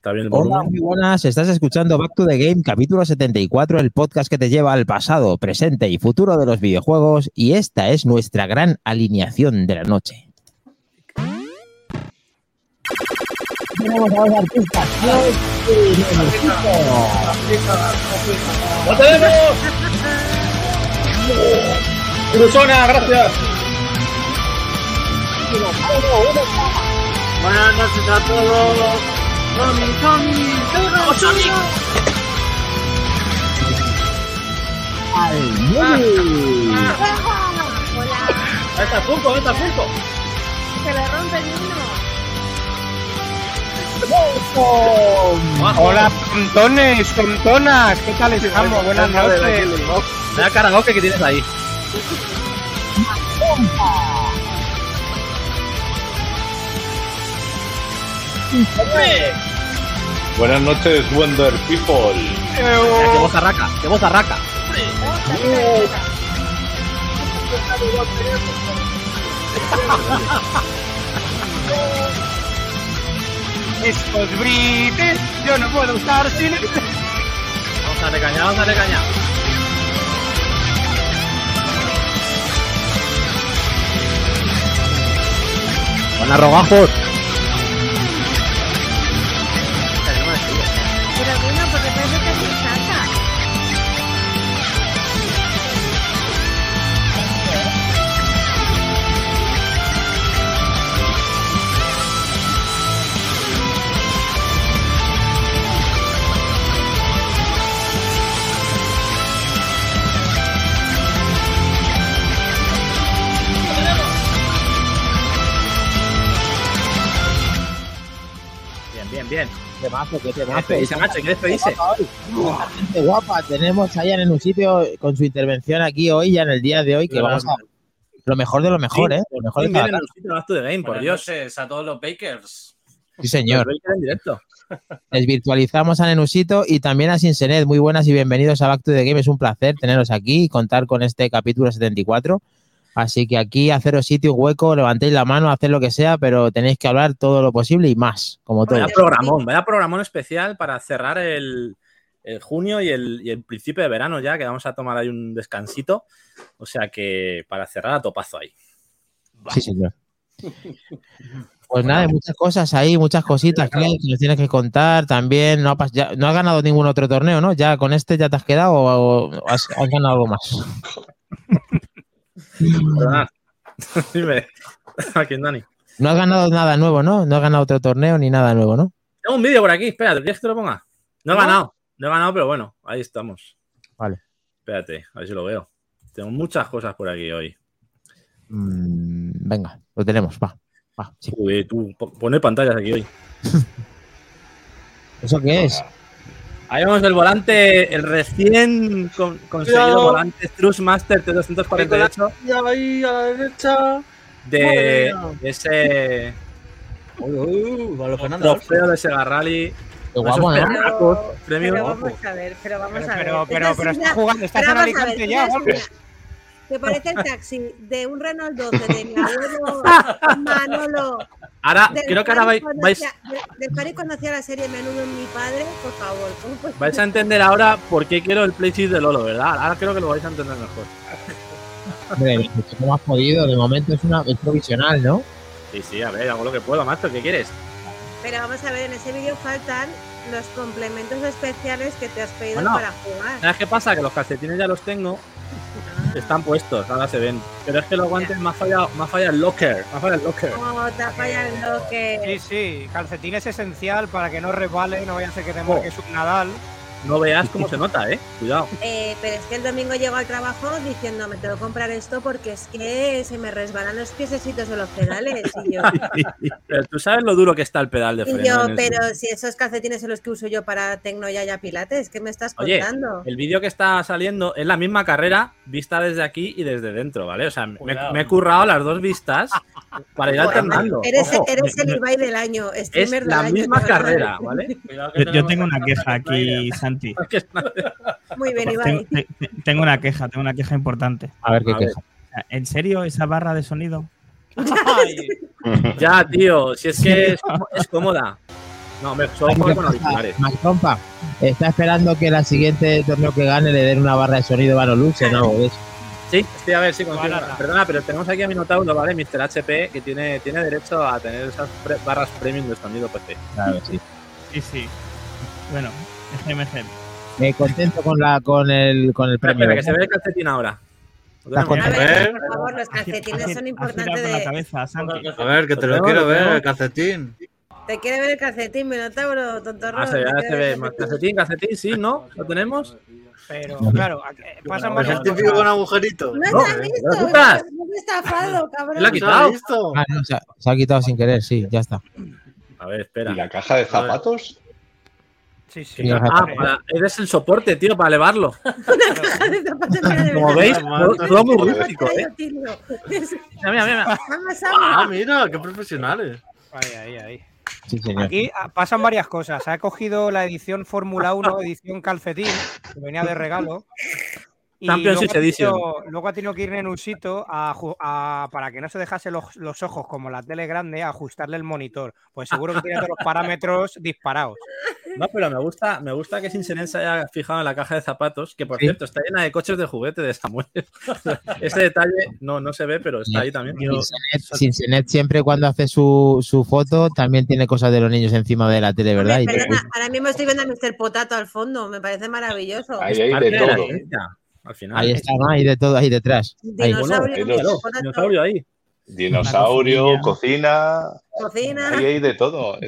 está bien el Hola, volumen. muy buenas. Estás escuchando Back to the Game, capítulo 74, el podcast que te lleva al pasado, presente y futuro de los videojuegos. Y esta es nuestra gran alineación de la noche. Tenemos a los artistas. ¡Lo tenemos! ¡Cruzona, gracias! Buenas noches a todos. Tommy, ¡Oh, Sonic! Hola. ¡Ahí está Funko, ahí está Funko! Se le rompe el uno. Hola, tontones, tontonas, ¿qué tal estamos? Buenas noches. Vaya karaoke que tienes ahí. Buenas noches, Wonder People. Mira, ¡qué voz arraca! ¡Qué voz arraca! Estos brites, yo no puedo estar sin... Vamos a darle caña, vamos a darle caña. Buenas rogajos. Pero bueno, porque parece que se saca. Bien, bien, bien. Temazo, qué ¿Qué temazo. despedirse, macho? ¿Qué despedirse? Gente guapa. Tenemos a Ian en un sitio con su intervención aquí hoy, ya en el día de hoy, que vamos a... Lo mejor de lo mejor, ¿eh? Lo mejor de Bien, cada en el sitio Back to the Game, por Buenas Dios. noches a todos los Bakers. Sí, señor. Los Baker en directo. Desvirtualizamos a Nenusito y también a Sinsenet. Muy buenas y bienvenidos a Back to the Game. Es un placer teneros aquí y contar con este capítulo 74. Así que aquí haceros sitio, hueco, levantéis la mano, haced lo que sea, pero tenéis que hablar todo lo posible y más, como todo. Vaya programón especial para cerrar el junio y el principio de verano ya, que vamos a tomar ahí un descansito. O sea que para cerrar a topazo ahí. Sí, señor. Pues nada, hay muchas cosas ahí, muchas cositas que nos tienes que contar. También no has ganado ningún otro torneo, ¿no? ¿Ya con este ya te has quedado o has ganado algo más? Perdonad. Dime. ¿A quién, Dani? No has ganado nada nuevo, ¿no? No has ganado otro torneo ni nada nuevo, ¿no? Tengo un vídeo por aquí, espérate, ¿quieres que te lo ponga? No he ganado, pero bueno, ahí estamos. Vale. Espérate, a ver si lo veo. Tengo muchas cosas por aquí hoy. Venga, lo tenemos, va. Sí. Uy, tú, poner pantallas aquí hoy. ¿Eso qué es? Ahí vemos el volante, el recién conseguido volante Thrustmaster T248 ahí a la derecha. de ese trofeo de Sega Rally. Qué guapo, ¿no? Premio. Pero vamos a ver. Pero está jugando, estás en Pero vamos a ver, Alicante ya, mira, ¿vale? que parece el taxi de un Renault 12 de mi abuelo Manolo. Ahora, creo que ahora vais Del Fari cuando hacía la serie Menudo en mi padre, por favor. ¿Cómo puede ser? vais a entender ahora por qué quiero el playlist de Lolo, ¿verdad? Ahora creo que lo vais a entender mejor. Hombre, ¿cómo has podido? De momento es provisional, ¿no? Sí, a ver, hago lo que puedo, maestro. ¿Qué quieres? Pero vamos a ver, en ese vídeo faltan los complementos especiales que te has pedido Bueno, para jugar. ¿Sabes qué pasa? Que los calcetines ya los tengo. Están puestos, ahora se ven. Pero es que los guantes me ha fallado el locker. No, te ha fallado el bloque. Sí, calcetín es esencial para que no resbale, no vaya a ser que te marques un Nadal. No veas cómo se nota, cuidado. Pero es que el domingo llego al trabajo diciendo me tengo que comprar esto porque es que se me resbalan los piececitos de los pedales. Y yo, Pero tú sabes lo duro que está el pedal de freno. pero si esos calcetines son los que uso yo para Tecnoyaya Pilates, ¿qué me estás Oye, contando? el vídeo que está saliendo es la misma carrera vista desde aquí y desde dentro, ¿vale? O sea, me he currado las dos vistas para ir alternando. Eres Ojo, el Ibai del año, es streamer del la año. misma carrera, ¿vale? Yo tengo una queja aquí, Santi. Muy bien, Ibai. Tengo una queja importante. A ver qué A ver. queja. ¿En serio esa barra de sonido? Ya, tío, si es que es cómoda. No, hombre, solo juego con auriculares. Macrompa está esperando que la siguiente torneo que gane le den una barra de sonido Vanolux en algo de eso. Sí, estoy a ver si consigo. Barata. Perdona, pero tenemos aquí a Minotauro, ¿vale? Mr. HP, que tiene derecho a tener esas barras premium de sonido PC. Claro, sí. Sí. Bueno, GMG. Contento con el premio. Espera, que se ve el calcetín ahora. Lo Estás tenemos. A contento. ver, por favor, los calcetines son importantes con la de... cabeza, Santi. A ver, que te lo quiero ver, el calcetín. ¿Te quiere ver el calcetín, Minotauro, tontorrón? Ah, se ve, ¿Te ahora quiere se ver ve. el calcetín? Calcetín, sí, ¿no? ¿Lo tenemos? Pero, claro, pasan Es varias el típico con cosas. agujerito. No No, te has visto, ¿lo quitas? no te has estafado, cabrón. La ha quitado. visto? Ah, no, se ha quitado sin querer, sí, ya está. A ver, espera. ¿Y la caja de zapatos? Sí, sí. Sí, Eres el soporte, tío, para elevarlo. Una caja de zapatos llena de Como verdad. veis, todo muy ¿Cómo has rústico, traído, tío? Mira. Vamos, Ah, vamos. mira, qué profesionales. Ahí. Sí, señor. Aquí pasan varias cosas. Ha cogido la edición Fórmula 1, edición calcetín, que venía de regalo. Y Championship Edition. Luego ha tenido que ir en un sitio para que no se dejase los ojos como la tele grande, a ajustarle el monitor. Pues seguro que tiene todos los parámetros disparados. No, pero me gusta que Sinsenet se haya fijado en la caja de zapatos, que por Sí. cierto está llena de coches de juguete de Samuel. Ese detalle no se ve, pero está ahí también. Sinsenet siempre cuando hace su foto también tiene cosas de los niños encima de la tele, ¿verdad? Hombre, Y perdona, ahora mismo estoy viendo a Mr. Potato al fondo, me parece maravilloso. Ahí hay Parte de de la todo. esencia, al final. ahí está, ¿no? Ahí de todo, ahí detrás. Ahí. Dinosaurio, Bueno, Mr. los- Potato, Dinosaurio ahí. Dinosaurio, Una cocina. cocina. Ahí hay de todo.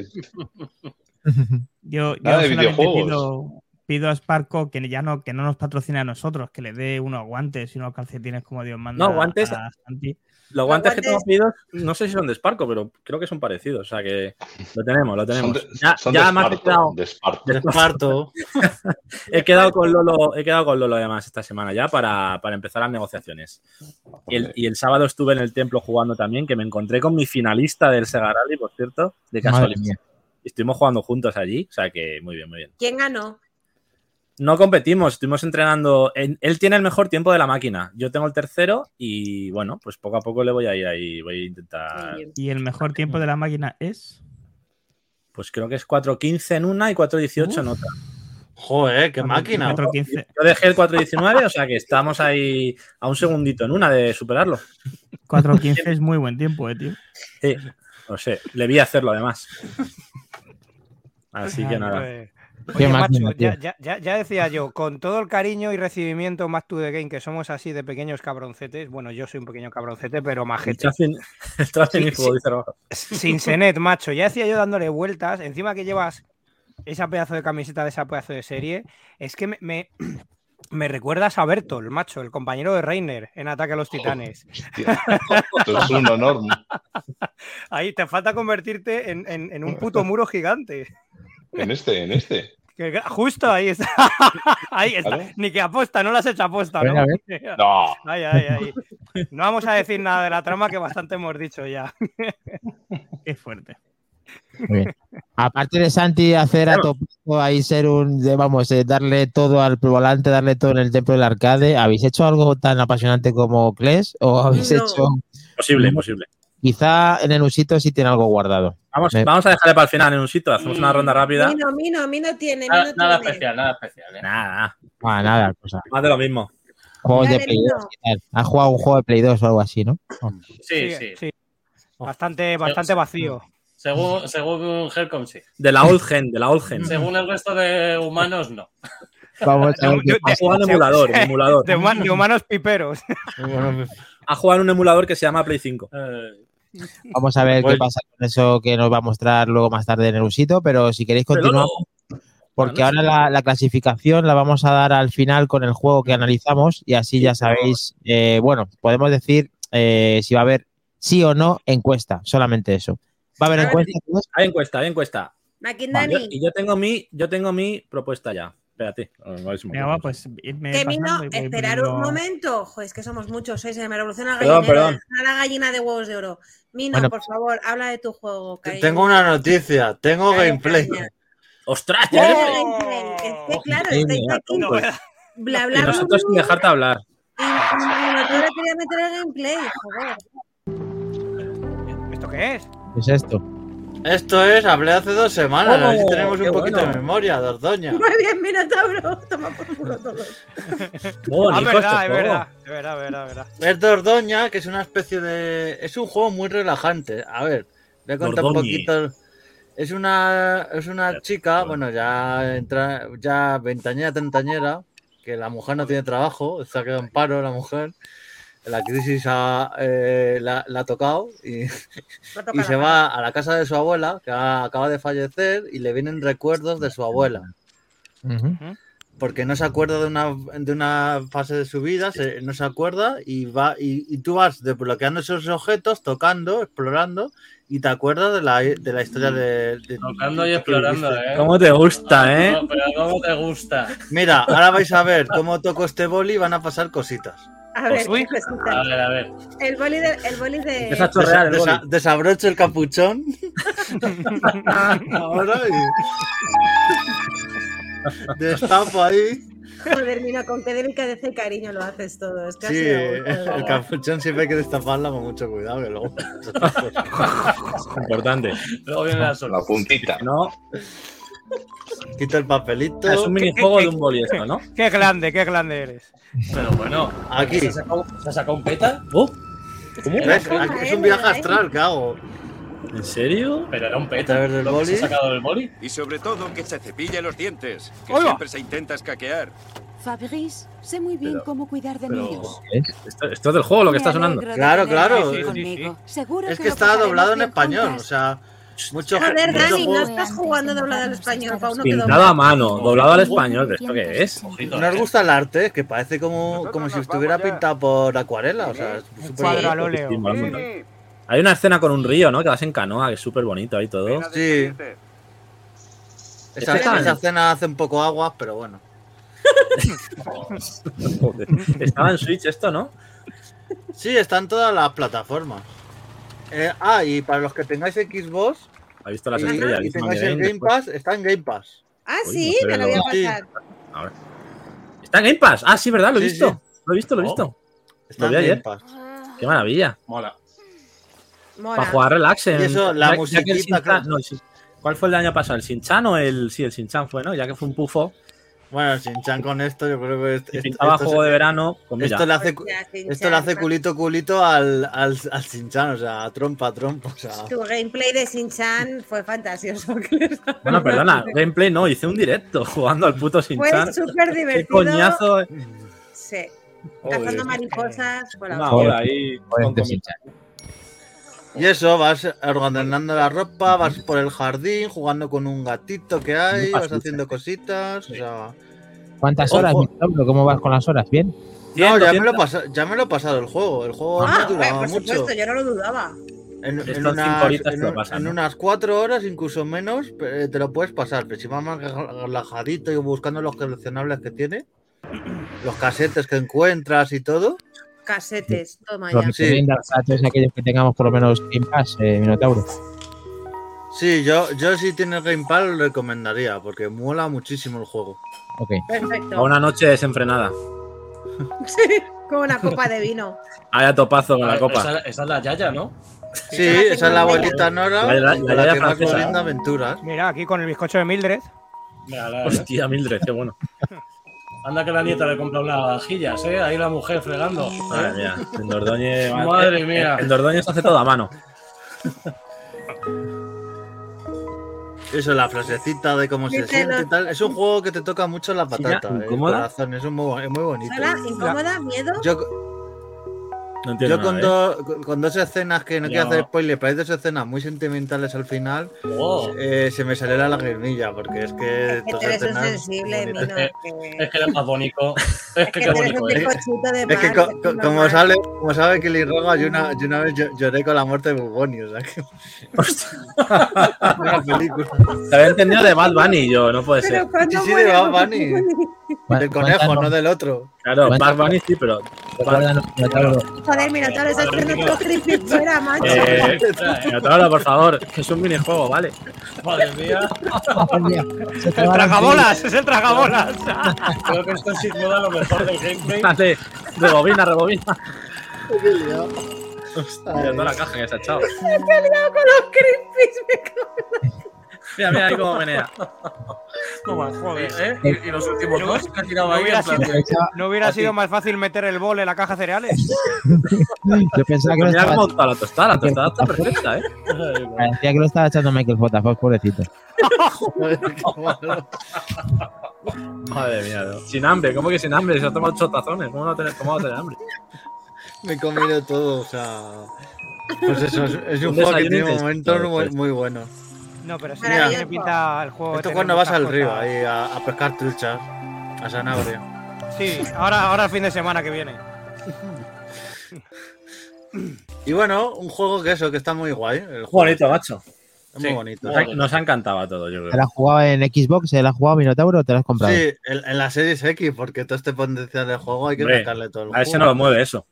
Yo Nada de solamente videojuegos. pido a Sparco que no nos patrocine a nosotros, que le dé unos guantes y unos calcetines como Dios manda. No, guantes. a Santi. Los guantes que guantes- tengo pedidos, no sé si son de Sparco, pero creo que son parecidos. O sea que lo tenemos. Son de, Ya, son ya de me ha Esparto, quedado. de Esparto. Esparto. He quedado con Lolo además esta semana ya para empezar las negociaciones. Y el sábado estuve en el templo jugando también, que me encontré con mi finalista del Sega Rally, por cierto, de Madre casualidad. mía. Y estuvimos jugando juntos allí, o sea que muy bien, muy bien. ¿Quién ganó? No competimos, estuvimos entrenando. Él tiene el mejor tiempo de la máquina, yo tengo el tercero y bueno, pues poco a poco le voy a ir ahí, voy a intentar. Muy bien. Y el mejor tiempo de la máquina es. Pues creo que es 4.15 en una y 4.18 en otra. Joder, qué máquina. 4.15. Yo dejé el 4.19, o sea que estamos ahí a un segundito en una de superarlo. 4.15 es muy buen tiempo, tío. Sí, no sé, le vi hacerlo además. Así que nada. Qué Oye, máquina, macho, tío. ya decía yo, con todo el cariño y recibimiento Back to the Game, que somos así de pequeños cabroncetes, bueno, yo soy un pequeño cabroncete, pero El majete. tráfico, Sí. dice Rojo. Sinsenet, macho, ya decía yo dándole vueltas, encima que llevas esa pedazo de camiseta de esa pedazo de serie, es que me recuerdas a Bertolt, macho, el compañero de Reiner en Ataque a los Titanes. Hostia, esto es un honor. Ahí te falta convertirte en un puto muro gigante. En este. Justo ahí está. Ahí está. ¿Vale? Ni que aposta, no lo has hecho aposta, ¿no? Venga, No. Ahí. No vamos a decir nada de la trama que bastante hemos dicho ya. Qué fuerte. Muy bien. Aparte de Santi hacer a tope ahí ser darle todo al volante, darle todo en el templo del arcade, ¿habéis hecho algo tan apasionante como Clash? ¿O habéis No. hecho? Imposible. Quizá en el usito sí tiene algo guardado. Vamos a dejarle para el final en un sitio, hacemos una ronda rápida. Mino tiene. Nada especial, nada especial. Nada, Nada, cosa. más de lo mismo. Juegos de Dale, Play Mino. 2 y tal. ¿Has jugado un juego de Play 2 o algo así, no? Sí. Bastante vacío. Según Helcom, sí. De la old gen. Según el resto de humanos, no. Vamos a ver qué De- pasa. Ha jugado en emulador. De humanos piperos. Ha jugado en un emulador que se llama Play 5. Vamos a ver qué Bueno. pasa con eso que nos va a mostrar luego más tarde en el usito, pero si queréis continuamos, porque ahora la clasificación la vamos a dar al final con el juego que analizamos y así ya sabéis, podemos decir si va a haber sí o no encuesta, solamente eso. ¿Va a haber encuesta? Hay encuesta. Maquindani. Y yo tengo mi propuesta ya. Espérate. A ver si me Venga, acuerdo. va, pues irme Que Mino, pasando y voy esperar poniendo- un momento. Joder, es que somos muchos, se me revoluciona el Perdón, gallinero. perdón. Deja la gallina de huevos de oro. Mino, Bueno, por favor, habla de tu juego, cariño. Tengo una noticia, tengo Dale, gameplay. cariño. ¡Ostras! Dale, Ya gameplay. Es que, claro, Sí, estáis mira, aquí. Bla, y bla, nosotros sin dejarte hablar. Y no te quería meter el gameplay, joder. ¿Esto qué es? ¿Qué es esto? Esto es, hablé hace 2 semanas. A ver si Oh, tenemos un qué poquito bueno. de memoria, Dordoña. Muy bien, Minotauro. Toma por culo todo. Oh, Ah, Nico, verdad, este es juego. verdad. Es Dordoña, que es una especie de... Es un juego muy relajante. A ver, voy a contar un Dordoñi. poquito. Es una chica, bueno, ya veintañera, treintañera, que la mujer no tiene trabajo, se ha quedado en paro la mujer. La crisis la ha tocado y se va a la casa de su abuela, que acaba de fallecer, y le vienen recuerdos de su abuela. Ujú. Porque no se acuerda de una fase de su vida, no se acuerda y tú vas desbloqueando esos objetos, tocando, explorando y te acuerdas de la historia de Tocando y que explorando, viviste. ¿eh? ¿Cómo te gusta, eh? No, pero ¿cómo te gusta? Mira, ahora vais a ver cómo toco este boli y van a pasar cositas. A ver, Uy. ¿qué cosita? A ver. El boli de... Empieza a chorrear el boli. Desabrocho el capuchón. Ahora y destapo ahí. Joder, mira, con qué delicadeza y cariño lo haces todo. Es que Sí, ha sido... el capuchón siempre hay que destaparla con mucho cuidado, que luego. Importante. Luego viene la sorpresa. La puntita. No, Quito el papelito. es un minijuego de un boli esto, ¿no? Qué grande eres. Pero bueno, Aquí. ¿se ha sacado un peta? ¿Cómo? ¿Ves? Aquí es un viaje astral que hago. ¿En serio? Pero era un A peta. través del ¿Lo que se ha boli. sacado del boli? Y sobre todo que se cepille los dientes, que ¡Hola! siempre se intenta escaquear. Fabrice, sé muy bien Pero- cómo cuidar de pero- ellos. Esto es del juego lo que está sonando. Claro, claro. Seguro Es que lo está pasaremos doblado en bien español. juntas. O sea, mucho Joder, Dani, no juego- estás jugando doblado al español para uno que Pintado dobla. a mano, doblado al español. ¿Pero esto qué es? Ojito, ¿No os ¿eh? gusta el arte? Que parece como Nosotros si nos estuviera vamos ya. pintado por acuarela. O sea, es Un súper cuadro bonito. al óleo. Sí, mola un montón. Hay una escena con un río, ¿no? Que vas en canoa, que es súper bonito ahí todo. Ven a Sí. despedirte. Esa escena hace un poco aguas, pero bueno. Joder. Estaba en Switch esto, ¿no? Sí, está en todas las plataformas. Y para los que tengáis Xbox Ha visto las y estrellas. tengáis el Game Pass, está en Game Pass. Ah, Uy, sí, no se me ve lo voy a lo- Sí. pasar. A ver. ¿Está en Game Pass? Ah, sí, ¿verdad? Lo he Sí, visto. sí. Lo he visto. Está Lo en vi Game ayer. Pass. Qué maravilla. Mola. Mola. Para jugar relax. Y eso, la que el musiquita, Shin-Chan- claro. no, ¿cuál fue el del año pasado? ¿El Shin-Chan o el. Sí, el Shin-Chan fue, ¿no? Ya que fue un pufo. Bueno, Shin-Chan con esto, yo creo que Y pintaba juego de verano. Pues mira, esto le hace, Hostia, esto le hace Shin-Chan. culito al Shin-Chan, o sea, trompa. O sea, Tu gameplay de Shin-Chan fue fantasioso. bueno, perdona, gameplay no, hice un directo jugando al puto Fue Shin-Chan. súper Qué divertido. coñazo. Sí. Joder. Cazando mariposas. Fue la Una hostia. hora ahí. con Joder, comida. y eso, vas ordenando la ropa, vas por el jardín, jugando con un gatito que hay, Muy vas fácil. haciendo cositas, o sea... ¿Cuántas Ojo. horas, Minotauro? ¿Cómo vas con las horas? ¿Bien? No, ya 100, me lo he pasado el juego. El juego Ah, no duraba por mucho. supuesto, yo no lo dudaba. En Estas 5 horitas te lo pasan, en ¿no? unas 4 horas, incluso menos, te lo puedes pasar. Pero si vas más relajadito y buscando los coleccionables que tiene, los casetes que encuentras y todo. Casetes, toma ¿Lo ya. recomiendas a todos aquellos que tengamos por lo menos Game Pass, Minotauro? Sí, yo si tienes Game Pass lo recomendaría, porque mola muchísimo el juego. Ok. A Perfecto. una noche desenfrenada. Sí, como una copa de vino. Haya topazo con A la ver, copa. esa es la Yaya, ¿no? Sí, esa es la abuelita Nora, La con la Yaya que más francesa. brinda aventuras. Mira, aquí con el bizcocho de Mildred. Mira, la- Hostia, Mildred, qué bueno. Anda que la nieta le compra unas vajillas, ¿eh? Ahí la mujer fregando. Madre mía. En Dordoñe. Madre mía. En Dordoñe se hace todo a mano. Eso, la frasecita de cómo se Dice siente los- y tal. Es un juego que te toca mucho la Sí, patata, ya, el ¿incómoda? corazón. Es muy bonito. Sola, incómoda, miedo. Yo, No entiendo yo con, nada, ¿eh? con dos escenas que no Ya. quiero hacer spoiler, pero hay dos escenas muy sentimentales al final. Oh, Se me salió la lagrimilla, porque es que Que dos tú eres un escenas sensible, bonitas. Mino. es que eres más bonito. Es Es que que qué tú eres bonito un es. bizcochito de Es que mar. como sabe que le roga, yo una vez lloré con la muerte de Buboni, o sea que una película. Te había entendido de Bad Bunny yo, no puede ser. Sí, sí, de Bad Bunny. Del conejo, no del otro. Claro, Bad Bunny sí, pero. Cuéntanos, Minotauro. Joder, Minotauro, eso es que nuestro creepy fuera, macho. Minotauro, por favor, que es un minijuego, ¿vale? Madre mía. ¡El tragabolas! ¡Es el tragabolas! Creo que esto sin duda lo mejor del gameplay. Dale, rebobina. Hostia, toda la caja que se ha echado. Me he peleado con los Crispies, me cago en la- Mira, mira ahí cómo menea. Toma, joder, ¿eh? Y los últimos dos que ha tirado No ahí. hubiera, en plan sido, de- no hubiera sido más fácil meter el bol en la caja de cereales. Yo pensaba que lo Mira estaba, cómo está la tostada. La tostada está perfecta, ¿eh? parecía que lo estaba echando Michael J. Fox, pobrecito. Madre mía, ¿no? Sin hambre, ¿cómo que sin hambre? Se ha tomado 8 tazones. ¿Cómo no tener, cómo va a tener hambre? Me he comido todo, o sea. Pues eso, es un Un juego que desayuno tiene intenso, momentos después. muy buenos. No, pero sí, Maravilloso. me pinta el juego. de Esto tener cuando vas muchas al río, cosas. ahí a pescar truchas, a Sanabria. Sí, ahora el fin de semana que viene. Y bueno, un juego que eso, que está muy guay. El juego Bonito, macho. es muy Sí. bonito. Nos ha encantado a todos, yo ¿Te creo. la has jugado en Xbox? ¿Te la has jugado Minotauro o te la has comprado? Sí, en la Series X, porque todo este potencial del juego hay que Hombre, sacarle todo el A ese juego. no lo mueve eso.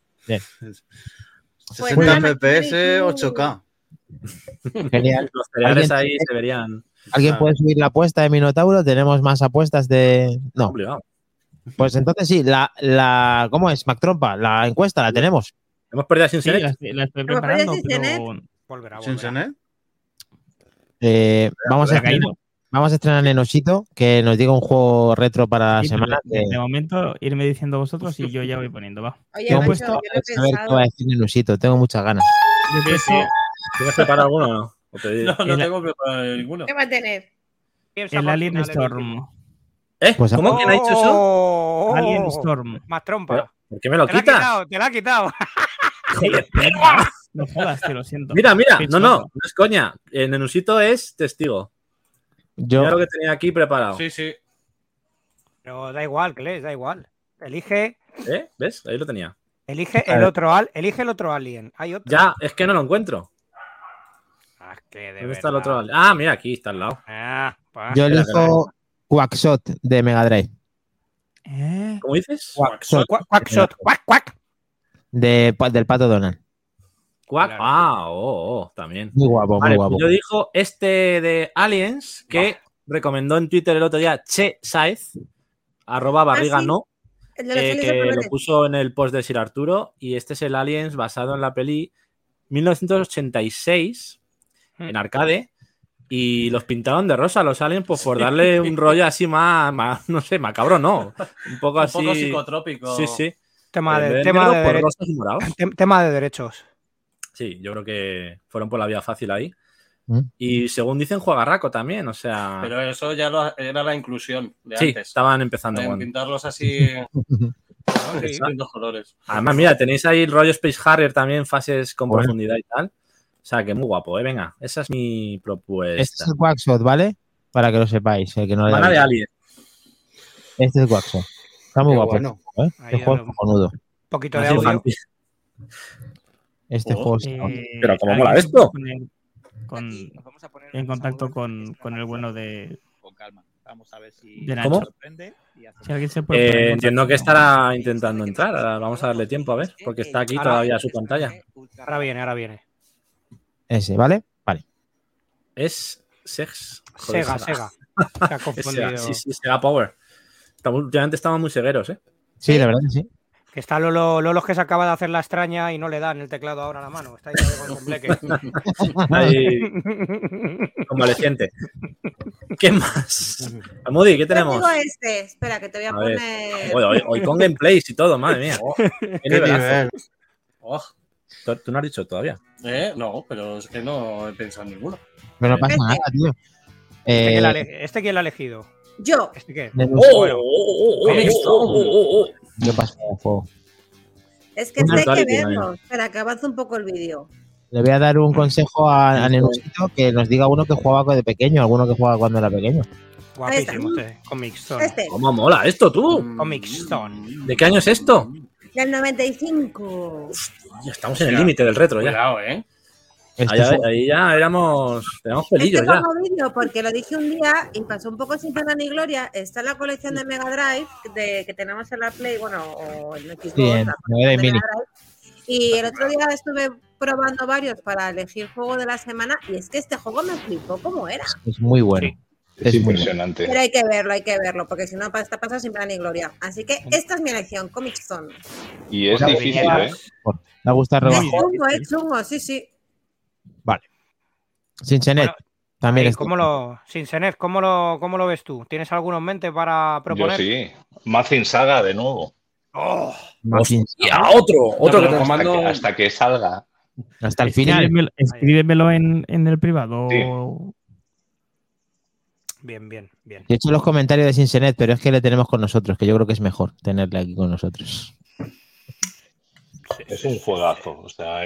60 nada, FPS, 8K. Genial. Los cereales ¿Alguien- ahí se verían ¿Alguien puede subir la apuesta de Minotauro? ¿Tenemos más apuestas de...? No. complicados. Pues entonces sí, ¿cómo es, Mac Trompa? La encuesta la tenemos. Hemos perdido sin Sí, ser. la estoy Pero preparando, puedes pero Volverá, ¿Sin volverá. Senet? Vamos a estrenar Nenosito, que nos diga un juego retro para la sí, pero semana. Que de momento irme diciendo vosotros y yo ya voy poniendo, va. Oye, tengo macho, puesto yo a lo he saber qué pensado. va a decir Nenosito. Tengo muchas ganas. Yo he puesto ¿Tienes preparado alguno o no? ¿O te digo? No tengo preparado ninguno. ¿Qué va a tener? el Alien Storm. Pues ¿Cómo? ¿Quién ha dicho eso? Oh, Alien Storm. Más trompa. ¿Por qué me lo Te la ha quitas? quitado, te la ha quitado. No jodas, te lo siento. Mira, mira. Qué No, no. chato. No es coña. El Nenusito es testigo. Yo, Mira lo que tenía aquí preparado. Sí, sí. Pero da igual, Cles, da igual. Elige ¿Ves? Ahí lo tenía. el otro elige el otro Alien. Hay otro. Ya, es que no lo encuentro. Ah, que de ¿Dónde está el otro? verdad. Ah, mira, aquí está al lado. Pues. yo espera, elijo Quackshot de Mega Drive. ¿Cómo dices? Quackshot Quackshot, cuac. del Pato Donald. Quack. Claro. Ah, también. Muy guapo, Vale, muy guapo. pues yo dijo este de Aliens que recomendó en Twitter el otro día Che Saez, @barriga sí. no, El de los felices que lo colores. puso en el post de Sir Arturo. Y este es el Aliens basado en la peli 1986 en arcade. Y los pintaron de rosa los aliens, pues por darle un rollo así más, no sé, macabro, no. Un poco Un así. poco psicotrópico. Sí, sí. Tema En de, vez tema, negro de por dere- rosas y morados. tema de derechos. Sí, yo creo que fueron por la vía fácil ahí. ¿Mm? Y según dicen, juega Raco también, o sea. Pero eso ya era la inclusión de Sí, antes. estaban empezando. En Bueno. pintarlos así en Exacto. distintos colores. Además, mira, tenéis ahí el rollo Space Harrier también, fases con Bueno. profundidad y tal. O sea, que muy guapo, ¿eh? Venga, esa es mi Este propuesta. es el Quackshot, ¿vale? Para que lo sepáis. El que no le Semana de da- Alien. Este es el Quackshot. Está muy Qué guapo. bueno. ¿Eh? Ahí Este juego dale es cojonudo. Un poquito de Así audio. infantil. Este Oh, juego es... Pero ¿cómo ¿alguien mola se esto? puede poner en contacto con el bueno de Con calma. Vamos a ver si de ¿Cómo? Nacho. sorprende y hacemos- Si alguien se puede poner en Entiendo que contacto. estará intentando entrar. Ahora vamos a darle tiempo a ver, porque está aquí Ahora- todavía su pantalla. Ahora viene. Ese, ¿vale? Vale. Es Sex. Joder, Sega. Se ha Es confundido. Sega. Sí, sí, Sega Power. Últimamente estamos muy segueros, ¿eh? Sí, la verdad que sí. Que está Lolos que se acaba de hacer la extraña y no le dan el teclado ahora a la mano. Está ahí todavía con el tembleque. Ahí, convaleciente. ¿Qué más? Amudi, ¿qué tenemos? Yo digo este. Espera, que te voy a A ver. poner. Hoy con gameplays y todo, madre mía. Qué Qué nivelazo. nivel. Oh, Tú no has dicho todavía. no, pero es que no he pensado en ninguno. Pero no pasa Este. nada, tío. ¿Este quién lo ha elegido? Yo. ¿Este qué? Nenucito. Bueno, Yo paso de juego. Es que Un este hay que mentality, verlo. Espera, que avance un poco el vídeo. Le voy a dar un consejo a Nenucito que nos diga uno que jugaba de pequeño, alguno que jugaba cuando era pequeño. guapísimo este. Comic Zone. Este. ¿Cómo mola esto, tú? Comic Zone. ¿De qué año es esto? Del 95. Ya estamos en el límite del retro ya. Cuidado, ¿eh? Este Ahí ya teníamos pelillos Este ya. como vídeo porque lo dije un día y pasó un poco sin pena ni gloria. Está en la colección de Mega Drive que tenemos en la Play, bueno, o en Xbox. Sí, en la Mega Drive de Mini. Drive. Y el otro día estuve probando varios para elegir juego de la semana y es que este juego me flipó cómo era. es muy bueno. Sí. Es impresionante. Pero hay que verlo, porque si no pasa sin plan ni gloria. Así que esta es mi elección, Comic Zone. Y es difícil, ¿eh? ¿Te gusta rebajar? Es chungo, sí. Vale. Sinsenet. También Ahí, es Sinsenet, ¿cómo lo ves tú? ¿Tienes alguno en mente para proponer? Yo sí. Mazin Saga de nuevo. ¡Oh! ¡Hostia! Otro que te mando hasta que salga. Hasta el final. Escríbemelo en el privado. Sí. Bien. He hecho los comentarios de Sinsenet, pero es que le tenemos con nosotros, que yo creo que es mejor tenerle aquí con nosotros. Es un juegazo. O sea,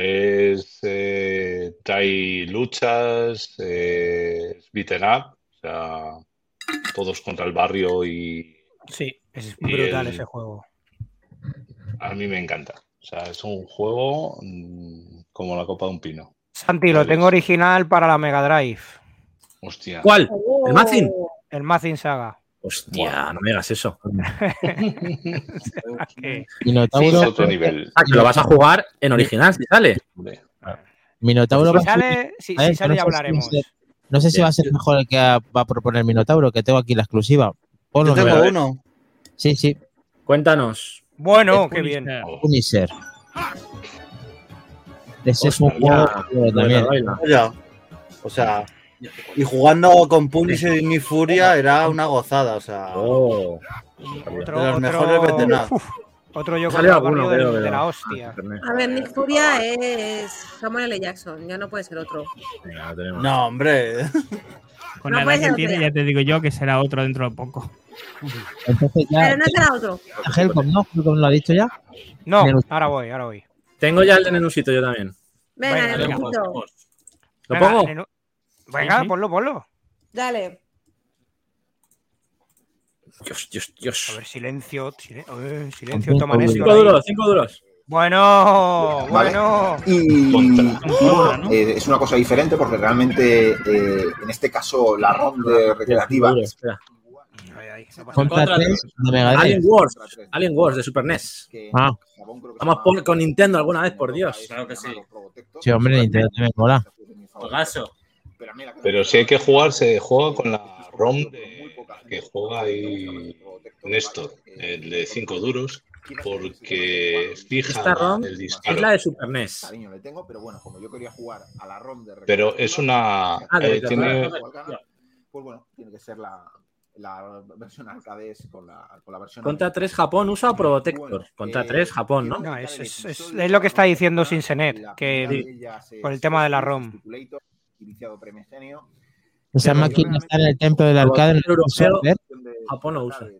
trae luchas, es beaten up. O sea, todos contra el barrio y... Sí, es brutal ese juego. A mí me encanta. O sea, es un juego como la copa de un pino. Santi, lo tengo original para la Mega Drive. Hostia. ¿Cuál? ¿El Mazin? El Mazin Saga. Hostia, no me digas eso. Minotauro. Es otro nivel. Ah, que lo vas a jugar en original si sale. Minotauro. Si sale ya hablaremos. No sé si va a ser mejor el que va a proponer Minotauro, que tengo aquí la exclusiva. Yo tengo uno. Sí. Cuéntanos. Bueno, qué bien. Punisher. Ese es un juego también. O sea, y jugando con Punisher y Nick Furia era una gozada, o sea. De los mejores veteranos. Otro yo Sale con alguno, el barrio creo, de la hostia. A ver, Nick Furia es Samuel L. Jackson, ya no puede ser otro. No, hombre. Con No la puede edad que ser tiene, otro. ya te digo yo que será otro dentro de poco. Entonces ya, Pero no será otro. Helcom, ¿no? Helcom lo ha dicho ya. No, ahora voy. Tengo ya el de Nenusito yo también. Venga, Venga, Nenusito. ¿Lo pongo? Venga, Sí. ponlo. Dale. Dios. A ver, silencio, Con Tomanesio. 5 duros, 5 duros. Bueno. Y Contra, ¿no? es una cosa diferente porque realmente en este caso la ronda recreativa Espera. Contra 3 de Mega Drive. Alien Wars de Super NES. Ah, Vamos con Nintendo alguna vez, por Dios. Claro que sí. sí, hombre, Nintendo también mola. Juegazo. Pero si hay que jugar, se juega con la ROM que juega ahí Néstor, el de 5 duros, porque fija Esta ROM el disparo. es la de Super NES. cariño le tengo, pero bueno, como yo quería jugar a la ROM de Pero es una... tiene... pues bueno, tiene que ser la versión arcades con la versión... Contra 3 Japón usa o Probotector. Contra 3 Japón, ¿no? No, es lo que está diciendo Sinsenet, que por el tema de la ROM. Esa máquina está en el templo del arcade. En el Europeo, Japón no usa.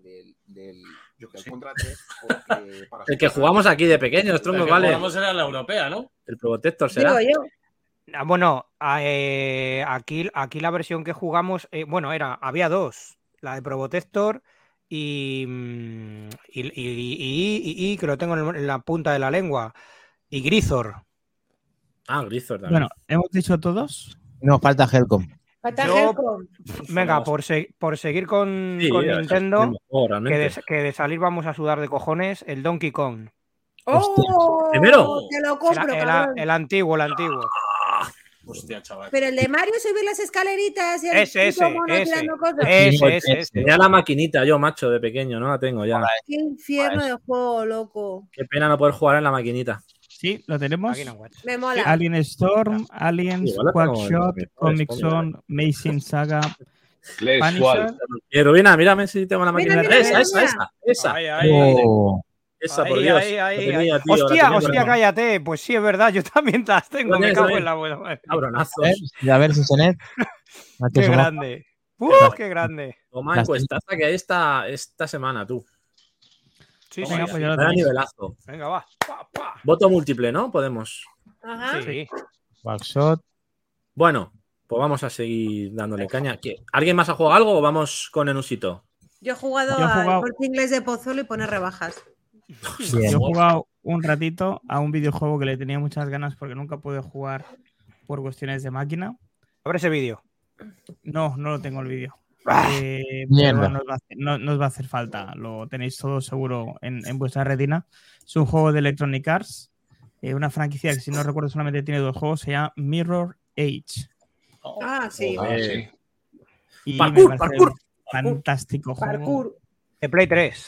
El que jugamos aquí de pequeños, troncos, vale. Jugamos era la europea, ¿no? El Probotector será. Digo yo. Bueno, aquí la versión que jugamos, había dos, la de Probotector y que lo tengo en la punta de la lengua, y Grisor. Ah, Grisor también. Bueno, ¿hemos dicho todos? No, falta Helcom. Falta Yo- Helcom. Venga, por seguir con Sí, Nintendo, es realmente. que de salir vamos a sudar de cojones, el Donkey Kong. ¡Oh! ¿Primero? Te lo compro, cabrón. El antiguo. Hostia, chaval. Pero el de Mario subir las escaleritas y el Ese, puto mono ese. tirando cosas. Ese. Tenía la maquinita yo, macho, de pequeño, no la tengo ya. Qué infierno de juego, loco. Qué pena no poder jugar en la maquinita. Sí, lo tenemos. Aquí no, guacho. Me mola. Alien Storm, Aliens, Igual la tengo en Quackshot, los Comic mejores, Zone, Amazing Saga, Clash Punisher. Y Rubina, mírame si tengo la Mira, maquinita. mira, Esa. mira. Esa, por Dios. La tenía, tío, la tenía, Hostia, pero- cállate. Pues sí, es verdad, yo también las tengo. Me cago en la buena madre. Cabronazos. A ver, Sinsenet. Qué grande. Qué grande. Toma encuestaza que hay esta semana, tú. Sí, Venga, sí, pues ya lo Vaya tenéis. nivelazo. Venga, va. Pa. Voto múltiple, ¿no? Podemos. Ajá. Sí. Quackshot. Bueno, pues vamos a seguir dándole caña. ¿Alguien más ha jugado algo o vamos con Enusito? Yo he jugado Yo he al jugado- Corte Inglés de Pozuelo y pone rebajas. Bien. Yo he jugado un ratito a un videojuego que le tenía muchas ganas porque nunca pude jugar por cuestiones de máquina. Abre ese vídeo. No lo tengo el vídeo. Mierda. Pero no os va a hacer falta. Lo tenéis todo seguro en vuestra retina. Es un juego de Electronic Arts. Una franquicia que, si no recuerdo, solamente tiene 2 juegos. Se llama Mirror Age. Ah, sí. Sí. Y Parkour, me parece parkour. fantástico juego. Parkour. De Play 3.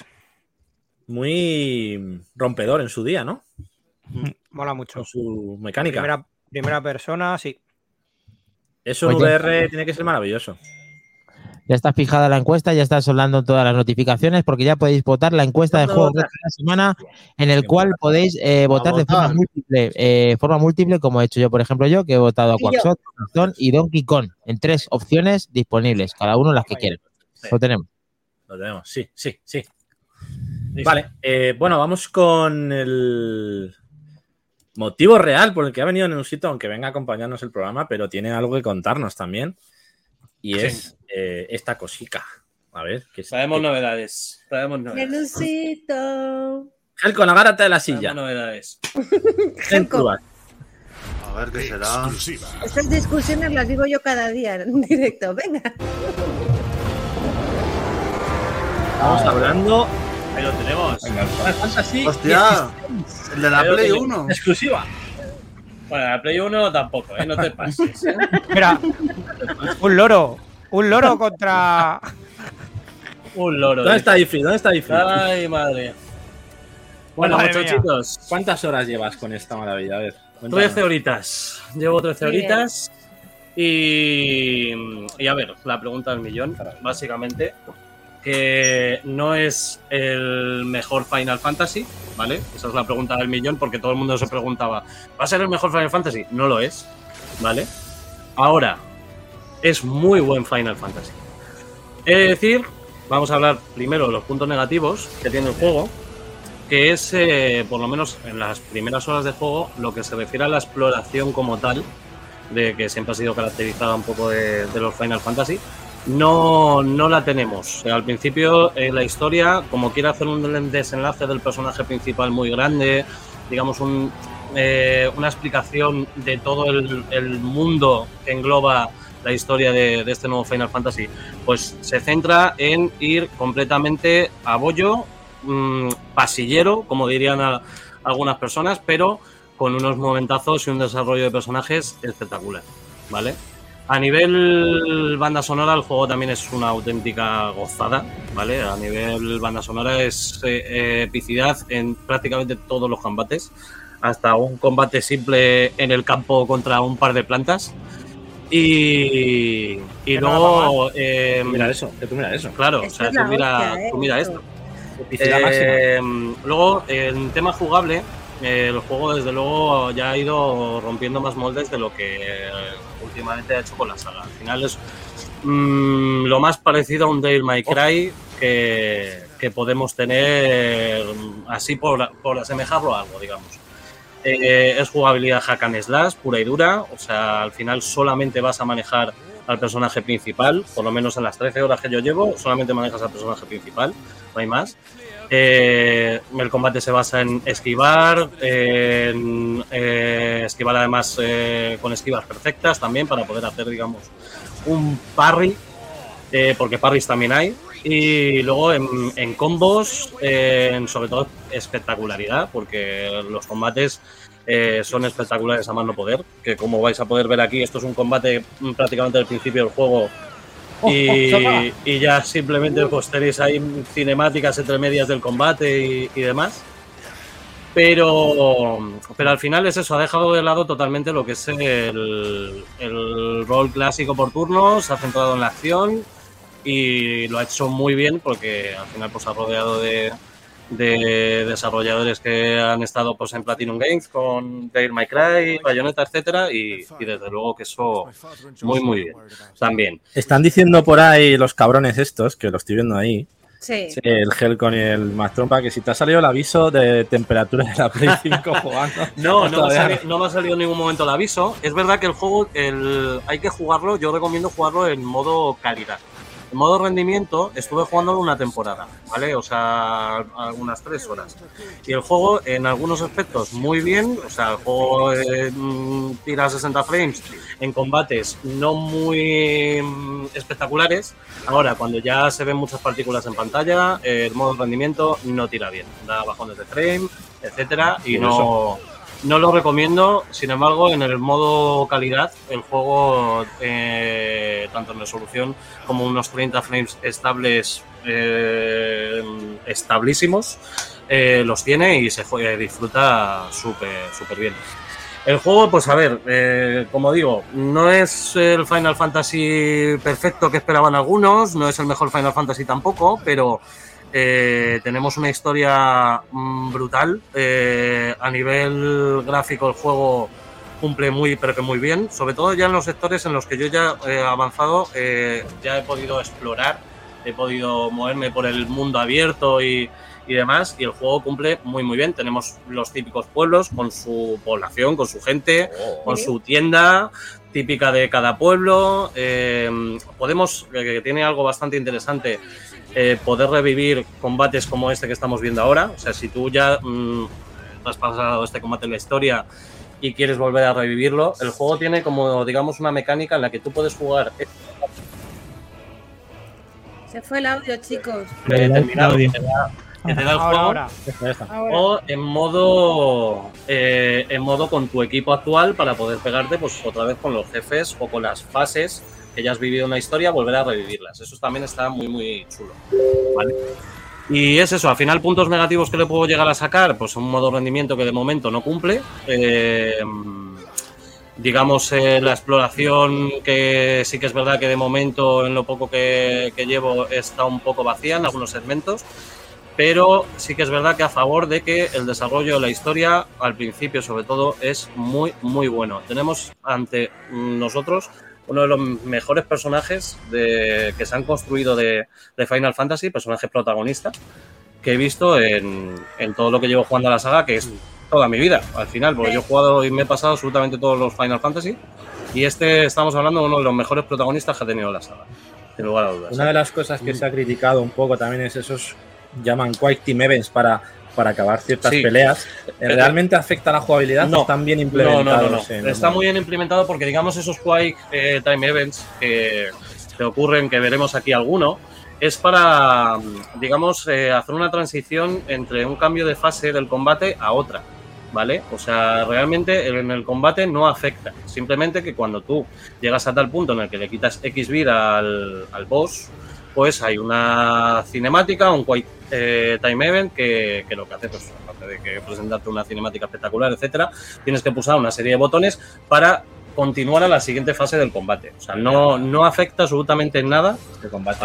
Muy rompedor en su día, ¿no? Mola mucho. Con su mecánica. Primera persona, sí. Eso en Oye. VR tiene que ser maravilloso. Ya está fijada la encuesta, ya está sonando todas las notificaciones porque ya podéis votar la encuesta de juegos de la semana en el cual podéis votar de forma múltiple, como he hecho yo, por ejemplo, que he votado a Y yo. Quackshot, Kazón y Donkey Kong en 3 opciones disponibles, cada uno las que quiere. Lo tenemos. Lo tenemos, sí. Vale, bueno, vamos con el motivo real por el que ha venido Nenusito, aunque venga a acompañarnos el programa, pero tiene algo que contarnos también. Y es esta cosica. A ver, ¿qué es? Traemos novedades. Nenusito. Helcon, agárrate de la silla. Traemos novedades. Helcon. A ver qué será. Estas discusiones las digo yo cada día en directo. Venga. Estamos hablando. Ahí lo tenemos. Final Fantasy. Hostia, el de la Ahí lo Play tenemos. 1. Exclusiva. Bueno, la Play 1 tampoco, no te pases. Mira, un loro contra. Un loro. ¿Dónde está Ifri? Ay, madre. Bueno, Madre muchachitos. ¿Cuántas horas llevas con esta maravilla? A ver, 13 horitas. Llevo 13 Muy bien. horitas. Y a ver, la pregunta del millón, básicamente, que no es el mejor Final Fantasy, ¿vale? Esa es la pregunta del millón, porque todo el mundo se preguntaba, ¿va a ser el mejor Final Fantasy? No lo es, ¿vale? Ahora, es muy buen Final Fantasy. Es decir, vamos a hablar primero de los puntos negativos que tiene el juego, que es, por lo menos en las primeras horas de juego, lo que se refiere a la exploración como tal, de que siempre ha sido caracterizada un poco de los Final Fantasy, no la tenemos. O sea, al principio la historia, como quiere hacer un desenlace del personaje principal muy grande, digamos una explicación de todo el mundo que engloba la historia de este nuevo Final Fantasy, pues se centra en ir completamente a bollo, pasillero, como dirían algunas personas, pero con unos momentazos y un desarrollo de personajes espectacular, ¿vale? A nivel banda sonora, el juego también es una auténtica gozada, ¿vale? A nivel banda sonora es epicidad en prácticamente todos los combates, hasta un combate simple en el campo contra un par de plantas. Y luego... mira eso, que tú mira eso. Claro, o sea, tú mira esto. Luego, en tema jugable, el juego desde luego ya ha ido rompiendo más moldes de lo que últimamente ha hecho con la saga. Al final es lo más parecido a un Devil May Cry que podemos tener, así por asemejarlo a algo, digamos. Es jugabilidad hack and slash pura y dura, o sea, al final solamente vas a manejar al personaje principal, por lo menos en las 13 horas que yo llevo, solamente manejas al personaje principal, no hay más. El combate se basa en esquivar, esquivar además con esquivas perfectas también para poder hacer, digamos, un parry, porque parries también hay. Y luego en combos, sobre todo espectacularidad, porque los combates son espectaculares a más no poder, que como vais a poder ver aquí, esto es un combate prácticamente al principio del juego. Y ya simplemente pues tenéis ahí cinemáticas entre medias del combate y demás. Pero al final es eso, ha dejado de lado totalmente lo que es el rol clásico por turnos, se ha centrado en la acción y lo ha hecho muy bien porque al final pues ha rodeado de desarrolladores que han estado pues en Platinum Games con Devil May Cry, Bayonetta, etcétera, y desde luego que eso muy bien también. Están diciendo por ahí los cabrones estos, que lo estoy viendo ahí, Sí. el Helcon y el Mastrompa, que si te ha salido el aviso de temperatura de la Play 5 jugando. No me ha salido en ningún momento el aviso. Es verdad que el juego hay que jugarlo, yo recomiendo jugarlo en modo calidad. En modo rendimiento estuve jugándolo una temporada, ¿vale? O sea, algunas 3 horas. Y el juego, en algunos aspectos, muy bien. O sea, el juego tira a 60 frames en combates no muy espectaculares. Ahora, cuando ya se ven muchas partículas en pantalla, el modo rendimiento no tira bien. Da bajones de frame, etcétera, y no No lo recomiendo, sin embargo, en el modo calidad, el juego, tanto en resolución como unos 30 frames estables, establísimos, los tiene y se disfruta súper bien. El juego, pues a ver, como digo, no es el Final Fantasy perfecto que esperaban algunos, no es el mejor Final Fantasy tampoco, pero tenemos una historia brutal. A nivel gráfico el juego cumple pero que muy bien, sobre todo ya en los sectores en los que yo ya he avanzado, ya he podido explorar, he podido moverme por el mundo abierto y demás, y el juego cumple muy bien. Tenemos los típicos pueblos con su población, con su gente, con su tienda típica de cada pueblo. Podemos, que tiene algo bastante interesante, poder revivir combates como este que estamos viendo ahora. O sea, si tú ya has pasado este combate en la historia y quieres volver a revivirlo, el juego tiene como, digamos, una mecánica en la que tú puedes jugar. Se fue el audio, chicos. Terminado. Que te da el juego Ahora. o en modo con tu equipo actual para poder pegarte pues otra vez con los jefes o con las fases que ya has vivido en la historia, volver a revivirlas. Eso también está muy chulo, ¿vale? Y es eso, al final puntos negativos que le puedo llegar a sacar, pues un modo rendimiento que de momento no cumple. Digamos, la exploración, que sí que es verdad que de momento en lo poco que llevo está un poco vacía en algunos segmentos. Pero sí que es verdad que a favor de que el desarrollo de la historia, al principio sobre todo, es muy bueno. Tenemos ante nosotros uno de los mejores personajes que se han construido de Final Fantasy, personaje protagonista, que he visto en todo lo que llevo jugando a la saga, que es toda mi vida, al final, porque yo he jugado y me he pasado absolutamente todos los Final Fantasy, y estamos hablando de uno de los mejores protagonistas que ha tenido la saga, sin lugar a dudas. Una de las cosas que se ha criticado un poco también es esos llaman Quick Team Events para acabar ciertas peleas. ¿Realmente afecta a la jugabilidad? No, ¿Están bien implementados? No. Está muy bien implementado porque, digamos, esos Quick Time Events que ocurren, que veremos aquí alguno, es para, digamos, hacer una transición entre un cambio de fase del combate a otra, ¿vale? O sea, realmente en el combate no afecta. Simplemente que cuando tú llegas a tal punto en el que le quitas X vida al boss, pues hay una cinemática, un Quick Time Event que lo que hace, pues aparte de que presentarte una cinemática espectacular, etcétera, tienes que pulsar una serie de botones para continuar a la siguiente fase del combate. O sea, no afecta absolutamente en nada. El combate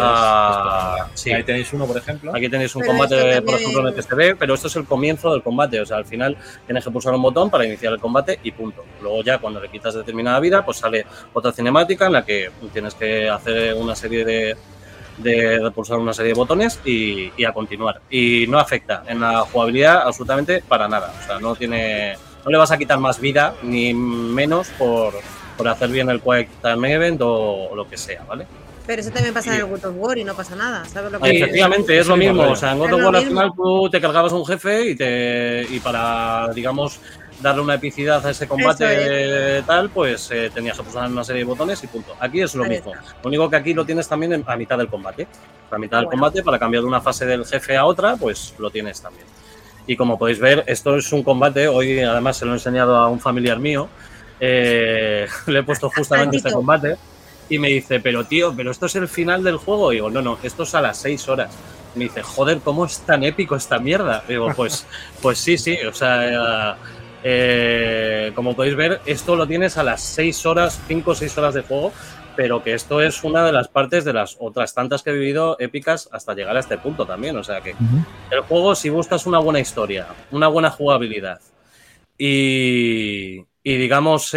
sí. Ahí tenéis uno, por ejemplo. Aquí tenéis un combate, por ejemplo, en el que se ve, pero esto es el comienzo del combate. O sea, al final tienes que pulsar un botón para iniciar el combate y punto. Luego ya cuando le quitas determinada vida, pues sale otra cinemática en la que tienes que hacer una serie de pulsar una serie de botones y a continuar. Y no afecta en la jugabilidad absolutamente para nada. O sea, no le vas a quitar más vida ni menos por hacer bien el Quick Time Event o lo que sea, ¿ale? Pero eso también pasa en el God of War y no pasa nada, ¿sabes lo que efectivamente, es lo mismo. O sea, en God of War al final tú te cargabas un jefe y para, digamos, darle una epicidad a ese combate tal, pues tenías que pulsar una serie de botones y punto. Aquí es lo mismo. Lo único que aquí lo tienes también a mitad del combate. A mitad del combate, para cambiar de una fase del jefe a otra, pues lo tienes también. Y como podéis ver, esto es un combate. Hoy además se lo he enseñado a un familiar mío. Le he puesto justamente este combate y me dice, pero tío, ¿pero esto es el final del juego? Y digo, no, esto es a las 6 horas. Me dice, joder, ¿cómo es tan épico esta mierda? Y digo, pues sí, o sea, como podéis ver, esto lo tienes a las 6 horas, 5 o 6 horas de juego, pero que esto es una de las partes de las otras tantas que he vivido épicas hasta llegar a este punto también. O sea que el juego, si buscas una buena historia, una buena jugabilidad y digamos,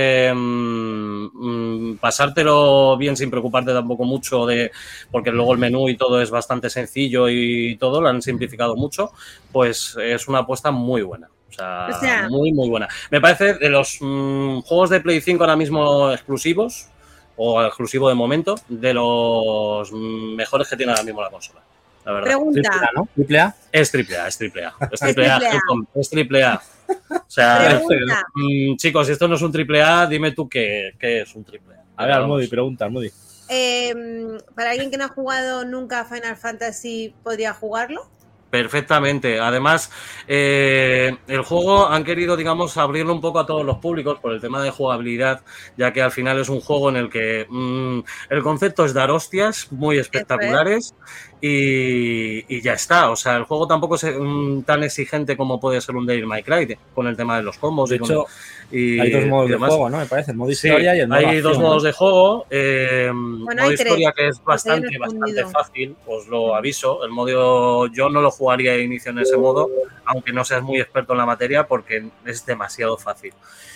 pasártelo bien sin preocuparte tampoco mucho porque luego el menú y todo es bastante sencillo y todo, lo han simplificado mucho, pues es una apuesta muy buena. O sea, muy buena. Me parece de los juegos de Play 5 ahora mismo exclusivos, o exclusivo de momento, de los mejores que tiene ahora mismo la consola. La verdad. Pregunta. ¿Triple A? Es triple A. Es triple A. O sea, chicos, si esto no es un triple A, dime tú qué es un triple A. A ver, Almudi, pregunta, Almudi. Para alguien que no ha jugado nunca Final Fantasy, ¿podría jugarlo? Perfectamente. Además, el juego han querido, digamos, abrirlo un poco a todos los públicos por el tema de jugabilidad, ya que al final es un juego en el que el concepto es dar hostias muy espectaculares y ya está. O sea, el juego tampoco es tan exigente como puede ser un Devil May Cry con el tema de los combos. De hecho, hay dos modos de juego, ¿no? Me parece, el modo historia y el modo hay acción, dos modos de juego. Bueno, Modo historia que es bastante fácil, os lo aviso. El modo yo no lo jugaría de inicio en ese modo, aunque no seas muy experto en la materia, porque es demasiado fácil.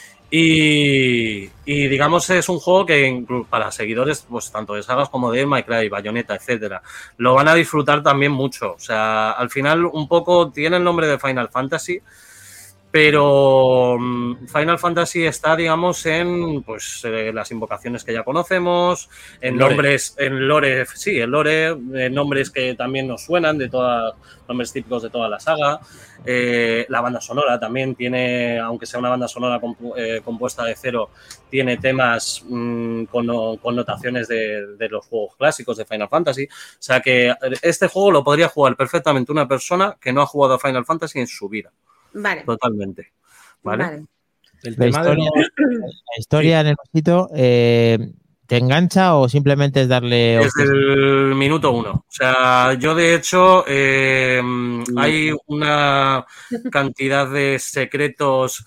Y digamos es un juego que para seguidores pues tanto de sagas como de My Cry, Bayonetta, etcétera, lo van a disfrutar también mucho. O sea, al final un poco tiene el nombre de Final Fantasy, pero Final Fantasy está, digamos, en pues las invocaciones que ya conocemos, en nombres, en lore, sí, en lore, en nombres que también nos suenan de todas, nombres típicos de toda la saga. La banda sonora también tiene, aunque sea una banda sonora compuesta de cero, tiene temas con notaciones de los juegos clásicos de Final Fantasy. O sea que este juego lo podría jugar perfectamente una persona que no ha jugado a Final Fantasy en su vida. Vale. Totalmente. ¿Vale? El tema la historia en el osito, ¿te engancha o simplemente es darle... Desde el minuto 1. O sea, yo de hecho hay una cantidad de secretos,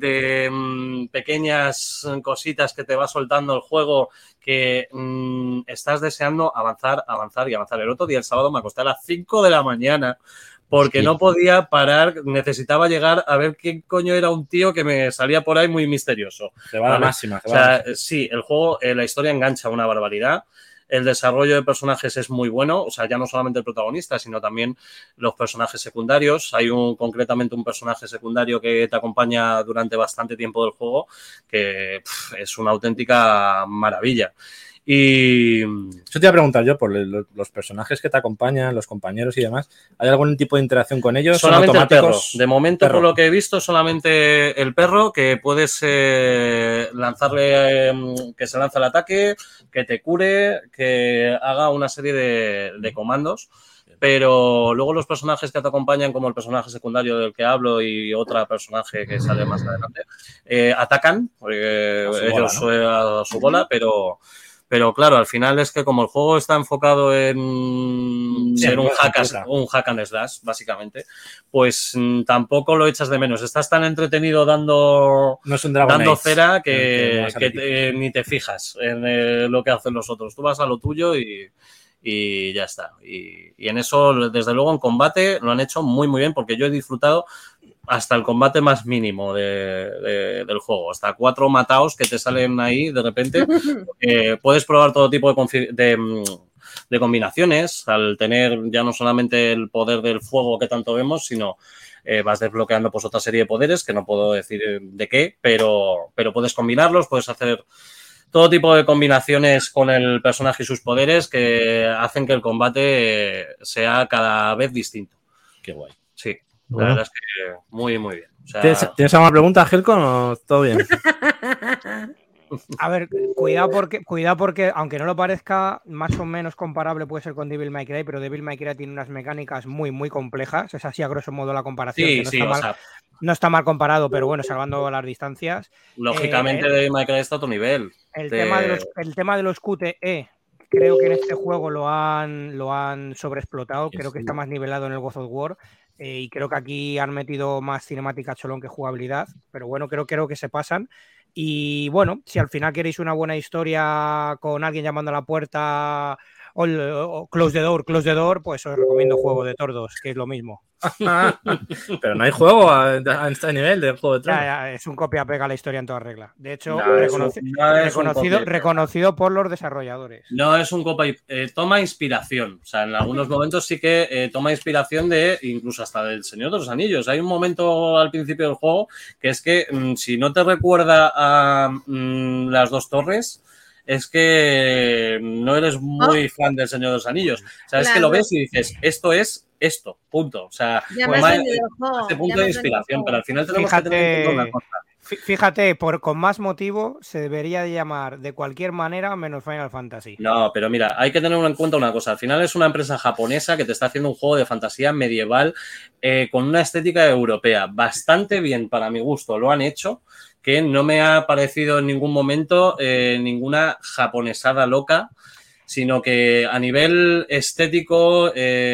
de pequeñas cositas que te va soltando el juego que estás deseando avanzar. El otro día, el sábado, me acosté a las 5 de la mañana porque no podía parar, necesitaba llegar a ver quién coño era un tío que me salía por ahí muy misterioso. Te va a la máxima. O sea, sí, el juego, la historia engancha una barbaridad. El desarrollo de personajes es muy bueno, o sea, ya no solamente el protagonista, sino también los personajes secundarios. Hay concretamente un personaje secundario que te acompaña durante bastante tiempo del juego, que es una auténtica maravilla. Y eso te iba a preguntar yo por los personajes que te acompañan, los compañeros y demás. ¿Hay algún tipo de interacción con ellos? Solamente el perro. De momento, por lo que he visto, solamente el perro, que puedes lanzarle, que se lanza el ataque, que te cure, que haga una serie de comandos. Pero luego los personajes que te acompañan, como el personaje secundario del que hablo y otro personaje que sale más adelante, atacan, porque ellos a su bola, pero claro, al final es que como el juego está enfocado en ser un hack and slash, básicamente, pues tampoco lo echas de menos. Estás tan entretenido dando cera que ni te fijas en lo que hacen los otros. Tú vas a lo tuyo y ya está. Y en eso, desde luego, en combate lo han hecho muy, muy bien, porque yo he disfrutado hasta el combate más mínimo del juego. Hasta 4 mataos que te salen ahí de repente. Puedes probar todo tipo de combinaciones al tener ya no solamente el poder del fuego que tanto vemos, sino vas desbloqueando pues otra serie de poderes que no puedo decir de qué, pero puedes combinarlos, puedes hacer todo tipo de combinaciones con el personaje y sus poderes que hacen que el combate sea cada vez distinto. Qué guay. Sí. La verdad es que muy, muy bien. O sea... ¿Tienes alguna pregunta, Gelcon, o todo bien? A ver, cuidado porque, aunque no lo parezca, más o menos comparable puede ser con Devil May Cry, pero Devil May Cry tiene unas mecánicas muy, muy complejas. Es así a grosso modo la comparación. Sí, no está mal comparado, pero bueno, salvando las distancias. Lógicamente Devil May Cry está a otro nivel. El tema de los QTE, creo que en este juego lo han sobreexplotado. Creo que está más nivelado en el God of War. Y creo que aquí han metido más cinemática cholón que jugabilidad, pero bueno, creo que se pasan. Y bueno, si al final queréis una buena historia con alguien llamando a la puerta o close the door, pues os recomiendo Juego de Thor 2, que es lo mismo. Pero no hay juego a este nivel de Juego de Tronos. Ya, es un copia-pega la historia en toda regla. De hecho, reconocido por los desarrolladores. No es un copia, toma inspiración. O sea, en algunos momentos sí que toma inspiración de incluso hasta del Señor de los Anillos. Hay un momento al principio del juego que es que si no te recuerda a las dos torres, es que no eres muy fan del Señor de los Anillos. O sea, es que lo ves y dices, esto es esto, punto. O sea, este punto de inspiración, pero al final tenemos que tener una cosa. Fíjate, con más motivo se debería de llamar de cualquier manera menos Final Fantasy. No, pero mira, hay que tener en cuenta una cosa. Al final es una empresa japonesa que te está haciendo un juego de fantasía medieval con una estética europea. Bastante bien para mi gusto lo han hecho, que no me ha parecido en ningún momento ninguna japonesada loca, sino que a nivel estético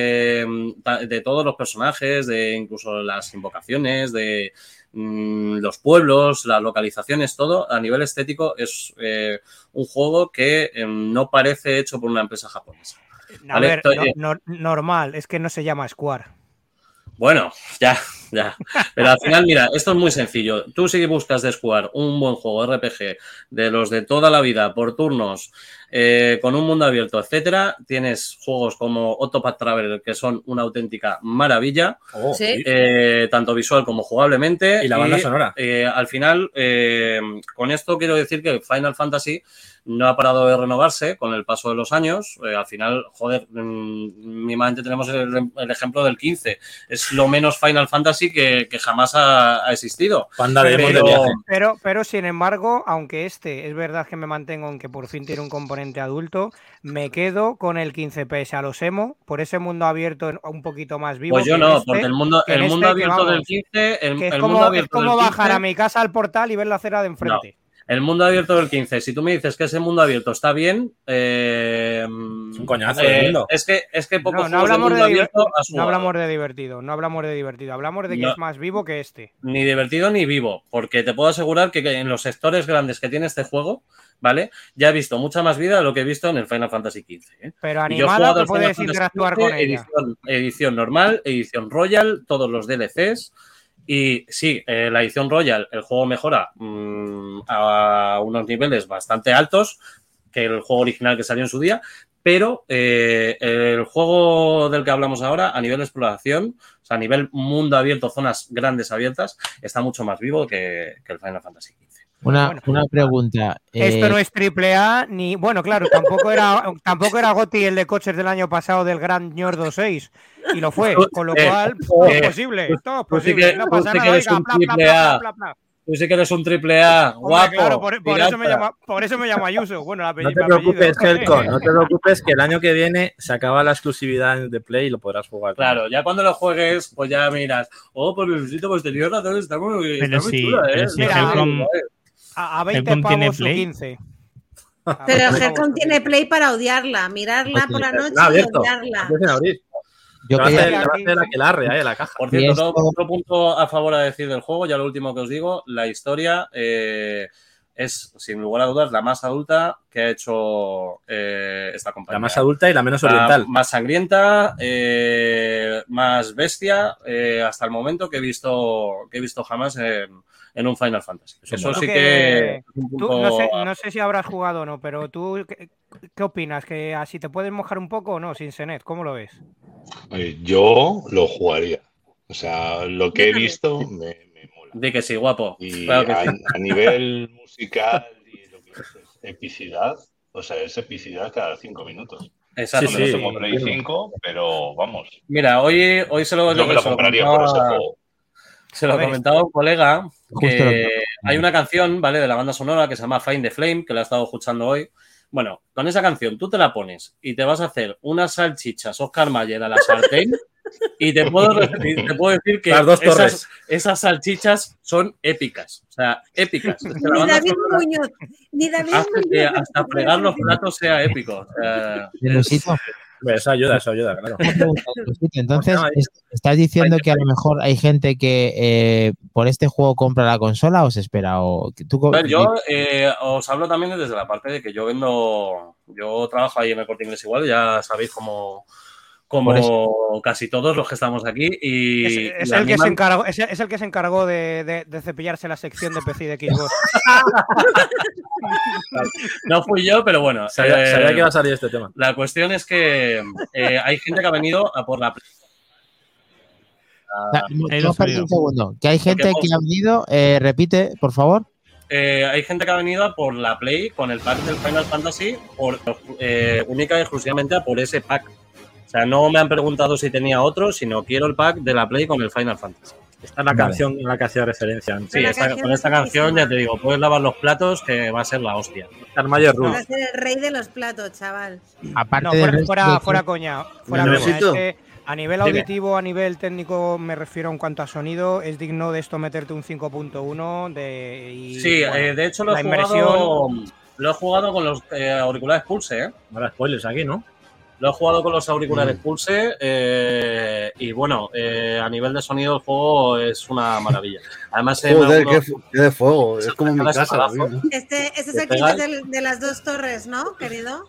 de todos los personajes, de incluso las invocaciones, de los pueblos, las localizaciones, todo, a nivel estético es un juego que no parece hecho por una empresa japonesa. A ver, normal, es que no se llama Square. Bueno, ya. Pero al final, mira, esto es muy sencillo. Tú si buscas de Square un buen juego RPG de los de toda la vida, por turnos, con un mundo abierto, etcétera, tienes juegos como Octopath Traveler que son una auténtica maravilla, tanto visual como jugablemente. Y la banda sonora. Al final, con esto quiero decir que Final Fantasy no ha parado de renovarse con el paso de los años. Al final, joder, mínimamente tenemos el ejemplo del 15. Es lo menos Final Fantasy que jamás ha existido. Pero sin embargo, aunque es verdad que me mantengo en que por fin tiene un componente adulto, me quedo con el 15 pese a los emo, por ese mundo abierto un poquito más vivo. Pues yo no, porque el mundo abierto del 15... Es como bajar a mi casa al portal y ver la acera de enfrente. No. El mundo abierto del 15, si tú me dices que ese mundo abierto está bien, es un coñazo del mundo. Es que pocos no hablamos de abierto no hablamos de divertido, hablamos de que es más vivo que este. Ni divertido ni vivo, porque te puedo asegurar que en los sectores grandes que tiene este juego, ¿vale? Ya he visto mucha más vida de lo que he visto en el Final Fantasy XV. Pero animada que puedes interactuar con ella. Edición normal, edición Royal, todos los DLCs. Y sí, la edición Royal, el juego mejora a unos niveles bastante altos que el juego original que salió en su día, pero el juego del que hablamos ahora, a nivel exploración, o sea, a nivel mundo abierto, zonas grandes abiertas, está mucho más vivo que el Final Fantasy XV. Una pregunta. Esto no es AAA ni... Bueno, claro, tampoco era GOTY el de coches del año pasado del Gran Ñordo 6. Y lo fue, con lo cual, todo es posible. Todo es posible. No pasa nada, Tú sí que eres un AAA, guapo. Claro, por eso me llamo Ayuso. Bueno, el apellido, no te preocupes, Helcon, no te preocupes, que el año que viene se acaba la exclusividad de Play y lo podrás jugar. Claro, ya cuando lo juegues, pues ya miras. Pues necesito, pues tenía razón, está muy chula, pero si Helcon, a 20 pavos o 15. Pero Helcon tiene Play para odiarla, mirarla por la noche y odiarla. Yo quería la caja. Por cierto, otro punto a favor a decir del juego, ya lo último que os digo, la historia es, sin lugar a dudas, la más adulta que ha hecho esta compañía. La más adulta y la menos oriental. Más sangrienta, más bestia, hasta el momento que he visto jamás en un Final Fantasy. Eso sí que... No sé si habrás jugado o no, pero tú, ¿qué opinas? ¿Que así te puedes mojar un poco o no, Sinsenet? ¿Cómo lo ves? Yo lo jugaría. O sea, lo que he visto me mola. Di que sí, guapo. Y claro que sí. A nivel musical y lo que es epicidad, o sea, es epicidad cada 5 minutos. Exacto. No tengo Play 5, pero vamos. Mira, hoy se lo... Yo me lo compraría por ese juego. Se lo comentaba un colega que hay una canción, ¿vale? De la banda sonora que se llama Find the Flame, que la he estado escuchando hoy. Bueno, con esa canción tú te la pones y te vas a hacer unas salchichas Oscar Mayer a la sartén y te puedo decir que las dos torres. Esas salchichas son épicas. O sea, épicas. Ni David Muñoz. Ni David Muñoz. Que hasta fregar los platos sea épico. Eso ayuda, claro. Entonces, ¿estás diciendo que a lo mejor hay gente que por este juego compra la consola o se espera? Yo os hablo también desde la parte de que yo trabajo ahí en el Corte Inglés igual, ya sabéis cómo casi todos los que estamos aquí. Y es el que se encargó de cepillarse la sección de PC y de Xbox. No fui yo, pero bueno. Sabía que iba a salir este tema. La cuestión es que hay gente que ha venido a por la Play. Un segundo. Que hay gente que ha venido, repite, por favor. Hay gente que ha venido a por la Play con el pack del Final Fantasy única y exclusivamente a por ese pack. O sea, no me han preguntado si tenía otro, sino quiero el pack de la Play con el Final Fantasy. Esta es la canción a la que hacía referencia. Sí, con esta canción ya te digo, puedes lavar los platos que va a ser la hostia. Mayor Rule. Va a ser el rey de los platos, chaval. Aparte No, del fuera coña. Fuera coña. Es que a nivel Dime. auditivo, a nivel técnico, me refiero en cuanto a sonido, es digno de esto meterte un 5.1 Sí, de hecho lo he jugado con los auriculares Pulse, ¿eh? Ahora spoilers aquí, ¿no? Lo he jugado con los auriculares Pulse y bueno, a nivel de sonido el juego es una maravilla. Además, joder, qué de fuego. Es como mi casa. Este es el kit de las dos torres, ¿no, querido?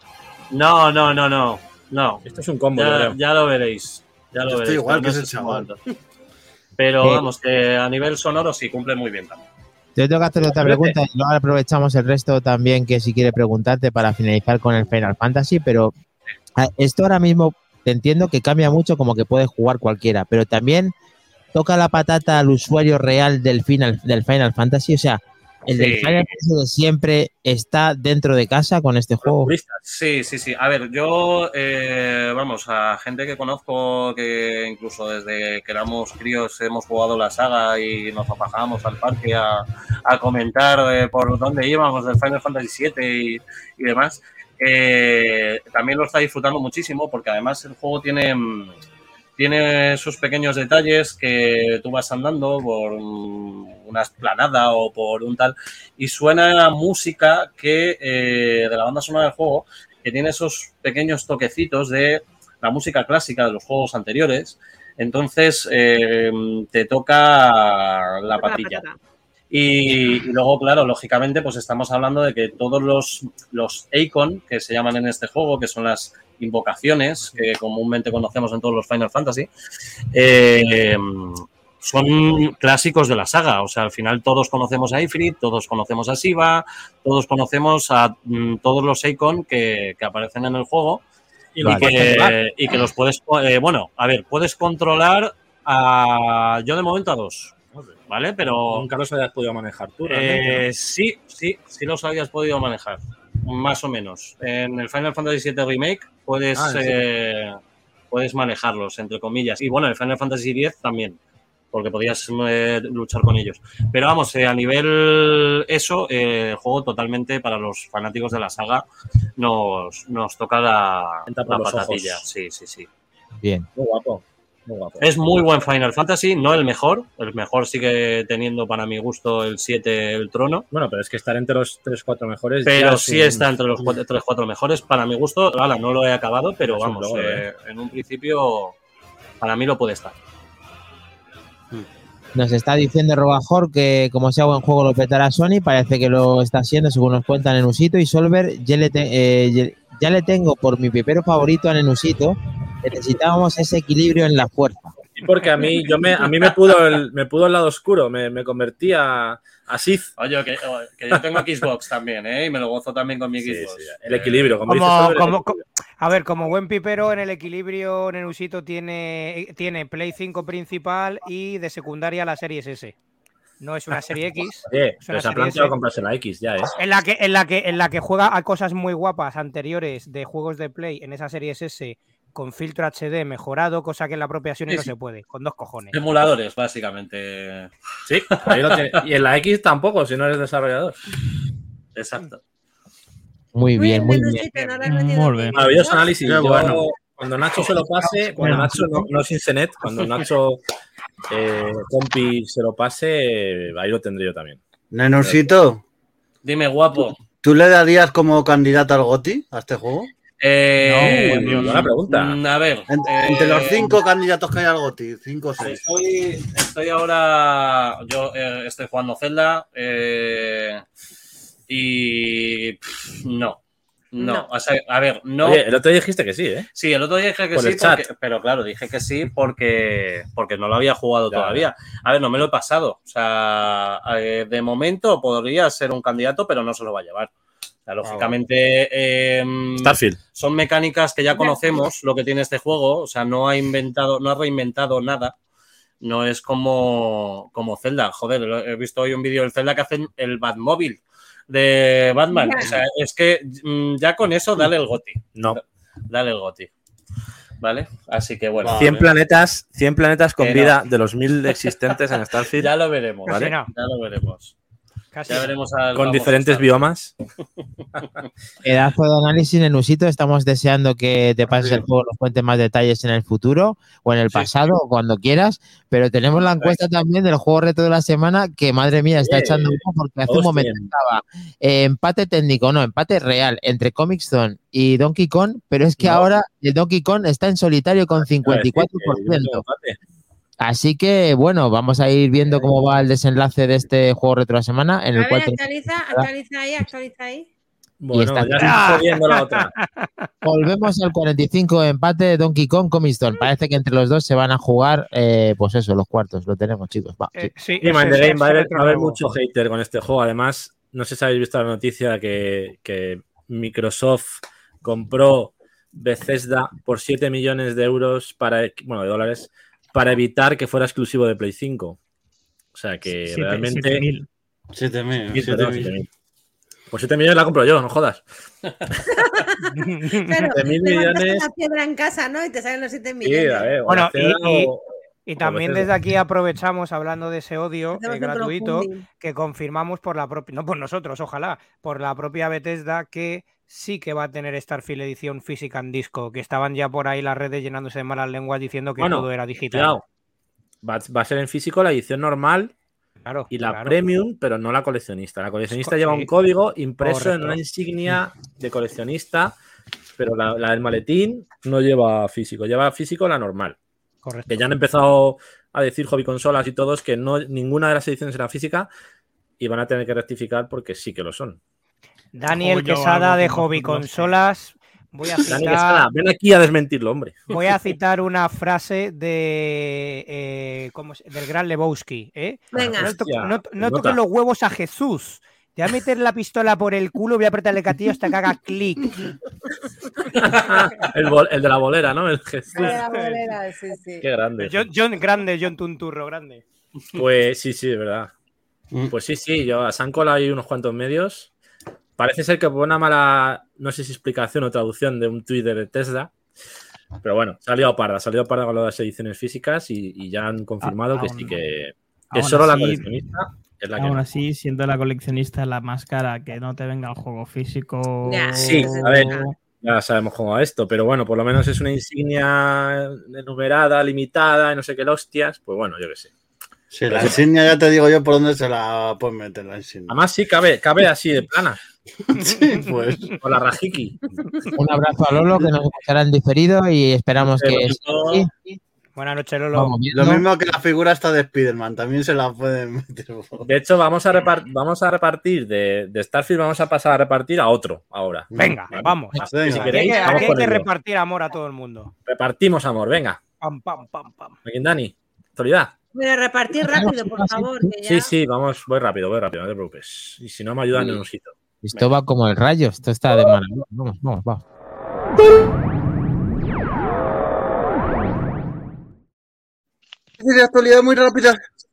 No. Esto es un combo, ya lo veréis. Ya lo Yo veréis. estoy igual no que sé ese si chaval. Pero vamos, que a nivel sonoro sí cumple muy bien también. Yo tengo que hacer otra pregunta y luego aprovechamos el resto también que si quiere preguntarte para finalizar con el Final Fantasy, pero esto ahora mismo te entiendo que cambia mucho, como que puede jugar cualquiera, pero también toca la patata al usuario real del Final Fantasy, o sea, el del Final Fantasy de siempre está dentro de casa con este juego. Sí. A ver, yo, vamos, a gente que conozco que incluso desde que éramos críos hemos jugado la saga y nos bajábamos al parque a comentar por dónde íbamos del Final Fantasy VII y demás. También lo está disfrutando muchísimo porque además el juego tiene sus pequeños detalles que tú vas andando por una esplanada o por un tal y suena música que de la banda sonora del juego que tiene esos pequeños toquecitos de la música clásica de los juegos anteriores. Entonces te toca la patilla. Y luego, claro, lógicamente, pues estamos hablando de que todos los Eikon, que se llaman en este juego, que son las invocaciones que comúnmente conocemos en todos los Final Fantasy, son clásicos de la saga. O sea, al final todos conocemos a Ifrit, todos conocemos a Shiva, todos conocemos a todos los Eikon que aparecen en el juego y que los puedes... puedes controlar yo de momento a 2. ¿Vale? Pero nunca los habías podido manejar tú, sí los habías podido manejar, más o menos. En el Final Fantasy VII Remake puedes manejarlos, entre comillas. Y bueno, en el Final Fantasy X también, porque podías luchar con ellos. Pero vamos, a nivel el juego totalmente para los fanáticos de la saga nos toca la patatilla. Ojos. Sí. Bien. Muy guapo. Es muy buen Final Fantasy, no el mejor. El mejor sigue teniendo para mi gusto el 7 el trono. Bueno, pero es que estar entre los 3-4 mejores. Pero sí está entre los 3-4 mejores. Para mi gusto, no lo he acabado, pero vamos, en un principio para mí lo puede estar. Nos está diciendo Robajor que como sea buen juego lo petará Sony, parece que lo está haciendo según nos cuentan en Usito y Solver. Ya le tengo por mi pipero favorito a Nenusito. Necesitábamos ese equilibrio en la fuerza. Sí, porque a mí me pudo el lado oscuro, me convertí a Sith. Oye, que yo tengo Xbox también, y me lo gozo también con mi Xbox. Sí, el equilibrio, como buen pipero, en el equilibrio Nenusito tiene Play 5 principal y de secundaria la Series S. No es una serie X. Pero se ha planteado comprarse la X ya, En la que juega a cosas muy guapas anteriores de juegos de Play en esa Series S con filtro HD mejorado, cosa que en la propia Sony no se puede, con 2 cojones. Emuladores, básicamente. Sí, ahí lo tiene. Y en la X tampoco, si no eres desarrollador. Exacto. Muy bien. Maravilloso análisis. Cuando Nacho se lo pase, Nacho no es Insenet, cuando Nacho compi se lo pase, ahí lo tendré yo también. Nenusito. Dime, guapo. ¿Tú le darías como candidato al GOTY a este juego? Buena pregunta. A ver. Entre los 5 candidatos que hay al GOTY, 5 o 6. Estoy ahora. Yo estoy jugando Zelda. Y. No. O sea, a ver, no. Oye, el otro día dijiste que sí, ¿eh? Sí, el otro día dije que por sí, el chat. pero claro, dije que sí porque no lo había jugado todavía. A ver, no me lo he pasado. O sea, de momento podría ser un candidato, pero no se lo va a llevar. O sea, lógicamente, Starfield. Son mecánicas que ya conocemos lo que tiene este juego. O sea, no ha reinventado nada. No es como Zelda. Joder, he visto hoy un vídeo del Zelda que hacen el Batmóvil de Batman. O sea, es que ya con eso dale el GOTY. No. Dale el GOTY. ¿vale? Así que bueno. 100 planetas con Que no. vida de los 1000 existentes en Starfield. Ya lo veremos, ¿vale? ¿vale? Ya lo veremos. Ya veremos al Con famoso diferentes Starfield. biomas. Pedazo de análisis, Nenusito. Estamos deseando que te pases el juego, nos cuentes más detalles en el futuro o en el pasado o cuando quieras. Pero tenemos la encuesta también del juego reto de la semana que, madre mía, está echando humo porque hace un momento estaba empate técnico, no, empate real entre Comic Zone y Donkey Kong, pero es que ahora el Donkey Kong está en solitario con 54%. Así que, bueno, vamos a ir viendo cómo va el desenlace de este juego reto de la semana, en A el ver, cual actualiza ahí. Bueno, está ya estoy jodiendo la otra. volvemos al 45 empate de Donkey Kong Comic Zone. Parece que entre los dos se van a jugar, pues eso, los cuartos. Lo tenemos, chicos. Va, sí. Sí, Y Mind the Game va a haber nuevo. mucho hater con este juego. Además, no sé si habéis visto la noticia que Microsoft compró Bethesda por 7 millones de euros de dólares para evitar que fuera exclusivo de Play 5. O sea que realmente 7.000. 7.000. Por 7 millones la compro yo, no jodas. Claro, 7.000 te millones. montas una piedra en casa, ¿no? Y te salen los 7 Sí, millones. a ver, Bueno, Bethesda y también desde aquí aprovechamos, hablando de ese odio Hacemos un gratuito, crowdfunding. que confirmamos por la propia, no por nosotros, ojalá, por la propia Bethesda, que sí que va a tener Starfield edición física en disco, que estaban ya por ahí las redes llenándose de malas lenguas diciendo que todo era digital. Cuidado. Va a ser en físico la edición normal y la premium, pero no la coleccionista. La coleccionista lleva un código impreso en una insignia de coleccionista, pero la del maletín no lleva físico, lleva físico la normal. Correcto. Que ya han empezado a decir hobby consolas y todos que ninguna de las ediciones era física y van a tener que rectificar porque sí que lo son. Daniel Quesada de Hobby Consolas. Voy a Dani Quesada, citar, ven aquí a desmentirlo, hombre. voy a citar una frase de del gran Lebowski. Venga. No toques los huevos a Jesús. Te voy a meter la pistola por el culo y voy a apretar el gatillo hasta que haga clic. El de la bolera, ¿no? El Jesús. Sí. Qué grande. John Tunturro, grande. Pues sí, de verdad. Pues sí, yo a Sancola hay unos cuantos medios. Parece ser que por una mala, no sé si explicación o traducción de un tuit de Tesla, pero bueno, salió parda con las ediciones físicas y ya han confirmado que sí que solo la coleccionista es la que aún no. así, siendo la coleccionista la más cara, que no te venga el juego físico. Sí, a ver, ya sabemos cómo va esto, pero bueno, por lo menos es una insignia enumerada, limitada, y no sé qué hostias, pues bueno, yo qué sé. Sí, la insignia ya te digo yo por dónde se la puedes meter la insignia. Además sí, cabe así de plana. Sí, pues. Con la rajiki. Un abrazo a Lolo, que nos escuchará en diferito y esperamos que... Buenas noches, Lolo. Lo mismo que la figura esta de Spider-Man, también se la pueden meter. De hecho, vamos a repartir de Starfield, vamos a pasar a repartir a otro ahora. Venga, vamos. Venga. Si queréis, Aquí vamos hay con que ello. repartir amor a todo el mundo. Repartimos amor, venga. Pam, pam, pam, pam. Aquí, Dani, autoridad. Pero repartir rápido, por favor. Que ya... Sí, vamos, voy rápido, no te preocupes. Y si no, me ayudan en un sitio. Esto va como el rayo, esto está de maravilla. Vamos, va. De actualidad muy rápida.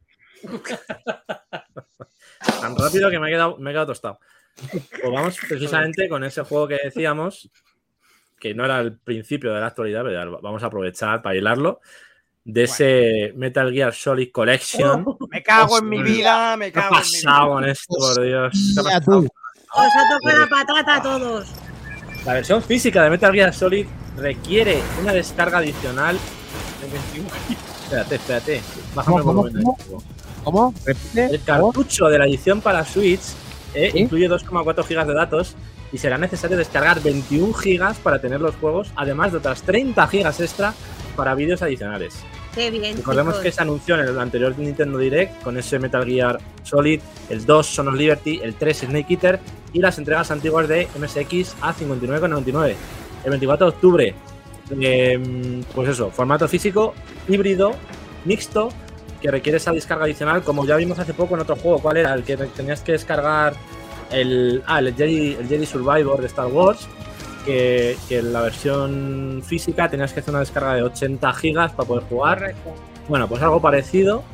Tan rápido que me he quedado tostado. Pues vamos precisamente con ese juego que decíamos, que no era el principio de la actualidad, pero ya vamos a aprovechar para hilarlo, de ese Metal Gear Solid Collection. Me cago en mi vida, me ¿Qué ha cago en mi vida. pasado con esto, por Dios? ¿Qué ha Mira pasado? tú. Os ha tocado la patata a todos. La versión física de Metal Gear Solid requiere una descarga adicional de 21 GB. Espérate. Bájame el volumen del juego. ¿Cómo? ¿Repite? El cartucho de la edición para Switch incluye 2,4 GB de datos y será necesario descargar 21 GB para tener los juegos, además de otras 30 GB extra para vídeos adicionales. Qué bien. Recordemos chicos. que se anunció en el anterior Nintendo Direct con ese Metal Gear Solid, el 2 Son of Liberty, el 3 Snake Eater y las entregas antiguas de MSX a 59,99. El 24 de octubre, pues eso, formato físico, híbrido, mixto, que requiere esa descarga adicional, como ya vimos hace poco en otro juego. ¿Cuál era? El que tenías que descargar el Jedi Survivor de Star Wars, que en la versión física tenías que hacer una descarga de 80 gigas para poder jugar. Bueno, pues algo parecido,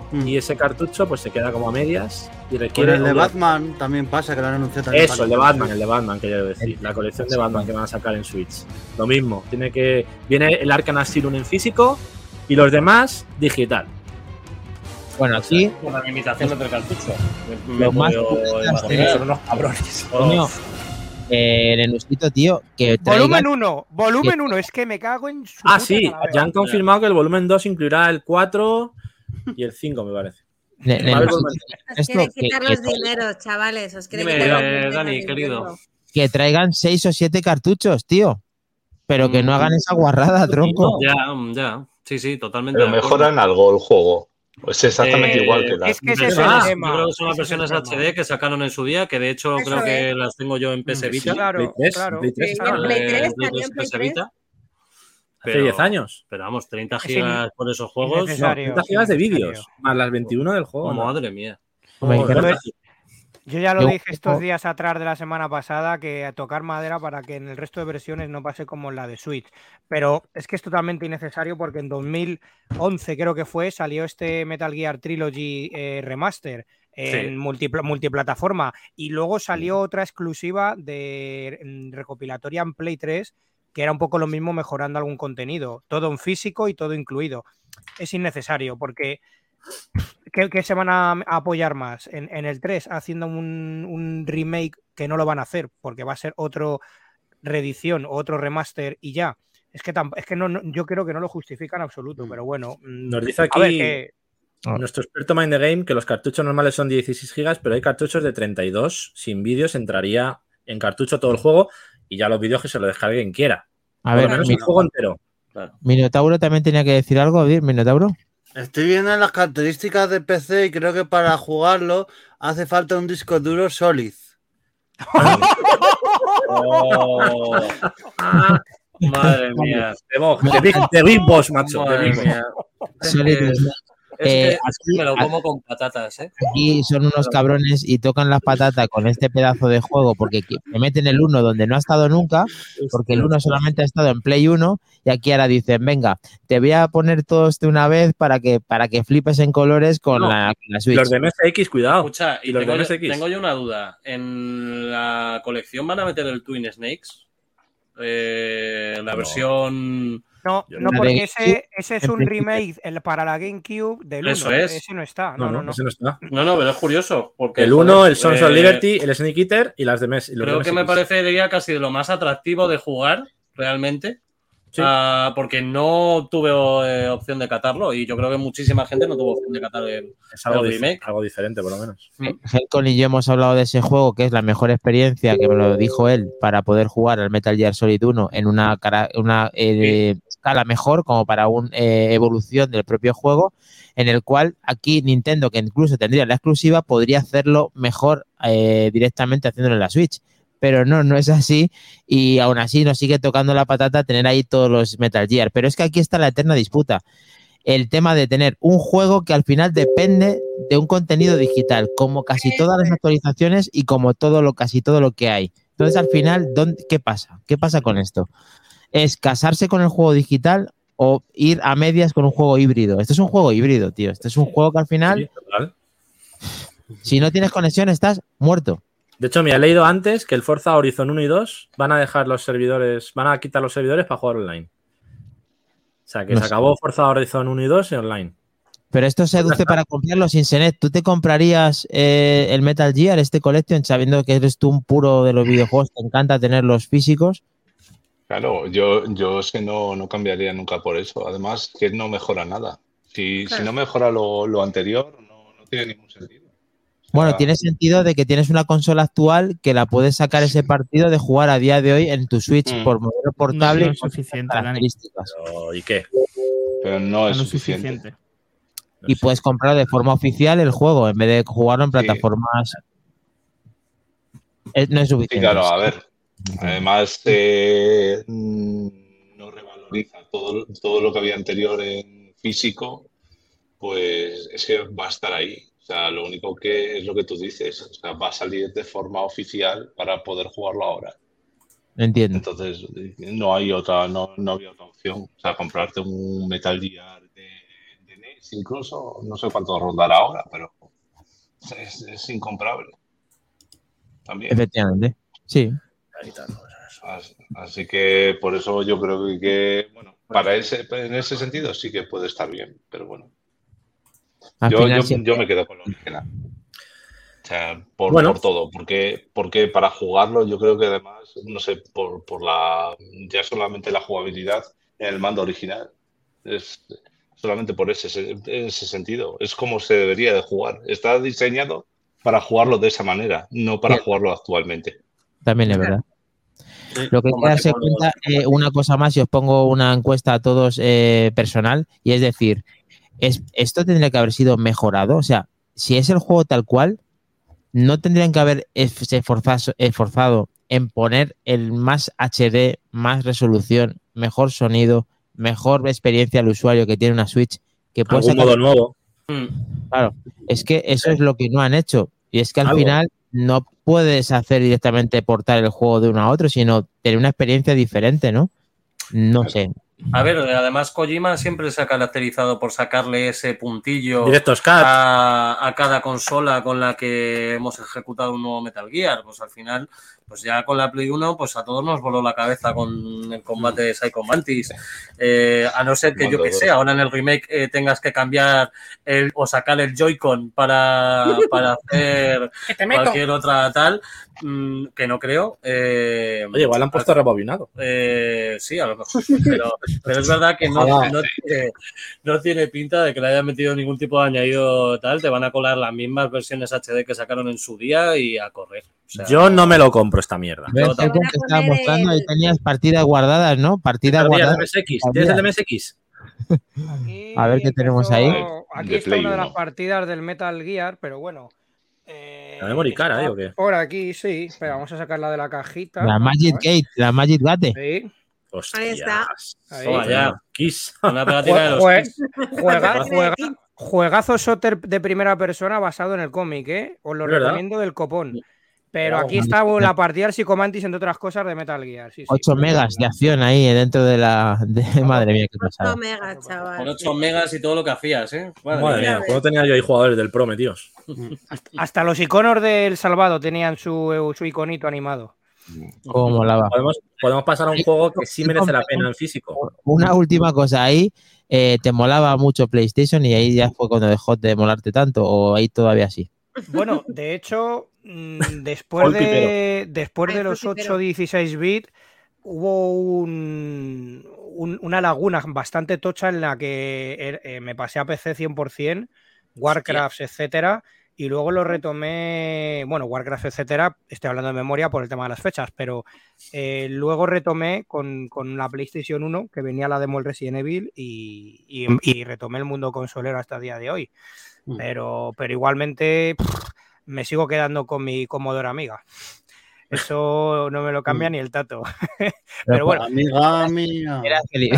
y ese cartucho pues se queda como a medias y Con requiere... el de Batman también pasa, que lo han anunciado también. Eso, el de Batman, quiero decir. La colección de Batman que van a sacar en Switch. Lo mismo, viene el Arkham Asylum en físico y los demás digital. Bueno, aquí... Con la limitación del cartucho. Lo más Son unos cabrones. Coño, el enusito, tío, que Volumen 1, es que me cago en su puta Sí, calavera. ya han confirmado que el volumen 2 incluirá el 4 y el 5, me parece. Os quieren quitar los dineros, chavales. Os quieren quitar los dineros. Dani, querido. Que traigan 6 o 7 cartuchos, tío. Pero que no hagan esa guarrada, tronco. Ya. Sí, totalmente. Pero mejoran algo el juego. Es exactamente igual que la. Es que ese es Yo el creo tema. que son las versiones HD que sacaron en su día, que de hecho creo que las tengo yo en PS Vita. Claro, claro. Play 3, Sí, en Play 3, también en Play PS 3. Vita. Hace 10 años. Pero vamos, 30 gigas por esos juegos. 30 gigas de vídeos, más las 21 del juego. Madre mía. Yo ya lo dije estos días atrás de la semana pasada, que a tocar madera para que en el resto de versiones no pase como en la de Switch. Pero es que es totalmente innecesario porque en 2011 creo que fue, salió este Metal Gear Trilogy Remaster en multiplataforma y luego salió otra exclusiva de recopilatoria en Play 3 que era un poco lo mismo mejorando algún contenido, todo en físico y todo incluido. Es innecesario porque... ¿Qué se van a apoyar más? En el 3 haciendo un remake que no lo van a hacer porque va a ser otro reedición o otro remaster y ya. Es que no, yo creo que no lo justifica en absoluto, pero bueno. Nos dice aquí nuestro experto Mind the Game que los cartuchos normales son 16 gigas, pero hay cartuchos de 32 sin vídeos, entraría en cartucho todo el juego y ya los vídeos que se lo descargue quien quiera. A ver, menos el juego entero. Claro. Minotauro también tenía que decir algo, Minotauro. Estoy viendo las características de PC y creo que para jugarlo hace falta un disco duro Solid. Madre mía. De Big Boss, macho. Madre mía. Solid Es que me lo como con patatas, ¿eh? Aquí son unos cabrones y tocan las patatas con este pedazo de juego porque me meten el 1 donde no ha estado nunca, porque el 1 solamente ha estado en Play 1 y aquí ahora dicen, venga, te voy a poner todos de una vez para que flipes en colores con la Switch. Los de MSX, cuidado. Escucha, y los tengo, de MSX. tengo yo una duda. ¿En la colección van a meter el Twin Snakes? La versión... No, porque ese es un remake para la GameCube del 1. Eso es. Ese no está. No, ese no está. No, pero es curioso. Porque, el 1, el Sons of Liberty, el Snake Eater y las de Mes. Creo que me parecería casi de lo más atractivo de jugar, realmente. Sí. Porque no tuve opción de catarlo y yo creo que muchísima gente no tuvo opción de catar el remake. Algo diferente, por lo menos. Helcon y yo hemos hablado de ese juego, que es la mejor experiencia, que me lo dijo él, para poder jugar al Metal Gear Solid 1 en una escala mejor, como para una evolución del propio juego, en el cual aquí Nintendo, que incluso tendría la exclusiva, podría hacerlo mejor directamente haciéndolo en la Switch. Pero no es así y aún así nos sigue tocando la patata tener ahí todos los Metal Gear. Pero es que aquí está la eterna disputa. El tema de tener un juego que al final depende de un contenido digital, como casi todas las actualizaciones y como casi todo lo que hay. Entonces, al final, ¿qué pasa? ¿Qué pasa con esto? ¿Es casarse con el juego digital o ir a medias con un juego híbrido? Esto es un juego híbrido, tío. Esto es un juego que al final, si no tienes conexión, estás muerto. De hecho, me he leído antes que el Forza Horizon 1 y 2 van a dejar los servidores, van a quitar los servidores para jugar online. O sea, que se acabó Forza Horizon 1 y 2 en online. Pero esto seduce para comprarlo sin Senet. ¿Tú te comprarías el Metal Gear, este Collection, sabiendo que eres tú un puro de los videojuegos, te encanta tener los físicos? Claro, yo es que no cambiaría nunca por eso. Además, que no mejora nada. Si no mejora lo anterior, no tiene ningún sentido. Bueno, tiene sentido de que tienes una consola actual que la puedes sacar ese partido de jugar a día de hoy en tu Switch por modelo portable no es suficiente, características. ¿Y qué? Pero no es suficiente. Y puedes comprar de forma oficial el juego en vez de jugarlo en plataformas. No es suficiente. Sí, claro, a ver. Además, no revaloriza todo lo que había anterior en físico, pues es que va a estar ahí. O sea, lo único que es lo que tú dices, o sea, va a salir de forma oficial para poder jugarlo ahora. Entiendo. Entonces, no había otra opción. O sea, comprarte un Metal Gear de NES incluso, no sé cuánto rondará ahora, pero es incomparable. También. Efectivamente, sí. Así que por eso yo creo que bueno, en ese sentido sí que puede estar bien, pero bueno. Yo me quedo con lo original. O sea, por todo, porque para jugarlo yo creo que además, no sé, por ya solamente la jugabilidad en el mando original, es solamente por ese sentido, es como se debería de jugar. Está diseñado para jugarlo de esa manera, no para jugarlo actualmente. También es verdad. Lo que hay que darse cuenta, una cosa más, y os pongo una encuesta a todos personal, y es decir, esto tendría que haber sido mejorado. O sea, si es el juego tal cual, no tendrían que haber esforzado en poner el más HD, más resolución, mejor sonido, mejor experiencia al usuario que tiene una Switch. Que puede algún modo nuevo. Claro, es que eso es lo que no han hecho. Y es que al final no puedes hacer directamente portar el juego de uno a otro, sino tener una experiencia diferente, ¿no? No sé. A ver, además Kojima siempre se ha caracterizado por sacarle ese puntillo Directos Cut a cada consola con la que hemos ejecutado un nuevo Metal Gear. Pues al final, pues ya con la Play 1, pues a todos nos voló la cabeza con el combate de Psycho Mantis. A no ser que yo que sé, ahora en el remake tengas que cambiar o sacar el Joy-Con para hacer cualquier otra tal, que no creo. Oye, igual han puesto rebobinado. Sí, a lo mejor. Pero es verdad que no tiene pinta de que le hayan metido ningún tipo de añadido tal. Te van a colar las mismas versiones HD que sacaron en su día y a correr. O sea, yo no me lo compro esta mierda. ¿Ves que te estaba mostrando? Ahí tenías partidas guardadas, ¿no? Partidas guardadas. ¿Tienes el MSX? A ver qué tenemos ahí. Aquí está una de las partidas del Metal Gear, pero bueno. ¿La memory cara, o qué? Por aquí, sí. Espera, vamos a sacarla de la cajita. La Magic Gate, la Magic Gate. Sí. Hostias. Ahí está. Toma ya. Kiss. Una pegatina de los Kiss. Juegazo shooter de primera persona basado en el cómic, ¿eh? Os lo recomiendo del copón. Pero aquí está la partida del Psycho Mantis, entre otras cosas, de Metal Gear. Sí, 8 megas de acción ahí dentro de la... Madre mía, qué pasada. 8 megas, chaval. Con 8 megas y todo lo que hacías, ¿eh? Madre mía, ¿cuándo tenía yo ahí jugadores del Pro metidos? Hasta los iconos del Salvado tenían su iconito animado. Cómo molaba. Podemos pasar a un juego que sí merece la pena en físico. Una última cosa ahí. ¿Te molaba mucho PlayStation y ahí ya fue cuando dejó de molarte tanto? ¿O ahí todavía sí? Bueno, de hecho, después de los 8-16 bits hubo una laguna bastante tocha en la que me pasé a PC 100%, Warcraft, etcétera, y luego lo retomé, bueno, Warcraft, etcétera, estoy hablando de memoria por el tema de las fechas, pero luego retomé con la PlayStation 1, que venía la demo del Resident Evil, y retomé el mundo consolero hasta el día de hoy. Pero igualmente me sigo quedando con mi Commodore Amiga. Eso no me lo cambia ni el tato. Pero bueno. Amiga mía. Eras feliz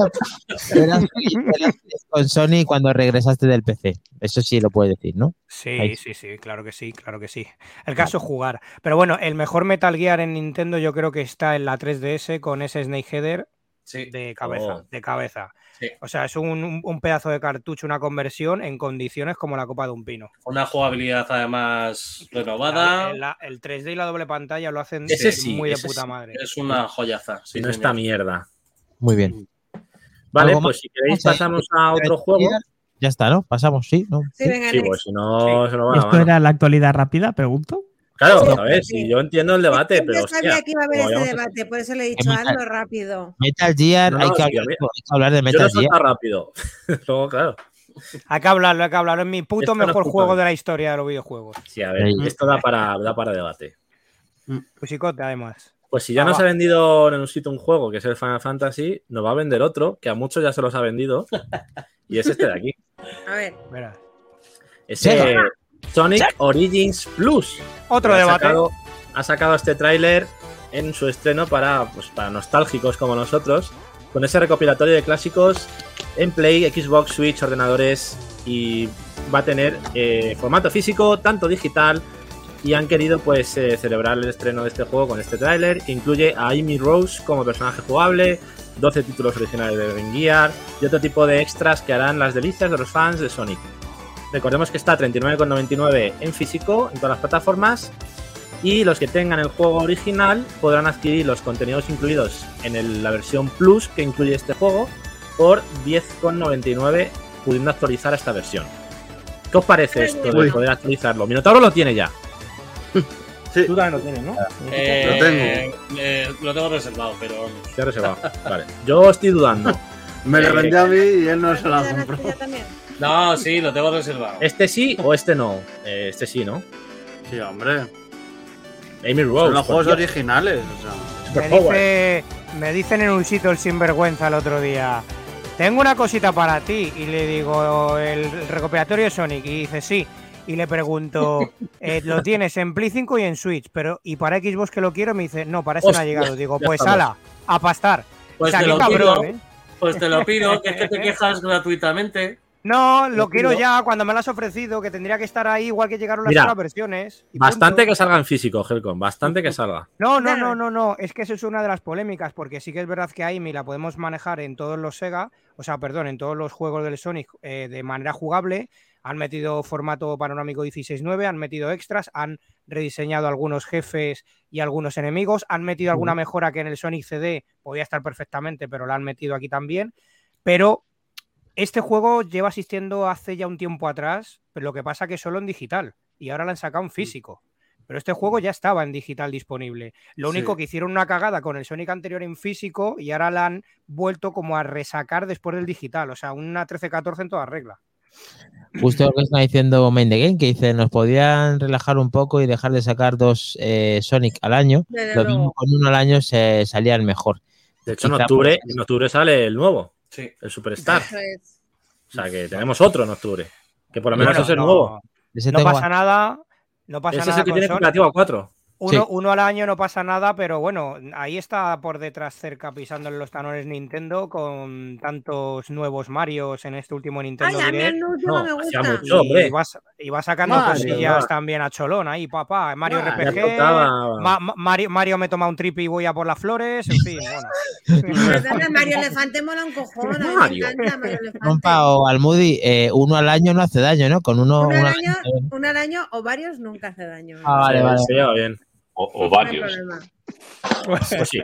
con Sony cuando regresaste del PC. Eso sí lo puedes decir, ¿no? Sí, claro que sí, claro que sí. El caso es jugar. Pero bueno, el mejor Metal Gear en Nintendo yo creo que está en la 3DS con ese Snake Header de cabeza. Sí. O sea, es un pedazo de cartucho, una conversión en condiciones como la copa de un pino. Una jugabilidad además renovada. El 3D y la doble pantalla lo hacen muy de puta madre. Es una joyaza. Si no esta mierda. Muy bien. Vale, pues si queréis pasamos a otro juego. Ya está, ¿no? Pasamos, ¿sí? ¿No? Sí, venga, pues si no, se nos va la ¿Esto mano. era la actualidad rápida? Pregunto. Claro, a ver, si yo entiendo el debate, pero yo sabía que iba a haber ese debate, por eso le he dicho algo rápido. Metal Gear, hay que hablar de Metal Gear. Yo no soy rápido. Luego, claro. Hay que hablarlo. Es mi puto mejor juego de la historia de los videojuegos. Sí, a ver, esto da para debate. Pusicote, además. Pues si ya nos ha vendido en un sitio un juego que es el Final Fantasy, nos va a vender otro, que a muchos ya se los ha vendido, y es este de aquí. A ver. Ese Sonic Origins Plus. Otro debate. Ha sacado este tráiler en su estreno para nostálgicos como nosotros, con ese recopilatorio de clásicos en Play, Xbox, Switch, ordenadores, y va a tener formato físico, tanto digital y han querido pues celebrar el estreno de este juego con este tráiler, que incluye a Amy Rose como personaje jugable, 12 títulos originales de Game Gear y otro tipo de extras que harán las delicias de los fans de Sonic. Recordemos que está a 39,99 en físico en todas las plataformas, y los que tengan el juego original podrán adquirir los contenidos incluidos en la versión Plus que incluye este juego por 10,99, pudiendo actualizar esta versión. ¿Qué os parece esto de poder actualizarlo? Minotauro lo tiene ya. Sí. Tú también lo tienes, ¿no? Lo tengo reservado, pero vamos. Te he reservado. Vale. Yo estoy dudando. Me lo vendió a mí y él no se la ¿Te compró. también? No, sí, lo tengo reservado. ¿Este sí o este no? Este sí, ¿no? Sí, hombre. Amy Rose. Son los juegos por Dios. originales. O sea. Me dicen en un sitio el sinvergüenza el otro día: tengo una cosita para ti. Y le digo, el recopilatorio de Sonic. Y dice, sí. Y le pregunto, lo tienes en Play 5 y en Switch, pero ¿y para Xbox que lo quiero? Me dice, no, para eso no ha llegado. Digo, pues ala, a pastar. Pues O sea, te qué lo cabrón, pido, ¿eh? pues te lo pido, que es que te quejas gratuitamente. No, lo quiero ya cuando me lo has ofrecido, que tendría que estar ahí igual que llegaron las Mira, otras versiones. y Bastante punto. que salga en físico, Helcom. Bastante que salga. No, es que eso es una de las polémicas, porque sí que es verdad que Amy la podemos manejar en todos los Sega, en todos los juegos del Sonic de manera jugable. Han metido formato panorámico 16:9, han metido extras, han rediseñado algunos jefes y algunos enemigos, han metido alguna mejora que en el Sonic CD podía estar perfectamente, pero la han metido aquí también. Pero este juego lleva existiendo hace ya un tiempo atrás, pero lo que pasa que solo en digital, y ahora lo han sacado en físico. Pero este juego ya estaba en digital disponible. Lo único que hicieron una cagada con el Sonic anterior en físico y ahora la han vuelto como a resacar después del digital. O sea, una 13-14 en toda regla. Justo lo que está diciendo Main the Game, que dice, nos podían relajar un poco y dejar de sacar 2 Sonic al año. Desde Lo mismo luego. con uno al año se salían mejor. De hecho, en Quizá octubre sale el nuevo. Sí. El Superstar. Eso es. O sea, que tenemos otro en octubre. Que por lo menos Bueno, es el no, nuevo. Ese No tengo- pasa nada. No pasa Ese es nada el que con tiene Sonic. cooperativo a 4. Uno al año no pasa nada, pero bueno, ahí está por detrás cerca pisándole los talones Nintendo con tantos nuevos Marios en este último Nintendo Ay, a mí Direct. el último me hacía gusta. mucho, hombre. Y va sacando Mario, cosillas va. también a cholón ahí, papá. Mario Mario, RPG, ya tocaba. Mario me toma un trip y voy a por las flores, en fin, bueno. Perdona, Mario Elefante mola un cojón. A mí me Mario. encanta Mario Elefante. Compa o Almudi, uno al año no hace daño, ¿no? Con uno Un al año o varios nunca hace daño. Ah, vale, vale. Se lleva bien. O No hay varios. problema. Pues sí.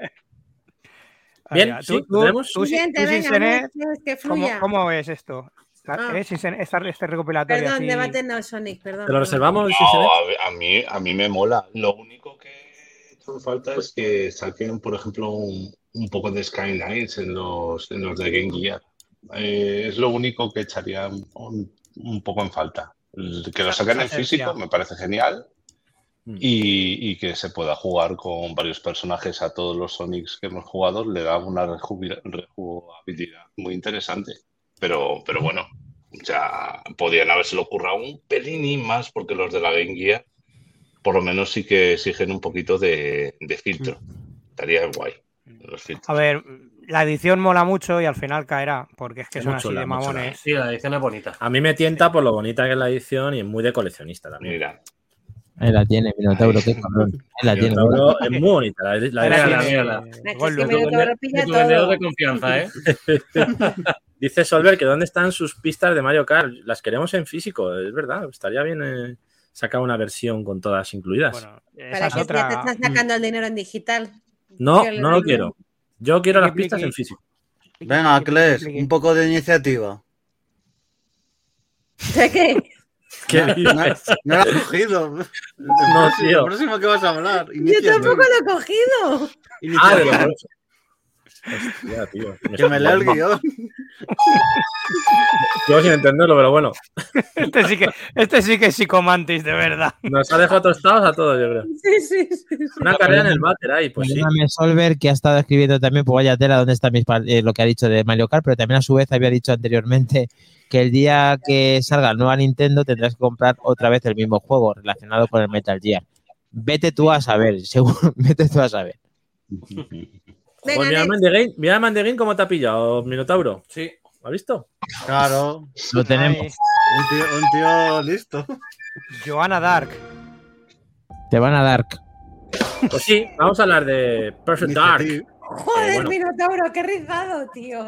Bien, Bien, sí, ¿lo tenemos? Siguiente, venga, Senet, que fluya. ¿cómo ves esto? Ah. Este recopilatorio Perdón, así. debate no Sonic, perdón. ¿Te lo reservamos? No, a mí me mola. Lo único que he hecho falta es que saquen, por ejemplo, un poco de Skylines en los de Game Gear. Es lo único que echaría un poco en falta. Que lo saquen en físico me parece genial. Y que se pueda jugar con varios personajes a todos los Sonics que hemos jugado le da una rejugabilidad muy interesante. Pero bueno, o sea, podían habérselo currado un pelín más porque los de la Game Gear por lo menos sí que exigen un poquito de filtro. Estaría guay los filtros. A ver, la edición mola mucho y al final caerá, porque es que Es son muy así chula, de muy chula. mamones. Sí, la edición es bonita. A mí me tienta por lo bonita que es la edición y es muy de coleccionista también. Mira. Ahí la tiene, Minotauro, qué cabrón. Ahí la tiene. Minotauro es muy bonita. Mírala. Es que Minotauro pilla Tu vendedor todo. de confianza, ¿eh? Dice Solver que ¿dónde están sus pistas de Mario Kart? Las queremos en físico, es verdad. Estaría bien sacar una versión con todas incluidas. Bueno, Para esa es que otra. ya te estás sacando el dinero en digital. No, que le no lo digo. quiero. Yo quiero las Pliqui, pistas pliqui. en físico. Venga, Kles, un poco de iniciativa. ¿De qué? ¿Qué No, dices? no lo has cogido. No, tío. El próximo que vas a hablar. Yo tampoco lo he cogido. Ah, de los Hostia, tío. Que me lea el guión. Yo sin entenderlo, pero bueno. Este sí que es psicomantis, de verdad. Nos ha dejado tostados a todos, yo creo. Sí. Una carrera en el váter ahí, pues sí. Perdóname, Solver, que ha estado escribiendo también, pues vaya tela, dónde está lo que ha dicho de Mario Kart, pero también a su vez había dicho anteriormente que el día que salga el nuevo Nintendo tendrás que comprar otra vez el mismo juego relacionado con el Metal Gear. Vete tú a saber, seguro, vete tú a saber. Venga, Pues mira Man the Game cómo te ha pillado, Minotauro. Sí. ¿Lo has visto? Claro. Lo tenemos. Ay, Un tío listo. Joanna Dark. Te van a Dark. Pues sí, vamos a hablar de Perfect Dark. Joder, bueno. Minotauro, qué rizado, tío.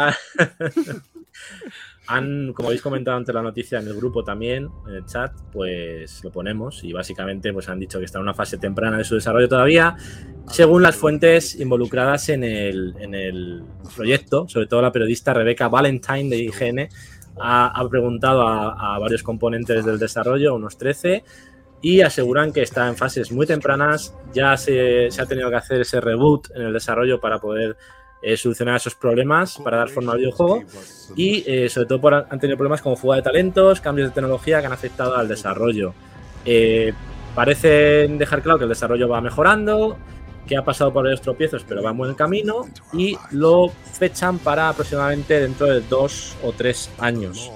Como habéis comentado ante la noticia en el grupo también, en el chat, pues lo ponemos y básicamente pues han dicho que está en una fase temprana de su desarrollo todavía, según las fuentes involucradas en el proyecto. Sobre todo la periodista Rebecca Valentine de IGN ha preguntado a varios componentes del desarrollo, unos 13, y aseguran que está en fases muy tempranas. Ya se ha tenido que hacer ese reboot en el desarrollo para poder solucionar esos problemas, para dar forma al videojuego, y sobre todo han tenido problemas como fuga de talentos, cambios de tecnología que han afectado al desarrollo. Parecen dejar claro que el desarrollo va mejorando, que ha pasado por varios tropiezos, pero va en buen camino, y lo fechan para aproximadamente dentro de 2 o 3 años.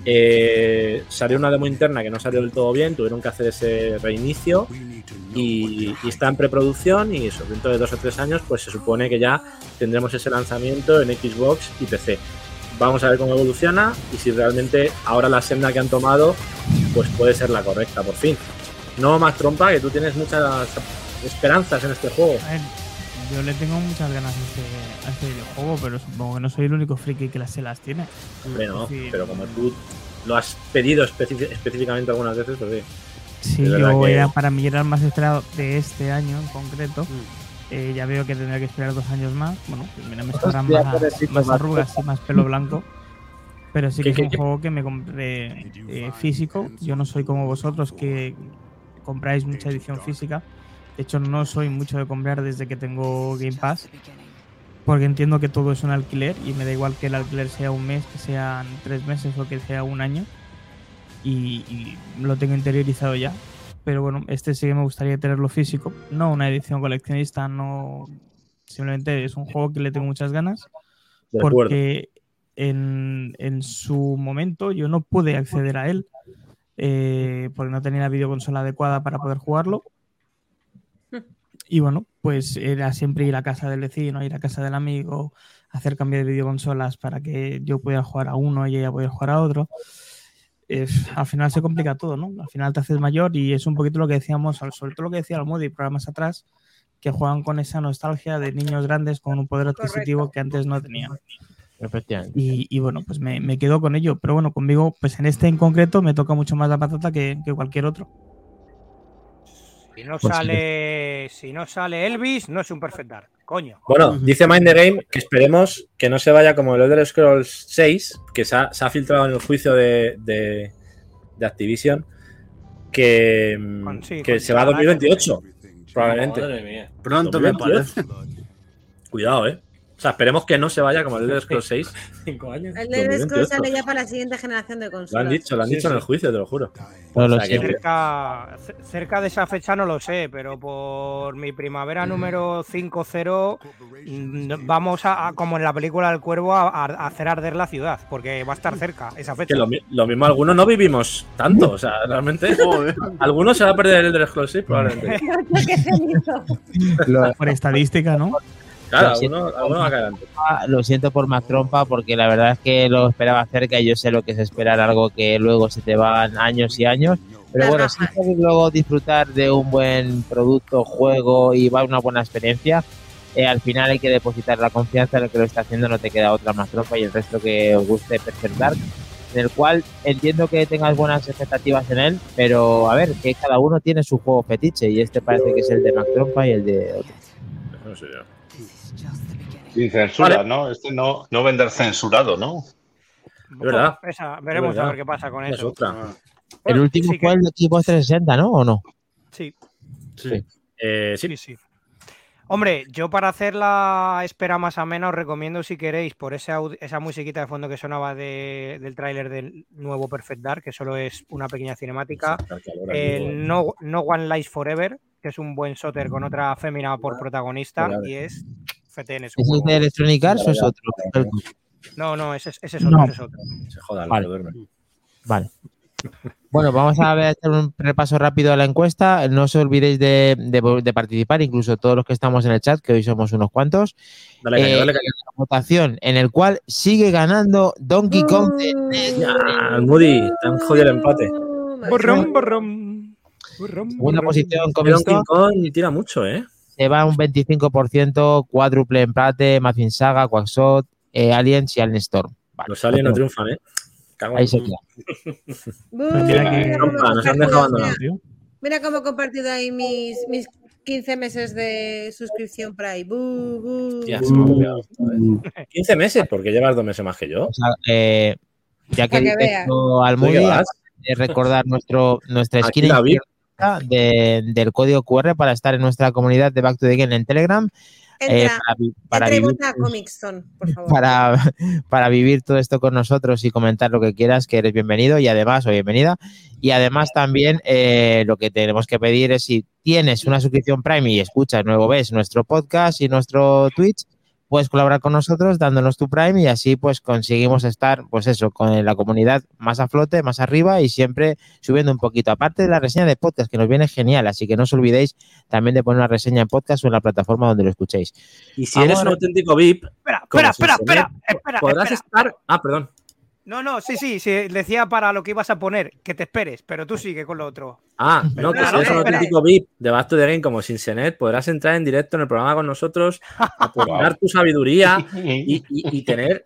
Salió una demo interna que no salió del todo bien, tuvieron que hacer ese reinicio y está en preproducción, y eso, dentro de 2 o 3 años pues se supone que ya tendremos ese lanzamiento en Xbox y PC. Vamos a ver cómo evoluciona y si realmente ahora la senda que han tomado pues puede ser la correcta, por fin. No, más Trompa, que tú tienes muchas esperanzas en este juego. A ver, yo le tengo muchas ganas a este videojuego, pero supongo que no soy el único friki que se las tiene. Hombre, no, Es decir, pero como tú lo has pedido específicamente algunas veces, pues sí. Sí, Es verdad yo que- para mí era el más esperado de este año en concreto. Ya veo que tendría que esperar 2 años más. Bueno, pues mira, me esperan Hostia, pobrecito, más más arrugas y más pelo blanco. Pero sí que es ¿Qué? un juego que me compré físico. Yo no soy como vosotros que compráis mucha edición física. De hecho, no soy mucho de comprar desde que tengo Game Pass, porque entiendo que todo es un alquiler y me da igual que el alquiler sea un mes, que sean 3 meses o que sea un año. Y lo tengo interiorizado ya. Pero bueno, este sí que me gustaría tenerlo físico, no una edición coleccionista, no, simplemente es un juego que le tengo muchas ganas, De acuerdo. porque en su momento yo no pude acceder a él porque no tenía la videoconsola adecuada para poder jugarlo. Y bueno, pues era siempre ir a casa del vecino, ir a casa del amigo, hacer cambio de videoconsolas para que yo pudiera jugar a uno y ella pudiera jugar a otro. Al final se complica todo, ¿no? Al final te haces mayor y es un poquito lo que decíamos, sobre todo lo que decía el Moody programas atrás, que juegan con esa nostalgia de niños grandes con un poder adquisitivo que antes no tenían. Efectivamente. Y bueno, pues me quedo con ello. Pero bueno, conmigo, pues en este en concreto me toca mucho más la patata que cualquier otro. Si no Pues sale Elvis, no es un Perfect Dark, coño. Bueno, dice Mind the Game que esperemos que no se vaya como el Elder Scrolls 6, que se ha filtrado en el juicio de Activision, que con se va a 2028, probablemente. Madre mía. Pronto me 2028. parece. Cuidado, O sea, esperemos que no se vaya como el Elder Scrolls 6. 5 años. El Elder Scrolls 2028. sale ya para la siguiente generación de Lo consolas. han dicho en el juicio, te lo juro. No lo O sea, que- sé. Cerca de esa fecha no lo sé, pero por mi primavera número 50 vamos a como en la película El Cuervo, a hacer arder la ciudad, porque va a estar cerca esa fecha. que lo mismo algunos no vivimos tanto, o sea, realmente algunos se va a perder el Elder Scrolls 6 probablemente. ¡Qué cenizo! Por estadística, ¿no? Claro, Lo siento. algunos va a caer antes. Lo siento por Mac Trompa, porque la verdad es que lo esperaba cerca y yo sé lo que es esperar algo que luego se te van años y años. Pero bueno, si puedes luego disfrutar de un buen producto, juego y va una buena experiencia, al final hay que depositar la confianza en el que lo está haciendo, no te queda otra Mac Trompa, y el resto que os guste Perfect Dark, en el cual entiendo que tengas buenas expectativas en él, pero a ver, que cada uno tiene su juego fetiche y este parece que es el de Mac Trompa y el de otro. No sé yo. Sin censura, Vale. ¿no? Este no vender censurado, ¿no? Es verdad. Veremos Es verdad. a ver qué pasa con Es eso. otra. El Bueno, último sí que- fue el de Xbox 360, ¿no? ¿O no? Sí. Sí. Sí. Hombre, yo para hacer la espera más amena os recomiendo, si queréis, por esa musiquita de fondo que sonaba del tráiler del nuevo Perfect Dark, que solo es una pequeña cinemática, el no One Lies Forever, que es un buen shooter con otra fémina por protagonista, Vale. y es FTN. ¿Es el de Electronic Arts o es otro? No, ese es otro, No. ese es otro. Se joda, Vale. duerme. Vale. Bueno, vamos a hacer un repaso rápido a la encuesta. No os olvidéis de participar, incluso todos los que estamos en el chat, que hoy somos unos cuantos. Dale caña, dale caña. La votación en el cual sigue ganando Donkey Kong de Ya, el Moody, te han jodido el empate. Borrón. Segunda posición, Donkey Comstock. Kong tira mucho, ¿eh? Se va un 25%, cuádruple empate, Mazin Saga, Quackshot, Aliens y Alien Storm. Vale, Los aliens no triunfan, ¿eh? Cago Ahí en- se queda. Nos han dejado abandonados. Mira cómo he compartido ahí mis 15 meses de suscripción Prime. Hostia, se me ha olvidado. 15 meses, porque llevas 2 meses más que yo. O sea, ya que Para que dices veas. esto al ¿Tú qué Moody, vas? recordar nuestra Aquí esquina la vi. izquierda del código QR para estar en nuestra comunidad de Back to the Game en Telegram. Entra, Para entra y vivir, vota a Comic Zone, por favor. para vivir todo esto con nosotros y comentar lo que quieras, que eres bienvenido y además, o bienvenida. Y además también lo que tenemos que pedir es si tienes una suscripción Prime y escuchas, luego ves nuestro podcast y nuestro Twitch, puedes colaborar con nosotros dándonos tu Prime y así pues conseguimos estar, pues eso, con la comunidad más a flote, más arriba y siempre subiendo un poquito. Aparte de la reseña de podcast, que nos viene genial, así que no os olvidéis también de poner una reseña en podcast o en la plataforma donde lo escuchéis. Y si eres un auténtico VIP, como Espera, Sinsenet, podrás estar... Ah, perdón. No, sí, decía para lo que ibas a poner, que te esperes, pero tú sigue con lo otro. Ah, no, que si eres un auténtico VIP de Back to the Game como Sinsenet, podrás entrar en directo en el programa con nosotros, aportar tu sabiduría y tener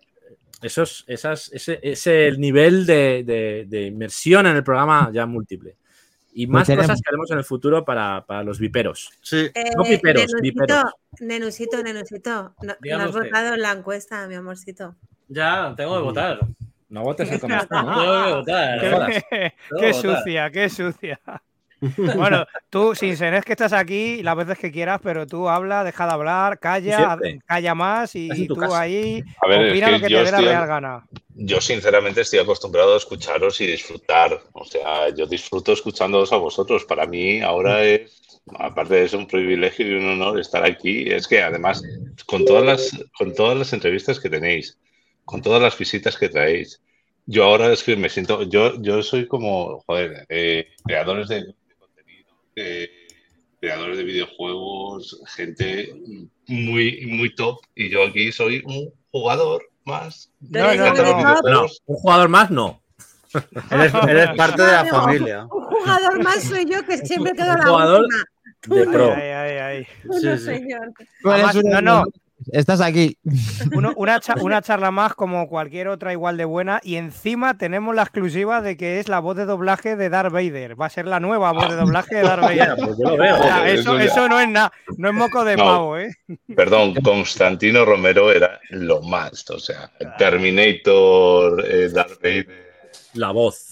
ese nivel de inmersión en el programa ya múltiple. Y más tenemos. cosas que haremos en el futuro para los viperos. Sí. No piperos, viperos. Nenusito, no Dígame has usted. votado en la encuesta, mi amorcito. Ya, tengo que votar. No votes el comentario, ¿no? Tengo que votar. no jodas. Qué Tengo que votar. sucia, qué sucia. Bueno, tú, Sinsenet, que estás aquí las veces que quieras, pero tú habla, deja de hablar, calla, Siempre. calla más Estás en y tu tú casa. ahí A ver, es opina que lo que yo te dé la estoy- real gana. Yo sinceramente estoy acostumbrado a escucharos y disfrutar. O sea, yo disfruto escuchándoos a vosotros. Para mí ahora es, aparte de ser un privilegio y un honor estar aquí, es que además con todas las entrevistas que tenéis, con todas las visitas que traéis, yo ahora es que me siento, yo soy como, joder, creadores de contenido, creadores de videojuegos, gente muy top, y yo aquí soy un jugador más. No, un jugador más no. Eres parte de la familia. Un jugador más soy yo que siempre quedo Un la jugador última. de pro. Ay. No, señor. Además, no. Estás aquí. Una charla más como cualquier otra igual de buena y encima tenemos la exclusiva de que es la voz de doblaje de Darth Vader. Va a ser la nueva voz de doblaje de Darth Vader. Pues yo lo veo. O sea, Eso ya. eso no es nada, no es moco de No. pavo, ¿eh? Perdón, Constantino Romero era lo más. O sea, Terminator, Darth Vader. La voz.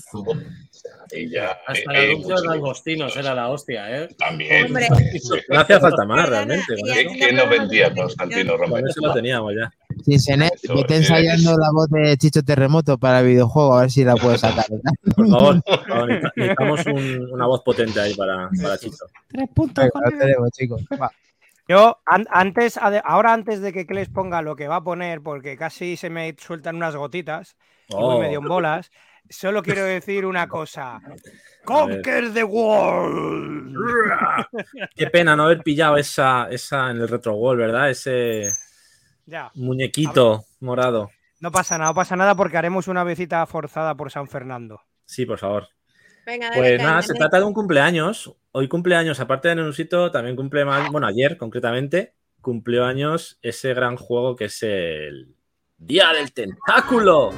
Y ya, Hasta el anuncio de langostinos era la hostia, ¿eh? También. Hombre. No hacía falta más realmente. con ¿Qué, eso. qué no vendía Constantino Con Romero? eso lo teníamos ya. Sinsenet, Eso, vete ensayando la voz de Chicho Terremoto para el videojuego, a ver si la puedes sacar. Por favor, necesitamos una voz potente ahí para Chicho. 3 puntos. Venga, lo tenemos, chicos. Va. Yo, ahora antes de que les ponga lo que va a poner, porque casi se me sueltan unas gotitas y voy Oh. medio en bolas, solo quiero decir una cosa. ¡Conquer the world! Qué pena no haber pillado esa en el Retro Wall, ¿verdad? Ese Ya. muñequito morado. No pasa nada porque haremos una visita forzada por San Fernando. Sí, por favor. Venga, dale, Pues caña, nada, se dale. trata de un cumpleaños. Hoy cumpleaños, aparte de Nenusito, también cumple más, bueno, ayer concretamente, cumplió años ese gran juego que es el Día del Tentáculo.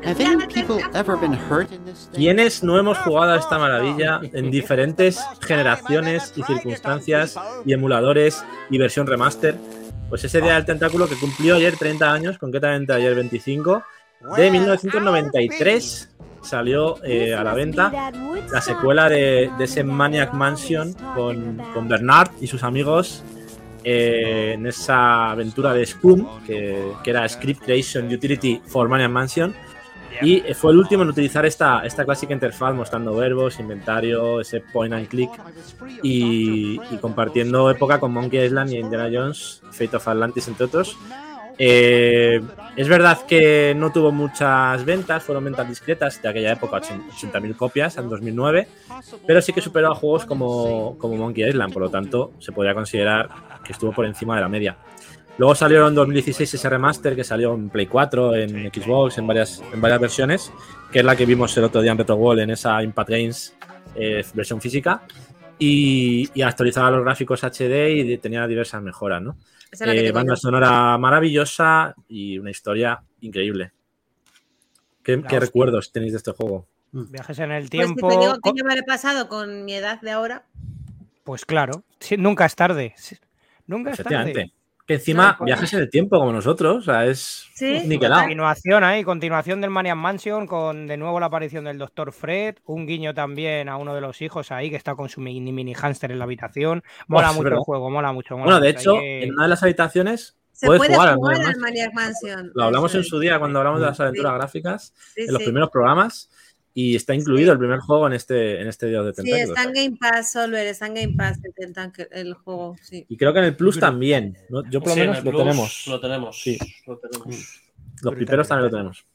¿Quiénes no hemos jugado a esta maravilla en diferentes generaciones y circunstancias y emuladores y versión remaster? Pues ese Día del Tentáculo que cumplió ayer 30 años, concretamente ayer 25, de 1993, salió a la venta la secuela de ese Maniac Mansion con Bernard y sus amigos en esa aventura de Scum, que era Script Creation Utility for Maniac Mansion. Y fue el último en utilizar esta clásica interfaz mostrando verbos, inventario, ese point and click y compartiendo época con Monkey Island y Indiana Jones, Fate of Atlantis, entre otros. Es verdad que no tuvo muchas ventas, fueron ventas discretas de aquella época, 80.000 copias en 2009, pero sí que superó a juegos como Monkey Island, por lo tanto se podría considerar que estuvo por encima de la media. Luego salió en 2016 ese remaster que salió en Play 4, en Xbox, en varias versiones, que es la que vimos el otro día en Retro World, en esa Impact Games versión física. y actualizaba los gráficos HD y tenía diversas mejoras, ¿no? Esa es la que tengo Banda yo. sonora maravillosa y una historia increíble. ¿Qué hostia. recuerdos tenéis de este juego? Viajes en el Pues tiempo. si te digo que yo me lo he pasado con mi edad de ahora. Pues claro, sí, nunca es tarde. Sí, nunca es tarde. Efectivamente. Que encima No, pues- viajes en el tiempo como nosotros, o sea, es Sí, niquelado. Continuación del Maniac Mansion con de nuevo la aparición del Dr. Fred, un guiño también a uno de los hijos ahí que está con su mini hámster en la habitación. Mola Es mucho verdad. el juego, mola mucho. Bueno, de mucho. hecho, Hay que- en una de las habitaciones Se puedes puede jugar al jugar Maniac al Mansion. Maniac Mansion. Lo hablamos Eso en es. su día cuando hablamos de las aventuras gráficas, Sí, en los sí. primeros programas, y está incluido el primer juego en este Dios de Sí, Tentáculos. está en Game Pass, Solver, está en Game Pass el juego, sí. Y creo que en el Plus también, ¿no? Yo por lo Sí, en menos el lo Plus tenemos. Lo tenemos. Sí. Lo tenemos. Los piperos también lo tenemos.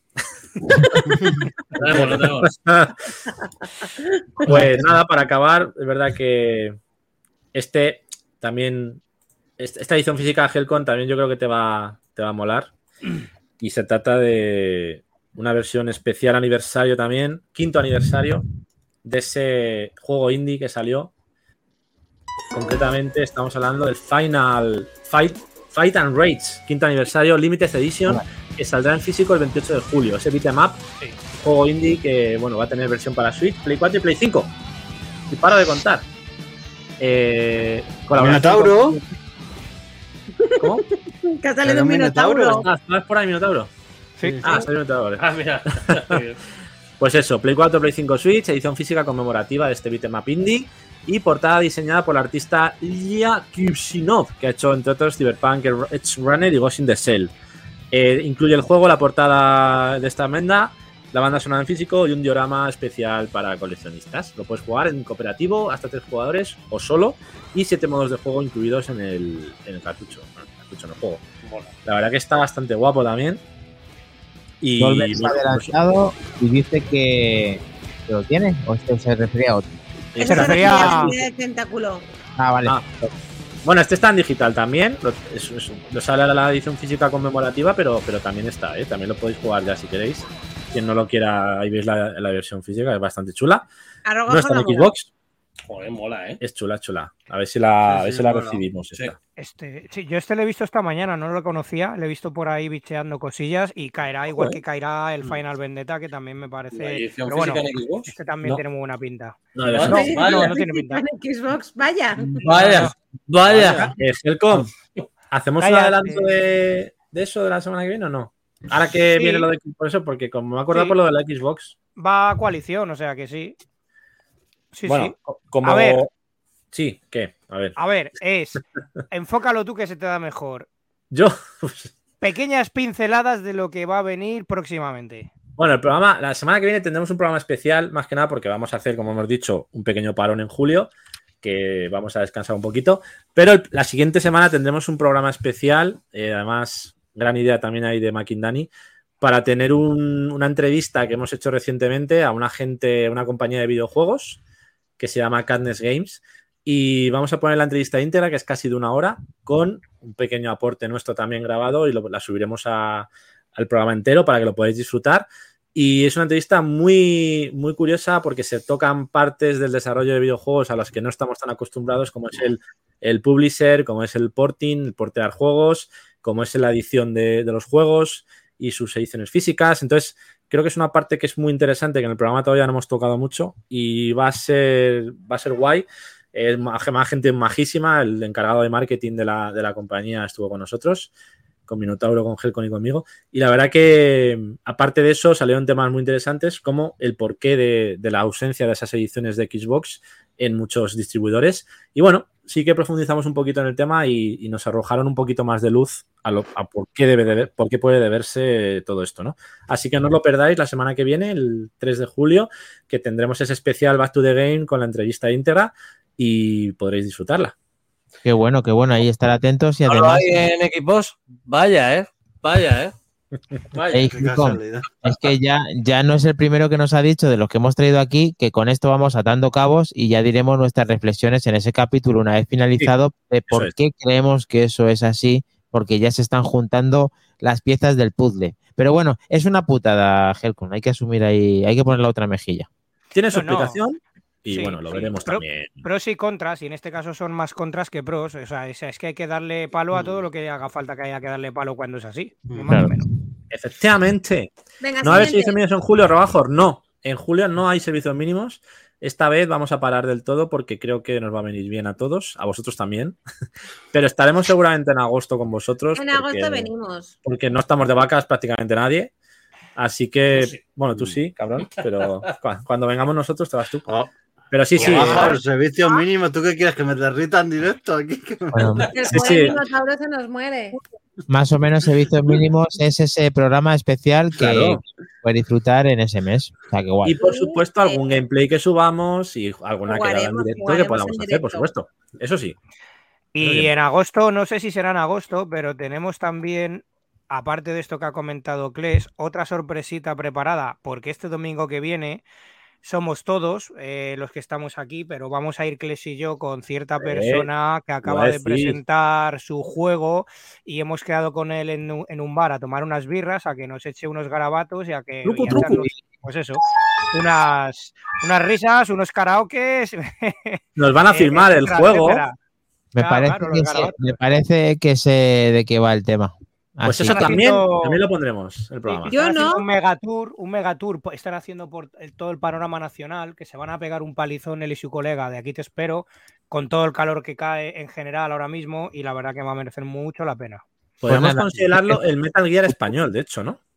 Lo tenemos. Pues nada, para acabar, es verdad que esta edición física de Hellcon también yo creo que te va a molar. Y se trata de una versión especial aniversario también, 5º aniversario de ese juego indie que salió. Concretamente estamos hablando del Final Fight and Rage, 5º aniversario Limited Edition, que saldrá en físico el 28 de julio. Ese beat'em up, juego indie que bueno, va a tener versión para Switch, Play 4 y Play 5. Y paro de contar. Minotauro. ¿Cómo? Que ha salido un Minotauro. ¿Estás por ahí, Minotauro? Sí. Ah, salió Minotauro. Ah, mira. Pues eso, Play 4, Play 5 Switch, edición física conmemorativa de este beat'em up indie y portada diseñada por la artista Ilya Kusinov, que ha hecho entre otros Cyberpunk, Edge Runner y Ghost in the Shell. Incluye el juego, la portada de esta enmienda, la banda sonora en físico y un diorama especial para coleccionistas. Lo puedes jugar en cooperativo, hasta 3 jugadores o solo, y 7 modos de juego incluidos en el cartucho, en el juego. La verdad que está bastante guapo también. Y Volver se ha bueno, adelantado y dice que lo tiene, o este se refería a otro. Eso Se refería a- de tentáculo. Ah, vale. Bueno, este está en digital también. Lo sale a la edición física conmemorativa, pero también está, ¿eh? También lo podéis jugar ya si queréis. Quien no lo quiera, ahí veis la versión física, es bastante chula. Arrojo No está en con la Xbox. Joder, mola, ¿eh? Es chula. A ver si la mola. recibimos. Sí. Esta. Sí, yo lo he visto esta mañana, no lo conocía, le he visto por ahí bicheando cosillas y caerá igual Joder. que caerá el Final Vendetta, que también me ¿La parece. edición Pero bueno, física en Xbox? este también No. tiene muy buena pinta. No, No, versión no, física. vaya. No tiene pinta. En Xbox, vaya. Vaya. Helcom, ¿hacemos un Cállate. adelanto de eso de la semana que viene o no? Ahora que Sí. viene lo de por eso, porque como me he acordado Sí. por lo de la Xbox. Va a coalición, o sea que sí. Sí, bueno, sí. como. A ver. Sí, ¿qué? A ver. A ver, enfócalo tú que se te da mejor. Yo. Pequeñas pinceladas de lo que va a venir próximamente. Bueno, el programa, la semana que viene tendremos un programa especial, más que nada porque vamos a hacer, como hemos dicho, un pequeño parón en julio, que vamos a descansar un poquito. Pero la siguiente semana tendremos un programa especial, además, gran idea también ahí de Makindani, para tener una entrevista que hemos hecho recientemente a una compañía de videojuegos que se llama Cadness Games. Y vamos a poner la entrevista íntegra, que es casi de 1 hora, con un pequeño aporte nuestro también grabado y la subiremos al programa entero para que lo podáis disfrutar. Y es una entrevista muy, muy curiosa porque se tocan partes del desarrollo de videojuegos a las que no estamos tan acostumbrados, como es el publisher, como es el porting, el portear juegos, como es la edición de los juegos y sus ediciones físicas. Entonces, creo que es una parte que es muy interesante, que en el programa todavía no hemos tocado mucho y va a ser guay. Es más gente majísima. El encargado de marketing de la compañía estuvo con nosotros, con Minotauro, con Helcon y conmigo. Y la verdad que, aparte de eso, salieron temas muy interesantes como el porqué de la ausencia de esas ediciones de Xbox en muchos distribuidores. Y bueno, sí que profundizamos un poquito en el tema y nos arrojaron un poquito más de luz a por qué puede deberse todo esto, ¿no? Así que no os lo perdáis la semana que viene, el 3 de julio, que tendremos ese especial Back to the Game con la entrevista íntegra y podréis disfrutarla. Qué bueno, ahí estar atentos y ¿No lo además. hay en equipos? Vaya, Vaya. Ey, Helcom, es que ya no es el primero que nos ha dicho de los que hemos traído aquí, que con esto vamos atando cabos y ya diremos nuestras reflexiones en ese capítulo una vez finalizado de por qué creemos que eso es así, porque ya se están juntando las piezas del puzzle. Pero bueno, es una putada, Helcom, hay que asumir ahí, hay que poner la otra mejilla. ¿Tiene su explicación? Y Sí, bueno, lo sí. veremos también. Pros y contras, y en este caso son más contras que pros. O sea, es que hay que darle palo a todo lo que haga falta que haya que darle palo cuando es así. Ni más ni menos. Efectivamente. Venga, ¿No va a haber siguiente. servicios mínimos en julio, Robajor? No. En julio no hay servicios mínimos. Esta vez vamos a parar del todo porque creo que nos va a venir bien a todos, a vosotros también. Pero estaremos seguramente en agosto con vosotros. En agosto venimos. Porque no estamos de vacas prácticamente nadie. Así que, bueno, tú sí, cabrón. Pero cuando vengamos nosotros te vas tú. Pero sí, sí. Baja el servicio mínimo. ¿Tú qué quieres? ¿Que me derrita en directo aquí? Bueno, El Sí, pobre sí. dinosaurio se nos muere. más o menos servicios mínimos es ese programa especial que Claro. puedes disfrutar en ese mes. O sea, que guay. Y por supuesto, algún gameplay que subamos y alguna quedada en Jugaremos, directo que jugaremos podamos en hacer, por directo. supuesto. Eso sí. Y en agosto, no sé si será en agosto, pero tenemos también, aparte de esto que ha comentado Kles, otra sorpresita preparada, porque este domingo que viene somos todos los que estamos aquí, pero vamos a ir Kles y yo con cierta persona que acaba de sí. presentar su juego y hemos quedado con él en un bar a tomar unas birras, a que nos eche unos garabatos y a que Truco, y a truco. echarnos, pues eso, unas risas, unos karaokes. Nos van a firmar el etcétera, juego. etcétera. Me, Claro, parece claro, que los sé, garabatos. me parece que sé de qué va el tema. Pues Así eso que- también haciendo- lo pondremos, el programa. Yo Están haciendo no. un megatour, están haciendo por todo el panorama nacional, que se van a pegar un palizón él y su colega de Aquí te espero, con todo el calor que cae en general ahora mismo, y la verdad que va a merecer mucho la pena. Podemos Pues nada. considerarlo el Metal Gear español, de hecho, ¿no?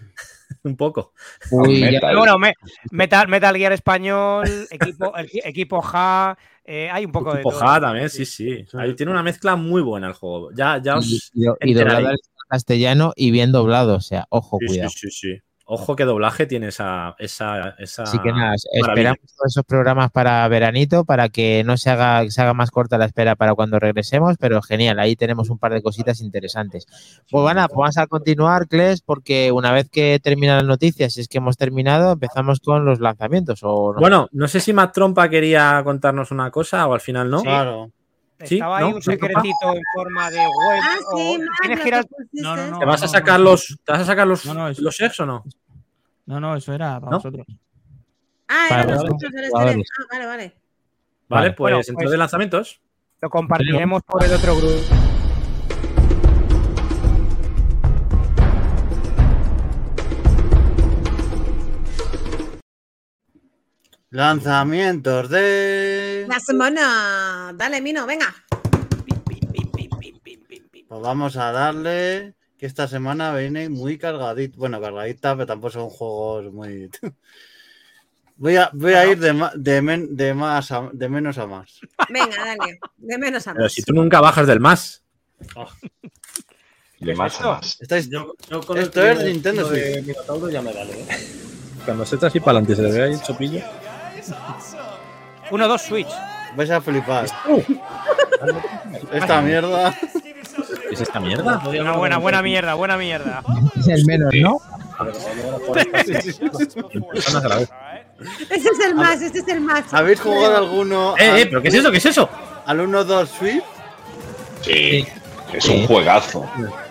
Un poco. Uy, ya- Metal. Bueno, Metal Gear español, equipo Ja, hay un poco de Tipo todo. Ja también, sí, sí. Ahí tiene una mezcla muy buena el juego. Ya y, os y doblado enteraréis. al castellano y bien doblado. O sea, ojo, Sí, cuidado. sí, sí, sí. Ojo que doblaje tiene esa Así que nada, maravilla. esperamos todos esos programas para veranito, para que no se haga más corta la espera para cuando regresemos, pero genial, ahí tenemos un par de cositas interesantes. Pues bueno, pues vamos a continuar, Kles, porque una vez que terminan las noticias, si es que hemos terminado, empezamos con los lanzamientos. ¿O no? Bueno, no sé si Matt Trompa quería contarnos una cosa o al final no. Claro. Sí, Estaba ¿no? ahí un secretito en forma de web. Ah, sí, o- Marc, ¿Tienes lo que ir al- que pusiste. No, no, no. ¿Te vas a sacar los ex o no? No, eso era para ¿No? vosotros. Ah, Para eran los nosotros, eres jugadores. Ah, vale, vale. Vale, Vale. pues Bueno, dentro pues- de lanzamientos. Lo compartiremos por el otro grupo. Lanzamientos de. La semana. Dale, Mino, venga. Pues vamos a darle que esta semana viene muy cargadita. Bueno, cargadita, pero tampoco son juegos muy. Voy a ir de menos a más. Venga, dale. De menos a Pero más. si tú nunca bajas del más. De más a más. Estáis- Yo con el Esto es primer Nintendo estilo de Switch. Minotauro ya me vale, ¿eh? Cuando se echa así para adelante se le ve ahí el chopillo. 1-2 Switch. Vais a flipar. Esta mierda. ¿Qué es esta mierda? Una buena mierda, buena mierda. Es el menos, ¿no? Personas a la vez. Ese es el más, ese es el más. ¿Habéis jugado alguno ¿Pero qué es eso? ¿Qué es eso? al 1-2 Switch? Sí, es un juegazo.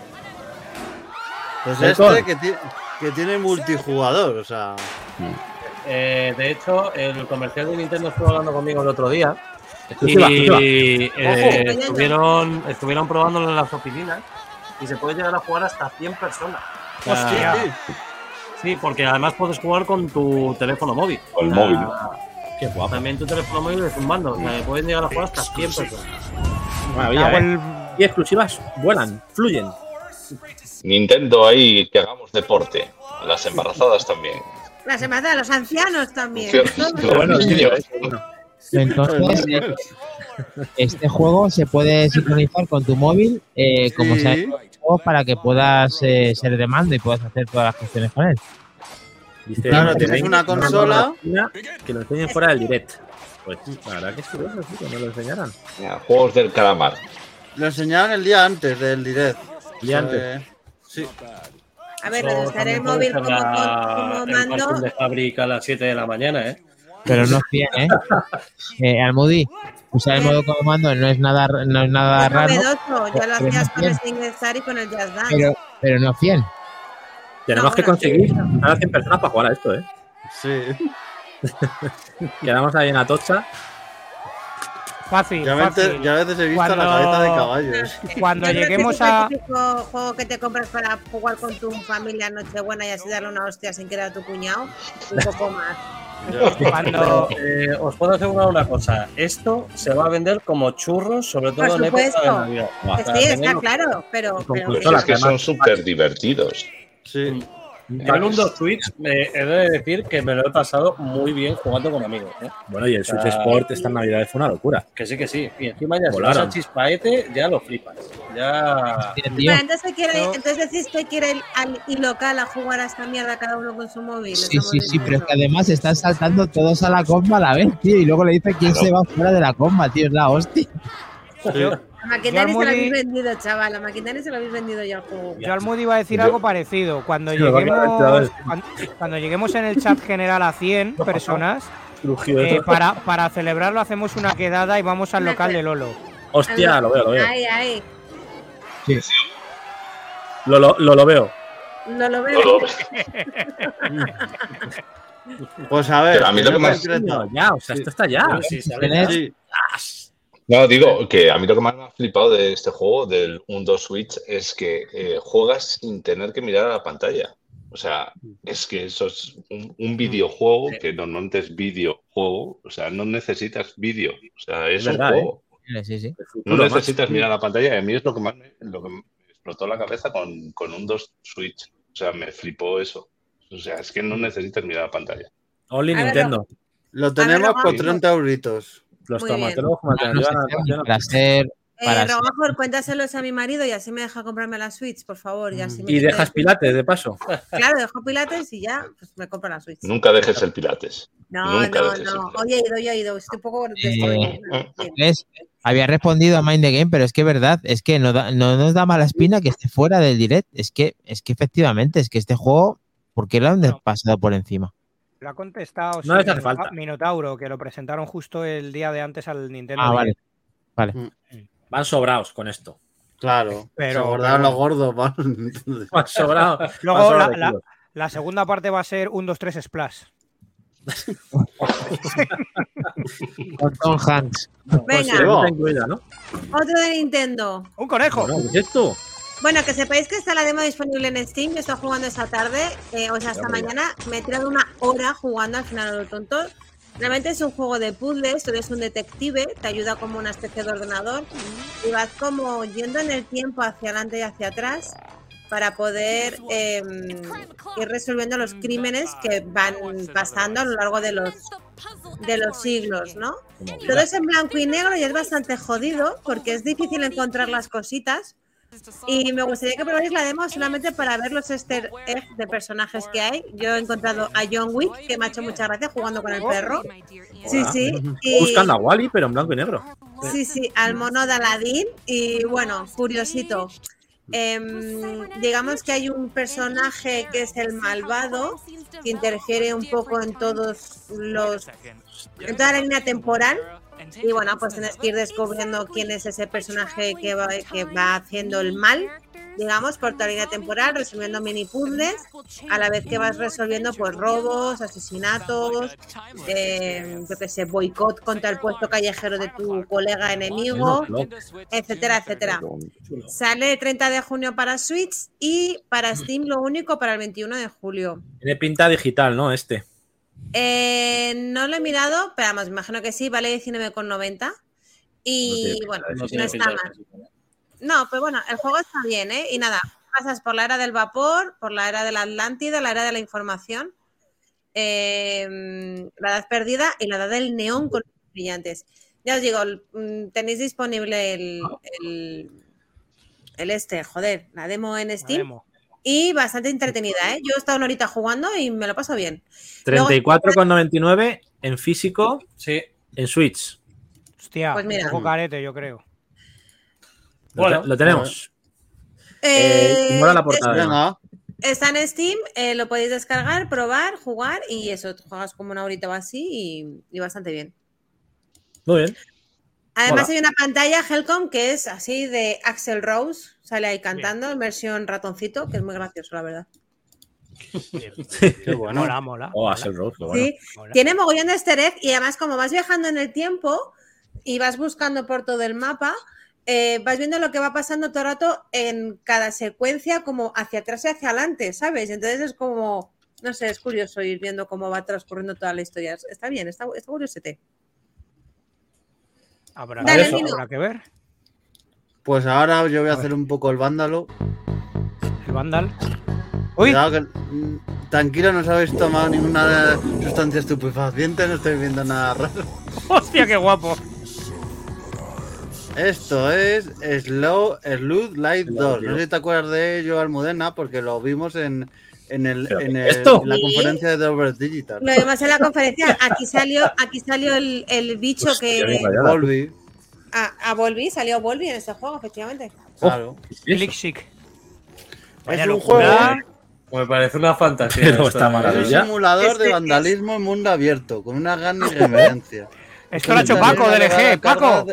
Pues Recon. este que tiene multijugador, o sea. De hecho, el comercial de Nintendo estuvo hablando conmigo el otro día Exclusiva, y Ojo. estuvieron probándolo en las oficinas y se puede llegar a jugar hasta 100 personas. O sea, Hostia. Sí, porque además puedes jugar con tu teléfono móvil. Con el O sea, móvil. Qué guapo. También tu teléfono móvil es un mando. O sea, pueden llegar a jugar hasta 100 personas. Maravilla, ¿eh? Y exclusivas vuelan, fluyen. Nintendo ahí que hagamos deporte. Las embarazadas también. La semana de los ancianos también. Bueno, Los sí, niños. Entonces, este juego se puede sincronizar con tu móvil, como Sí. sea, para que puedas ser de mando y puedas hacer todas las gestiones con él. Dice, Claro, que tienes venga una consola. Que lo enseñen fuera del direct. Pues la verdad que es curioso, sí, que no lo enseñaran. Mira, juegos del calamar. Lo enseñaron el día antes del direct. El día antes. Sí. A ver, Eso registrar el también puede móvil ser como el mando. parking de fábrica a las 7 de la mañana, ¿eh? Pero no es bien, ¿eh? Almudi, usar el modo como mando no es nada Es raro, novedoso. Ya lo pero hacías no con el bien. Single Star y con el Just Dance. pero no es 100. Tenemos No, que bueno, conseguir a 100 personas para jugar a esto, ¿eh? Sí. Quedamos ahí en Atocha. Fácil, Ya fácil. a veces he visto la cabeza de caballos. Cuando Yo creo que lleguemos es el a... típico juego que te compras para jugar con tu familia en Nochebuena y así darle una hostia sin querer a tu cuñado. Un poco más. Cuando... Os puedo asegurar una cosa. Esto se va a vender como churros, sobre todo Por en época de supuesto. Navidad. Que sí, está claro, pero Pues es que son súper divertidos. Sí. Yo el 1-2 Switch he de decir que me lo he pasado muy bien jugando con amigos. Bueno, y el Switch Sport esta Navidad fue una locura. Que sí, que sí. Y encima ya si vas Volaron. a chispaete, ya lo flipas. Ya. Bueno, entonces decís que quiere ir al local a jugar a esta mierda cada uno con su móvil. Sí, pero es que además están saltando todos a la comba a la vez, tío, y luego le dice quién se va fuera de la comba, tío, es la hostia. La Maquinari se lo habéis vendido, chaval. La Maquinari se lo habéis vendido ya al juego. Yo al Moody iba a decir algo parecido. Cuando Sí, lo va a quedar lleguemos, cuando lleguemos en el chat general a 100 personas, para celebrarlo hacemos una quedada y vamos al local de Lolo. Hostia, lo veo. Ahí, ahí. Sí. Lo veo. No lo veo. Pues a ver. Pero a mí lo que más... Ya, o sea, esto está ya. Sí. No, digo que a mí lo que más me ha flipado de este juego, del 1-2 Switch, es que juegas sin tener que mirar a la pantalla. O sea, es que eso es un videojuego que normalmente es videojuego. O sea, no necesitas vídeo. O sea, es un juego. Sí. No necesitas mirar a la pantalla. Y a mí es lo que me explotó la cabeza con 1-2 Switch. O sea, me flipó eso. O sea, es que no necesitas mirar a la pantalla. Only Nintendo. Lo tenemos por 30 euritos. Los Muy bien. tomateros como Para ser... Rogajor, cuéntaselos a mi marido y así me deja comprarme la Switch, por favor. Y, así me Y dejas pilates, de paso. Claro, dejo pilates y ya pues me compro la Switch. Nunca dejes el pilates. No. Oye, he ido. Estoy un poco... ¿Ves? Había respondido a Mind the Game, pero es que es verdad, es que no nos da mala espina que esté fuera del direct. Es que efectivamente, es que este juego, ¿por qué lo han pasado por encima? Lo ha contestado No les hace falta. Minotauro, que lo presentaron justo el día de antes al Nintendo. Vale. Van sobrados con esto. Claro, pero se acordaron los gordos. Van sobrados. Luego la segunda parte va a ser 1, 2, 3 Splash. Con Tom Hanks. Venga, incluida, ¿no? otro de Nintendo. ¡Un conejo! Bueno, ¿qué es esto? Bueno, que sepáis que está la demo disponible en Steam. Yo estoy jugando esta tarde, o sea, esta mañana. Me he tirado una hora jugando al final de lo tonto. Realmente es un juego de puzzles, tú eres un detective, te ayuda como una especie de ordenador y vas como yendo en el tiempo hacia adelante y hacia atrás para poder ir resolviendo los crímenes que van pasando a lo largo de los siglos, ¿no? Todo es en blanco y negro y es bastante jodido porque es difícil encontrar las cositas. Y me gustaría que probéis la demo solamente para ver los easter eggs de personajes que hay. Yo he encontrado a John Wick, que me ha hecho mucha gracia jugando con el perro. Sí. Buscando a Wally, pero en blanco y negro. Sí, al mono de Aladdin. Y bueno, curiosito. Digamos que hay un personaje que es el malvado, que interfiere un poco en toda la línea temporal. Y bueno, pues tienes que ir descubriendo quién es ese personaje que va haciendo el mal, digamos, por toda la línea temporal, resolviendo mini puzzles, a la vez que vas resolviendo pues robos, asesinatos, yo qué sé, boicot contra el puesto callejero de tu colega enemigo, etcétera, etcétera. Sale el 30 de junio para Switch y para Steam lo único para el 21 de julio. Tiene pinta digital, ¿no? No lo he mirado, pero vamos, me imagino que sí, vale 19,90 y bueno, no está mal. No, pero bueno, el juego está bien, ¿eh? Y nada, pasas por la era del vapor, por la era de la Atlántida, la era de la información, la edad perdida y la edad del neón con los brillantes. Ya os digo, tenéis disponible la demo en Steam. Y bastante entretenida, ¿eh? Yo he estado una horita jugando y me lo paso bien. 34,99 en físico, sí, en Switch. Hostia, pues mira, un poco carete, yo creo. Bueno, lo tenemos. Mola la portada. Está en Steam, lo podéis descargar, probar, jugar y eso, juegas como una horita o así y bastante bien. Muy bien. Además hay una pantalla Helcom que es así de Axl Rose, sale ahí cantando en versión ratoncito, que es muy gracioso, la verdad. Qué bueno. Mola. Oh, Axel Rose, qué bueno. Sí, tiene mogollón de easter egg y además como vas viajando en el tiempo y vas buscando por todo el mapa, vas viendo lo que va pasando todo el rato en cada secuencia como hacia atrás y hacia adelante, ¿sabes? Entonces es como, no sé, es curioso ir viendo cómo va transcurriendo toda la historia. Está bien, está curiosete. Habrá que ver. Pues ahora yo voy a hacer un poco el vándalo. El vándal. ¡Uy! Tranquilo, no os habéis tomado ninguna sustancia estupefaciente, no estoy viendo nada raro. ¡Hostia, qué guapo! Esto es Sleuth Light 2. No sé si te acuerdas de ello, Almudena, porque lo vimos en la conferencia de Dover Digital. Lo vimos en la conferencia. Aquí salió el bicho que... Volvi. A Volvi, salió Volvi en este juego, efectivamente. Claro. Click. Es un juego... Me parece una fantasía. Pero está Es maravilla. un simulador de vandalismo en mundo abierto, con una gran irreverencia. Esto lo ha hecho Paco de LG. ¡Paco!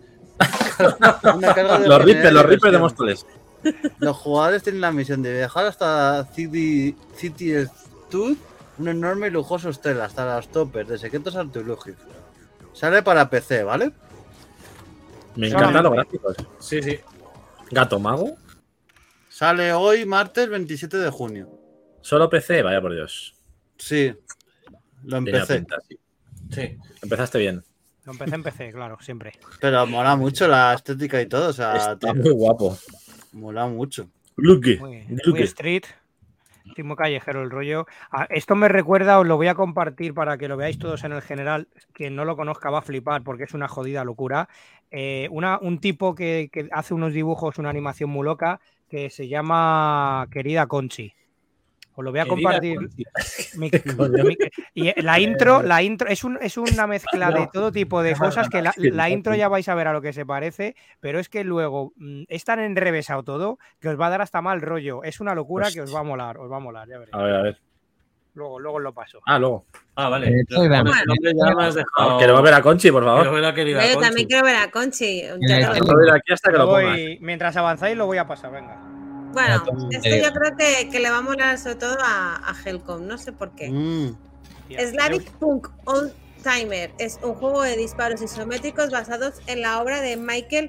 Los ripes de Móstoles. Los jugadores tienen la misión de viajar hasta City Stud, un enorme y lujoso hotel, hasta los topes de secretos arqueológicos. Sale para PC, ¿vale? Me encantan los gráficos. Sí. Gato Mago. Sale hoy, martes 27 de junio. Solo PC, vaya por Dios. Sí, lo Tenía empecé. pinta, sí. Empezaste bien. Lo empecé, claro, siempre. Pero mola mucho la estética y todo, o sea, Está tío, muy guapo. mola mucho. Muy street. Muy callejero el rollo. Esto me recuerda, os lo voy a compartir para que lo veáis todos en el general. Quien no lo conozca va a flipar porque es una jodida locura. Un tipo que hace unos dibujos, una animación muy loca, que se llama Querida Conchi. Os lo voy a compartir. Y la intro es una mezcla de todo tipo de cosas que la intro ya vais a ver a lo que se parece, pero es que luego es tan enrevesado todo que os va a dar hasta mal rollo. Es una locura que os va a molar, ya veréis. A ver. Luego os lo paso. Luego. Vale. Bueno. Ya me has dejado. Queremos ver a Conchi, por favor. Quiero ver a querida Yo Conchi. también quiero ver a Conchi. Quiero ver aquí hasta que lo pongas. Mientras avanzáis lo voy a pasar, venga. Bueno, esto yo creo que le va a molar sobre todo a Helcom, no sé por qué. Slavic Punk Old Timer es un juego de disparos isométricos basados en la obra de Michael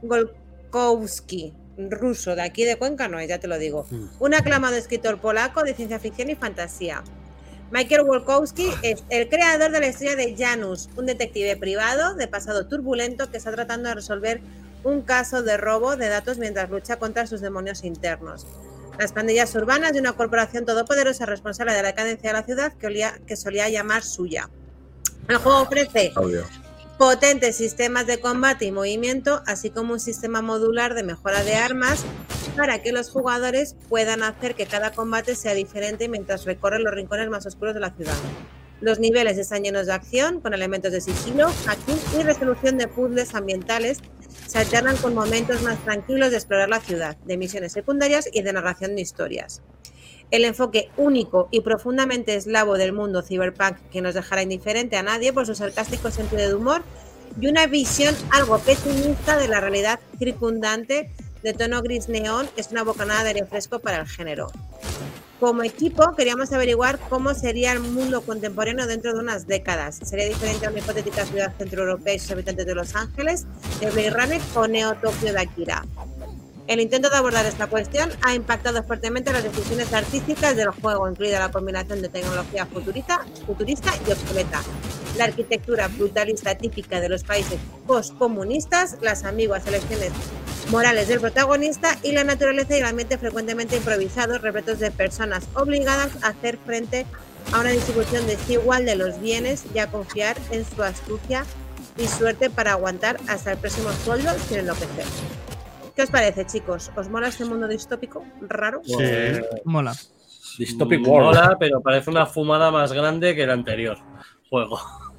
Golkowski, ruso, de aquí de Cuenca no es, ya te lo digo. Un aclamado escritor polaco de ciencia ficción y fantasía. Michael Golkowski es el creador de la historia de Janus, un detective privado de pasado turbulento que está tratando de resolver un caso de robo de datos mientras lucha contra sus demonios internos. Las pandillas urbanas de una corporación todopoderosa responsable de la decadencia de la ciudad que solía llamar suya. El juego ofrece potentes sistemas de combate y movimiento, así como un sistema modular de mejora de armas para que los jugadores puedan hacer que cada combate sea diferente mientras recorren los rincones más oscuros de la ciudad. Los niveles están llenos de acción, con elementos de sigilo, hacking y resolución de puzzles ambientales. Se alternan con momentos más tranquilos de explorar la ciudad, de misiones secundarias y de narración de historias. El enfoque único y profundamente eslavo del mundo cyberpunk que nos dejará indiferente a nadie por su sarcástico sentido de humor y una visión algo pesimista de la realidad circundante de tono gris neón es una bocanada de aire fresco para el género. Como equipo queríamos averiguar cómo sería el mundo contemporáneo dentro de unas décadas. ¿Sería diferente a una hipotética ciudad centroeuropea y sus habitantes de Los Ángeles, de Blade Runner o Neo Tokio de Akira? El intento de abordar esta cuestión ha impactado fuertemente las decisiones artísticas del juego, incluida la combinación de tecnología futurista y obsoleta, la arquitectura brutalista típica de los países postcomunistas, las ambiguas elecciones morales del protagonista y la naturaleza y el ambiente frecuentemente improvisados, repletos de personas obligadas a hacer frente a una distribución desigual de los bienes y a confiar en su astucia y suerte para aguantar hasta el próximo sueldo sin enloquecer. ¿Qué os parece, chicos? ¿Os mola este mundo distópico raro? Sí. Mola. Dystopic World. Mola, pero parece una fumada más grande que el anterior juego.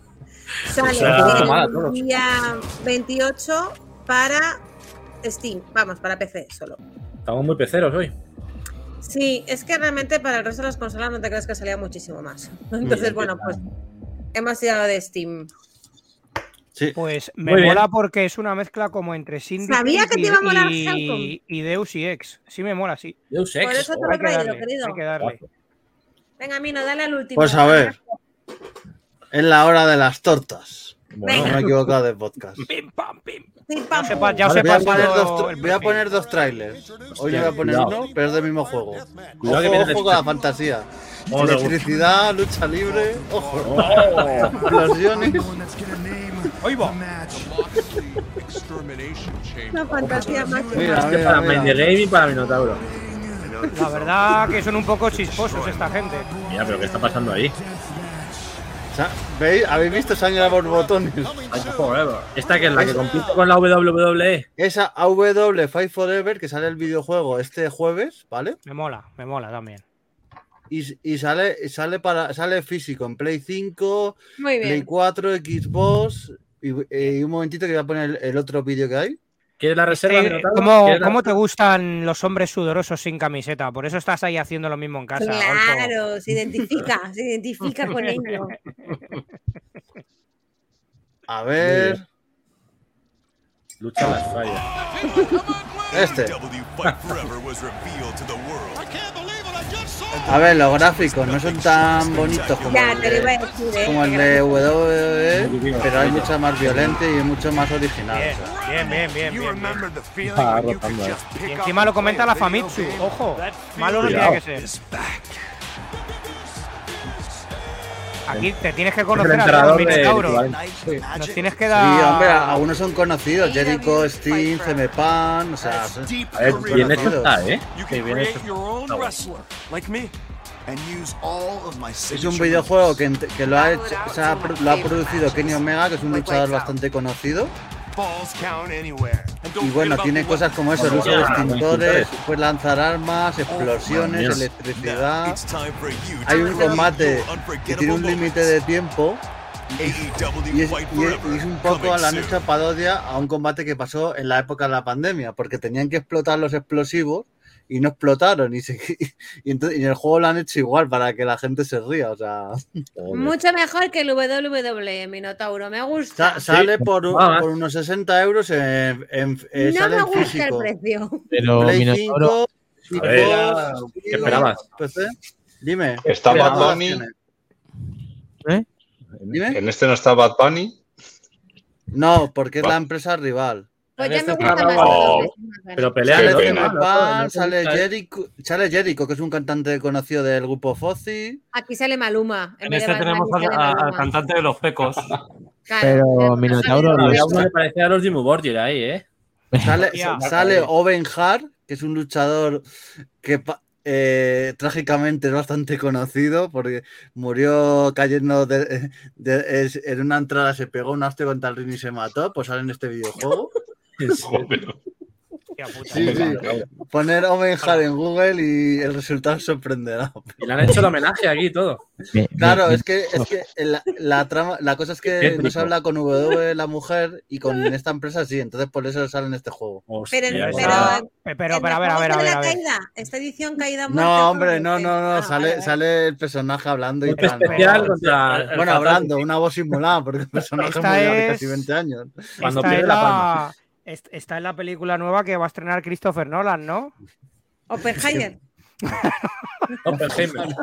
Sale el día 28 para Steam, vamos, para PC solo. Estamos muy peceros hoy. Sí, es que realmente para el resto de las consolas no te crees que salía muchísimo más. Entonces, bueno, pues hemos tirado de Steam. Sí. Pues me mola porque es una mezcla como entre Syndicate Sabía que te iba a molar Helcom. y Deus y Ex. Sí me mola, sí. Deus Ex. Por eso te lo he traído, querido. Hay que darle. Venga, Mino, dale al último. Pues a ver. Es la hora de las tortas. Venga. No me he equivocado de podcast. Pim, pam, pim. Pim, pam, Ya pum. os he Voy a pasado poner dos, voy a poner dos trailers. Hoy no voy a poner Cuidado. uno, pero es del mismo juego. Cuidado que Ojo, viene ojo con la fantasía. Ojo. Electricidad, lucha libre, ojo. Oh. Explosiones. Ahí va. Una fantasía más. Mira, Es que mira, para mira. Mind the Game y para Minotauro. La verdad que son un poco chisposos esta gente. Mira, pero ¿qué está pasando ahí? ¿Veis? ¿Habéis visto sangre a borbotones? Esta que es la que compite con la WWE. Esa AW Fight Forever que sale el videojuego este jueves, ¿vale? Me mola también. Y sale físico en Play 5, Muy Play bien. 4, Xbox y un momentito que voy a poner el otro vídeo que hay. ¿Quieres la reserva, Minotauro? ¿Cómo te gustan los hombres sudorosos sin camiseta? Por eso estás ahí haciendo lo mismo en casa. Adolfo. Claro, se identifica con ello. A ver. Lucha las fallas. Este. A ver, los gráficos no son tan bonitos como, Ya, te lo iba a decir, como el de WWE, pero hay mucha más violenta y mucho más original. o sea. Bien. Está rotando, Y encima lo comenta la Famitsu. Ojo, malo no Cuidado. tiene que ser. Aquí te tienes que Es el conocer a enterrador todos, de Minotauro. equivalente. Nos tienes que Sí, dar. hombre, algunos son conocidos. Jericho, Sting, CM-Pan, o sea, A ver, bien hecho conocidos. está, ¿eh? You Sí, can bien hecho. create your own Está bueno. wrestler, like me, and use all of my Es signature un videojuego que lo ha producido Kenny Omega, que es un luchador bastante conocido. balls count anywhere. And don't Y bueno, forget tiene about the cosas como eso, el uso de extintores, puedes lanzar armas, explosiones, Dios. electricidad. It's time for you to Hay un relive combate your que tiene un límite de tiempo y es un poco, la han hecho parodia a un combate que pasó en la época de la pandemia, porque tenían que explotar los explosivos y no explotaron y en el juego lo han hecho igual para que la gente se ría, o sea, Mucho mejor que el WWE, Minotauro. Me gusta. sale por unos 60 euros No sale me en gusta el físico. precio. Pero Play Minotauro, 5, A ver, Xbox, ¿qué esperabas? PC. Dime. ¿Está Mira, Bad Bunny? ¿eh? Dime. ¿En este no está Bad Bunny? No, porque es la empresa rival. Pues ya me Este gusta está más. bravo. Pero Sale pelean, ¿no? pena. CM-Pan, sale Jericho, que es un cantante conocido del grupo Fozzy. Aquí sale Maluma. En vez de este Bad tenemos Bunny, sale al Maluma. cantante de los pecos. Claro, Pero Minotauro, Había uno que parecía a los Jimmy Borgir ahí, ¿eh? Sale Owen Hart, que es un luchador que trágicamente es bastante conocido porque murió cayendo en una entrada, se pegó un hostia contra el ring y se mató. Pues sale en este videojuego. Sí. Poner Owen Hart en Google y el resultado sorprenderá. Y le han hecho el homenaje aquí y todo. Claro, es que la trama, la cosa es que no se habla con W la mujer y con esta empresa sí, entonces por eso sale en este juego. Pero, pero, a ver. Esta edición caída muerte. No, hombre, no, sale el personaje hablando y Un tal. especial contra- Bueno, hablando, una voz simulada, porque el personaje Esta murió hace es- casi 20 años. Cuando Está pierde en la palma. Está en la película nueva que va a estrenar Christopher Nolan, ¿no? Oppenheimer. Oppenheimer.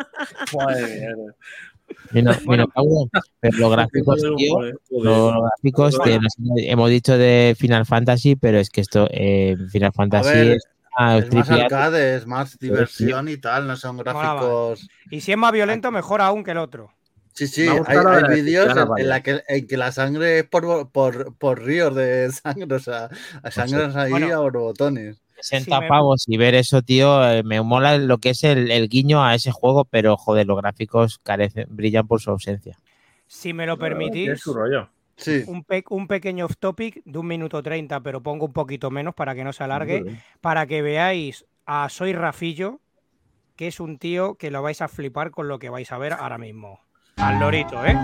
Minotauro, pero los gráficos, tío, los gráficos que hemos dicho de Final Fantasy, pero es que esto, Final A Fantasy ver, es es más triple A. arcade, es más diversión y tal, no son gráficos. Y si es más violento, mejor aún que el otro. Sí, Me ha gustado hay la de vídeos Ana en Vaya. que la sangre es por ríos de sangre, o sea, sangre ahí Bueno. a borbotones. 60 pavos y ver eso, tío, me mola lo que es el guiño a ese juego, pero joder, los gráficos brillan por su ausencia. Si me lo Es permitís, su rollo. Sí. un pequeño off topic de 1 minuto 30, pero pongo un poquito menos para que no se alargue, Muy bien. para que veáis a Soy Rafillo, que es un tío que lo vais a flipar con lo que vais a ver ahora mismo. Al lorito, ¿eh?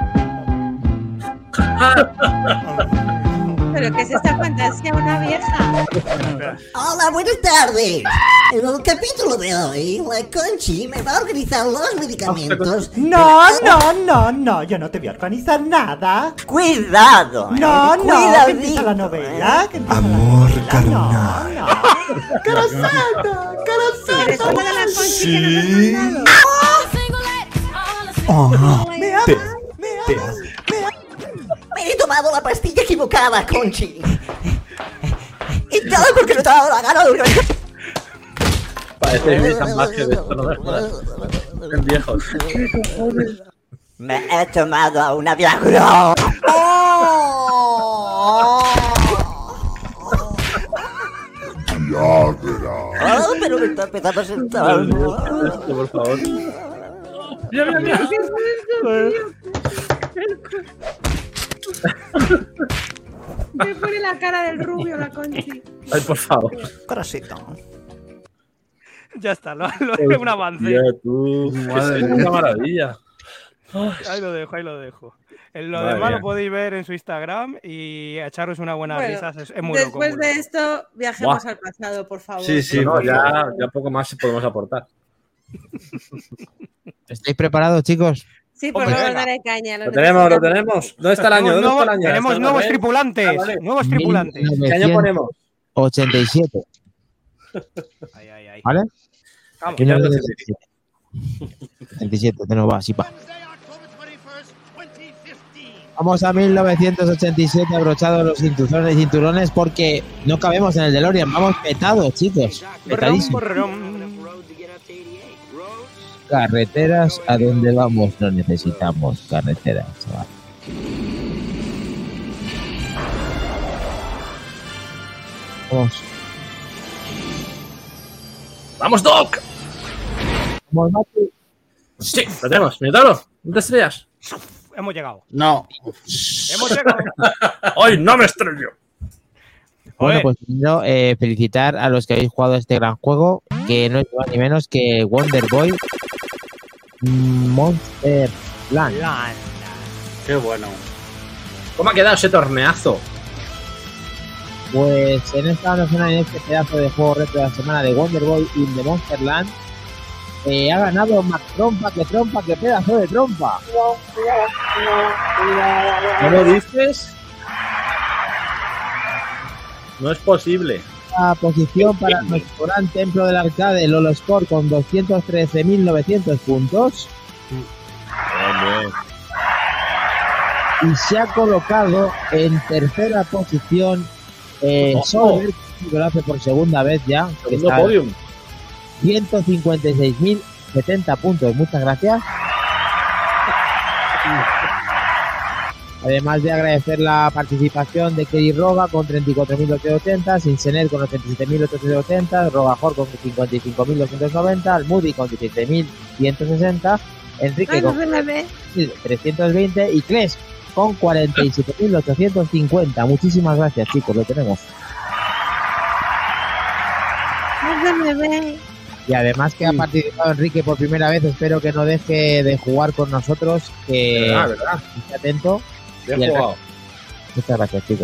¿Pero qué es esta fantasía? Una vieja. Hola, buenas tardes. En el capítulo de hoy, la Conchi me va a organizar los medicamentos. No, yo no te voy a organizar nada. Cuidado. No, que cuidadito. empieza la novela. Que empieza Amor carnal. ¡Carosata! Pero es una de las Conchi que nos has Sí. mandado. Me amas. Me he tomado la pastilla equivocada, Conchi. Y todo porque no te ha dado la gana de organizar. Parece que están más que de esto, no me jodas. Están viejos. Me he tomado una Viagra. Pero me está empezando a sentar. Por favor. Mira. Me pone la cara del rubio, la Conchi. Ay, por favor. Corosito. Ya está, lo es un avance. Ya tú, madre, es una maravilla. Ahí lo dejo. Lo Madre demás mía. lo podéis ver en su Instagram y echaros una buena Bueno, risas. Es muy loco. después muy de loco. esto, viajemos Buah. al pasado, por favor. No, ya poco más podemos aportar. ¿Estáis preparados, chicos? Sí, por Hombre, favor, venga. dale caña. Lo tenemos. ¿Dónde está el año? ¿Dónde está el año? Tenemos Está, nuevos ¿eh? tripulantes. Ah, vale. Nuevos tripulantes. ¿Qué año ponemos? 87. ¿Vale? Vamos. 1987. 87, de nuevo, así va. Vamos a 1987, abrochados los cinturones, porque no cabemos en el DeLorean. Vamos petados, chicos. Petadísimos. Carreteras, ¿a dónde vamos? No necesitamos carreteras, chaval. Vamos. ¡Vamos, Doc! Vamos, Mati. Sí, lo tenemos. Minotauro, ¿no te estrellas? Hemos llegado. No. Hemos llegado. ¡Ay, no me estrello! Bueno, pues primero felicitar a los que habéis jugado este gran juego, que no es más ni menos que Wonder Boy Monster Land. Qué bueno. ¿Cómo ha quedado ese torneazo? Pues en esta ocasión, en este pedazo de juego reto de la semana de Wonder Boy in the Monster Land, ha ganado Mac Trompa, que pedazo de trompa. ¿No lo dices? No es posible. La posición para nuestro gran templo del arcade, Lolo Sport, con 213.900 puntos. Y se ha colocado en tercera posición Solver, que lo hace por segunda vez ya. Segundo podium. 156.070 puntos. Muchas gracias. Además de agradecer la participación de Kelly Roga con 34.880, Sinsener con 87.880, Rogajor con 55.290, Almudi con 17.160, Enrique con 320 y Kles con 47.850. Muchísimas gracias, chicos, lo tenemos. Y además que ha participado Enrique por primera vez, espero que no deje de jugar con nosotros, que verdad. esté atento. Bien jugado. Muchas gracias, chicos.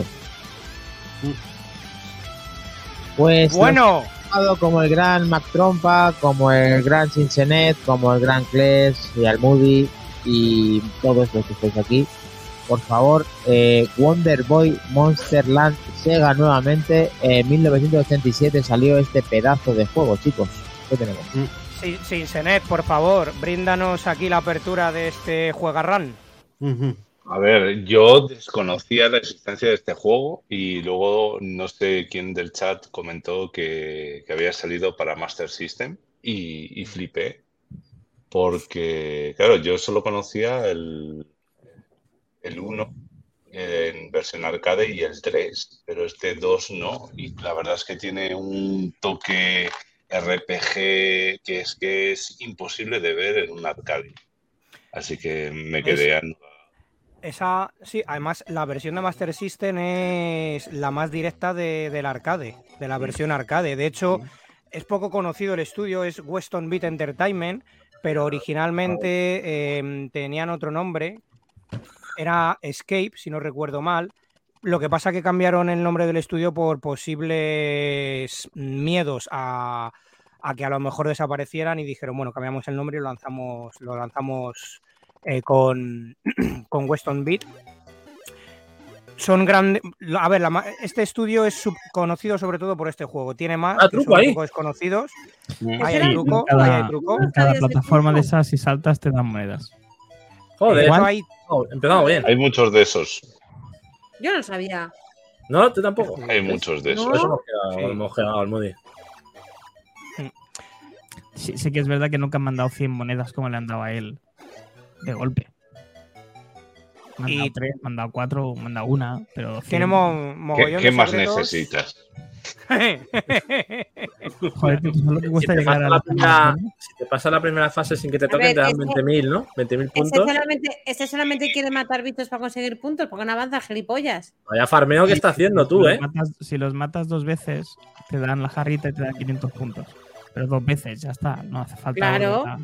Pues bueno, como el gran Mac Trompa, como el gran Sinsenet, como el gran Kles y Almudi y todos los que estáis aquí, por favor, Wonder Boy Monster Land Sega nuevamente. En 1987 salió este pedazo de juego, chicos. ¿Qué tenemos? Sinsenet, por favor, bríndanos aquí la apertura de este juegarrán. A ver, yo desconocía la existencia de este juego y luego no sé quién del chat comentó que había salido para Master System y flipé porque, claro, yo solo conocía el 1 en versión arcade y el 3, pero este 2 no, y la verdad es que tiene un toque RPG que es imposible de ver en un arcade, así que me quedé Sí, además la versión de Master System es la más directa del arcade, de la versión arcade. De hecho, es poco conocido el estudio, es Weston Beat Entertainment, pero originalmente tenían otro nombre, era Escape, si no recuerdo mal. Lo que pasa que cambiaron el nombre del estudio por posibles miedos a que a lo mejor desaparecieran y dijeron, bueno, cambiamos el nombre y lo lanzamos con Weston Beat. Son grandes. A ver, este estudio es conocido sobre todo por este juego. Tiene más que son un poco desconocidos. Ahí hay truco. En cada plataforma de esas, si saltas, te dan monedas. Joder, Eso hay- empezamos bien. Hay muchos de esos. Yo no sabía. No, tú tampoco. Hay muchos de esos. Por eso Sí. hemos quedado al Moody. Sí que es verdad que nunca han mandado 100 monedas como le han dado a él de golpe. Me han dado 3, me han dado 4, me han dado 1, pero... 100. Tenemos mogollón ¿Qué de más secretos. necesitas? Joder, tío, eso es lo que Si cuesta te, llegar pasa a la la primera, si te pasa la primera fase sin que te toquen, ver, te dan este- 20.000, ¿no? 20.000 puntos. Este solamente quiere matar bichos para conseguir puntos, porque no avanza, gilipollas. Vaya farmeo que está haciendo tú, ¿eh? Si los matas 2 veces, te dan la jarrita y te dan 500 puntos. Pero 2 veces, ya está, no hace falta. Claro. volver a-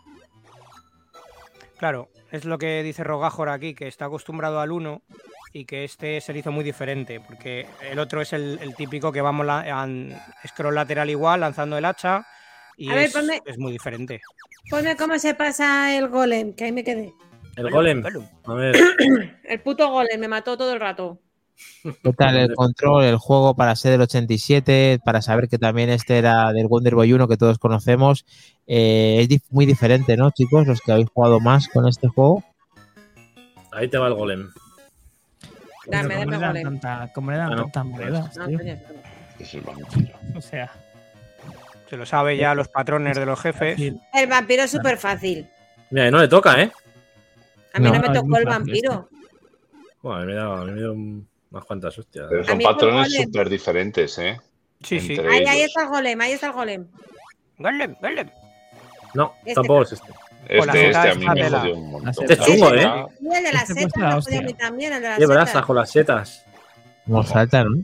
Claro, es lo que dice Rogajor aquí, que está acostumbrado al 1 y que este se le hizo muy diferente, porque el otro es el típico que vamos scroll lateral igual, lanzando el hacha, y A ver, es, ponme- es muy diferente. Ponme cómo se pasa el golem, que ahí me quedé. El golem. A ver. El puto golem me mató todo el rato. ¿Qué tal el control, el juego para ser del 87? Para saber que también este era del Wonder Boy 1 que todos conocemos. Es muy diferente, ¿no, chicos? Los que habéis jugado más con este juego. Ahí te va el golem. Pero Dame ¿cómo le dan golem. cómo le dan Ah, no. tantas monedas, No, tío? coño. Es el vampiro. O sea, Se lo sabe ya los patrones de los jefes. sí. El vampiro es súper fácil. Mira, y no le toca, ¿eh? A mí no, No, me es tocó muy el fácil vampiro. Bueno, a mí me dio unas cuantas hostias. Pero A son mí fue patrones golem. súper diferentes, ¿eh? Sí, sí. Entre Ahí ellos. está el golem, ahí está el golem. Golem, golem. No, Este tampoco es este. Con la Este seta a mí me esta jodió un montón. Este es chungo, ¿eh? Y el de las Este setas cuesta me la jodió a hostia. mí también, el de las Qué setas. brasa con las setas. Como salta, ¿no?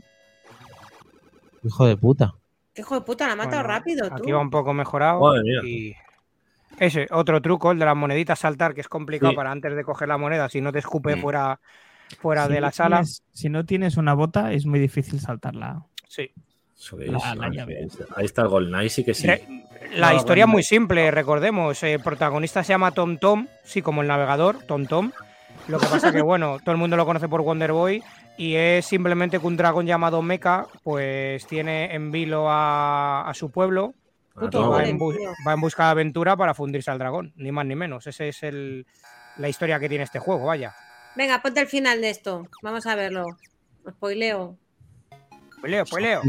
Hijo de puta. Qué hijo de puta, la ha matado Bueno, rápido, tú. Aquí va un poco mejorado. Madre mía. Y ese otro truco, el de las moneditas saltar, que es complicado Sí. para antes de coger la moneda, si no te escupe Mm. fuera Si de no la sala. si no tienes una bota, es muy difícil saltarla. Sí. Eso que es, La ahí llave. ahí está el golem, ahí sí que sí. La No, historia es bueno. muy simple, recordemos. El protagonista se llama Tom Tom, sí, como el navegador, Tom Tom. Lo que pasa que, bueno, todo el mundo lo conoce por Wonder Boy y es simplemente que un dragón llamado Mecha, pues tiene en vilo a su pueblo Ah, Puto y no. va golem, en, tío. va en busca de aventura para fundirse al dragón, ni más ni menos. Esa es la historia que tiene este juego, vaya. Venga, ponte el final de esto. Vamos a verlo. Spoileo. Spoileo.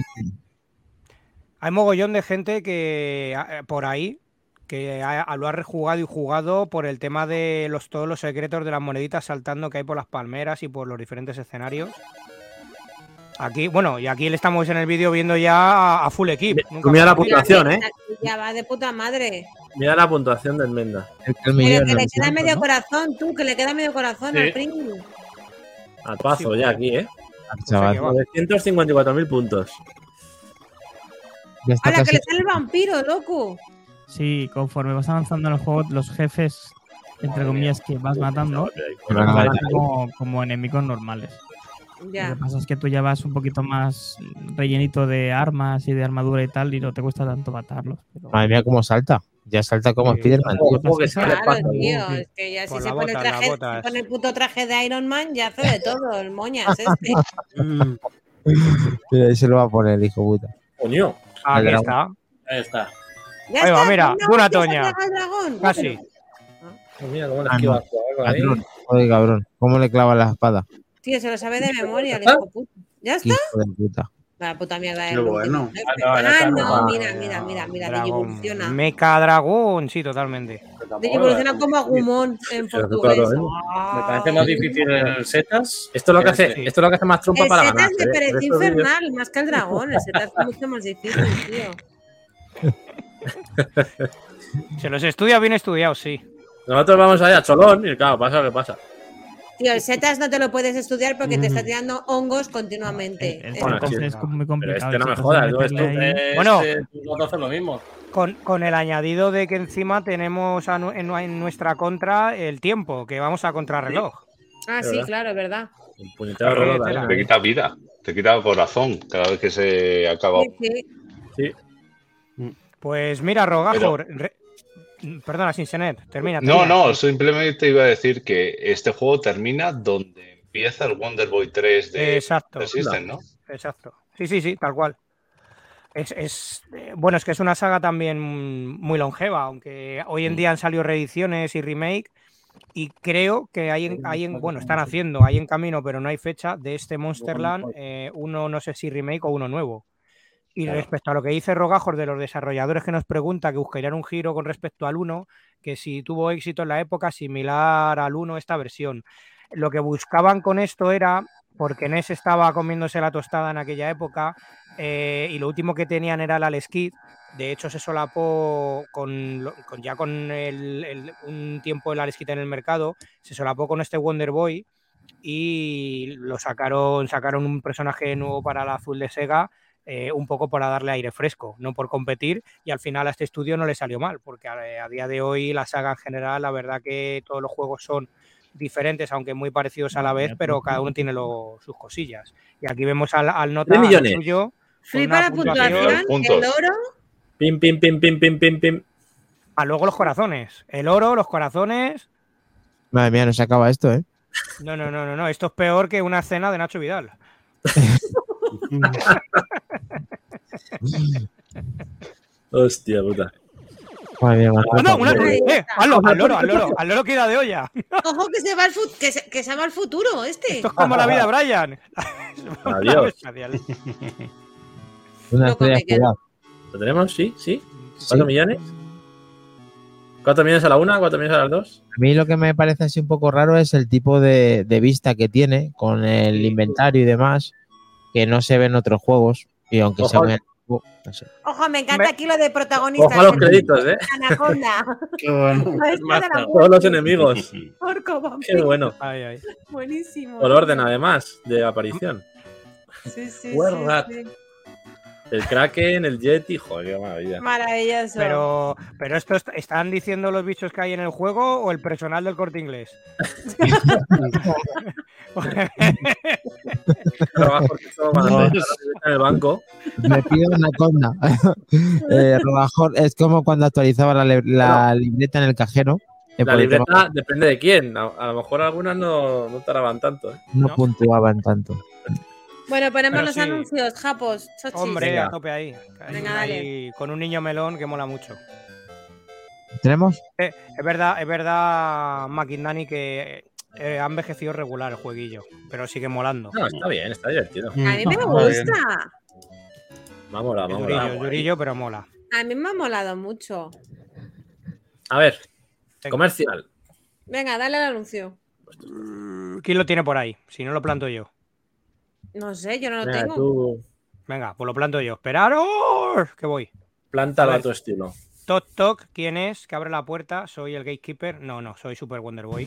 Hay mogollón de gente que por ahí que lo ha rejugado y jugado por el tema de todos los secretos de las moneditas saltando que hay por las palmeras y por los diferentes escenarios. Aquí, bueno, y aquí le estamos en el vídeo viendo ya a full equip. Nunca Mira la mejor dicho. puntuación, ¿eh? Ya va de puta madre. Mira la puntuación del Menda. El Pero millón, que le ¿no? queda medio ¿no? corazón, tú, que le queda medio corazón Sí. al primo. A paso ya aquí, ¿eh? Chaval. O sea que va. 954.000 puntos. Ya está ¡Hala, que casi- le sale el vampiro, loco! Sí, conforme vas avanzando en el juego, los jefes, entre comillas, que vas matando, Me van a van matar. como enemigos normales. Lo Ya. que pasa es que tú ya vas un poquito más rellenito de armas y de armadura y tal, y no te cuesta tanto matarlos. Pero... Madre mía, cómo salta. Ya salta como Sí. Spiderman. tío. Ojo, que sale Claro, paso. tío, es que ya si Con se la pone, bota, las traje, botas. se pone el puto traje de Iron Man, ya hace de todo, el moñas este. Mira, ahí se lo va a poner, hijo puta. Coño. Aquí El está. Ahí está. Ya Ahí va, está, mira, una una hostia, se toña. traga el dragón. Casi. Mira cómo le Ah, esquiva no. el jugador ahí. Cabrón. Joder, cabrón. ¿Cómo le clava la espada? Tío, se lo sabe de memoria, el hijo puta. ¿Ya Qué está? hijo de puta. La puta mierda Qué del bueno. último jefe. Ah, no, ya Ah, está, no, no. mira, Dragón. Digivoluciona. Mecha dragón, sí, totalmente. Digivoluciona como Agumon en Pero portugués. claro, ¿eh? Me parece más difícil el setas. Esto es lo que Sí. hace, esto es lo que hace más trompa El para Zetas ganar. me ¿eh? pareció Por estos vídeos- infernal, más que el dragón. El Zetas es mucho más difícil, tío. Se los estudia bien estudiados, sí. Nosotros vamos allá a Cholón y claro, pasa lo que pasa. Tío, el Zetas no te lo puedes estudiar porque te está tirando hongos continuamente. El Bueno, Zetas sí, es muy Pero complicado. este no me Zetas jodas, es ¿no? meterle Esto- ahí- Bueno. No te hace lo mismo. Con el añadido de que encima tenemos en nuestra contra el tiempo, que vamos a contrarreloj. Ah, sí, ¿Verdad? claro, es verdad. Un puñetero reloj ahí, Te ¿eh? quita vida, te quita el corazón cada vez que se acaba. Sí, sí. Sí. Pues mira, Rogajor. Perdona, Sinsenet, termina. No, simplemente iba a decir que este juego termina donde empieza el Wonder Boy 3 de Exacto. System, ¿no? Exacto. Sí, tal cual. Bueno, es que es una saga también muy longeva, aunque hoy en día han salido reediciones y remake, Y creo que bueno, están haciendo, hay en camino, pero no hay fecha de este Monsterland, uno no sé si remake o uno nuevo. Y respecto a lo que dice Rogajos de los desarrolladores que nos pregunta que buscarían un giro con respecto al 1, que si tuvo éxito en la época similar al 1 esta versión. Lo que buscaban con esto era, porque NES estaba comiéndose la tostada en aquella época, y lo último que tenían era el Alex Kidd. De hecho, se solapó con un tiempo el Alex Kidd en el mercado, se solapó con este Wonder Boy y sacaron un personaje nuevo para la Azul de Sega, un poco para darle aire fresco, no por competir, y al final a este estudio no le salió mal, porque a día de hoy la saga en general, la verdad que todos los juegos son diferentes, aunque muy parecidos a la vez, pero cada uno tiene sus cosillas. Y aquí vemos al Nota 3 millones. Suyo. Flipa la puntuación, el oro. Pim, pim, pim, pim, pim, pim, pim. Luego los corazones. El oro, los corazones. Madre mía, no se acaba esto, ¿eh? No. Esto es peor que una cena de Nacho Vidal. Hostia puta. Madre mía, al loro queda de olla. Ojo que se va al futuro este. Esto es como la vida, Brian. Adiós. Una estrella fugaz. ¿Lo tenemos? Sí. ¿4 millones? ¿4 millones a la una? ¿4 millones a las dos? A mí lo que me parece así un poco raro es el tipo de vista que tiene con el inventario y demás, que no se ve en otros juegos. Y aunque sea muy antiguo, no sé. Ojo, me encanta aquí lo de protagonistas. Ojo a los créditos, ¿eh? Anaconda. Qué bueno. Todos los enemigos. Orco, vampiro. Qué bueno. Buenísimo. Por orden, además, de aparición. Sí. El Kraken, el Yeti, joder, qué maravilla. Maravilloso. Pero esto están diciendo los bichos que hay en el juego o el personal del Corte Inglés. Trabajo que solo van a hacer en el banco. Me pido Anaconda. Robajor, es como cuando actualizaba la libreta en el cajero. La libreta depende de quién. A lo mejor algunas no tardaban tanto. No puntuaban tanto. Bueno, ponemos los anuncios, japos, chochis. Hombre, Venga. a tope ahí. Venga, dale. Ahí, con un niño melón que mola mucho. ¿Tenemos? Es verdad, Maquindani, que ha envejecido regular el jueguillo, pero sigue molando. No, está bien, está divertido. A mí me gusta. Vamos. Durillo, pero mola. A mí me ha molado mucho. A ver, comercial. Venga, dale al anuncio. ¿Quién lo tiene por ahí? Si no lo planto yo. No sé, yo no lo Venga, tengo. tú Venga, pues lo planto yo. ¡Esperaros! Que voy. plántalo a tu estilo. Toc, toc, ¿quién es? Que abre la puerta. ¿Soy el gatekeeper? No, soy Super Wonder Boy.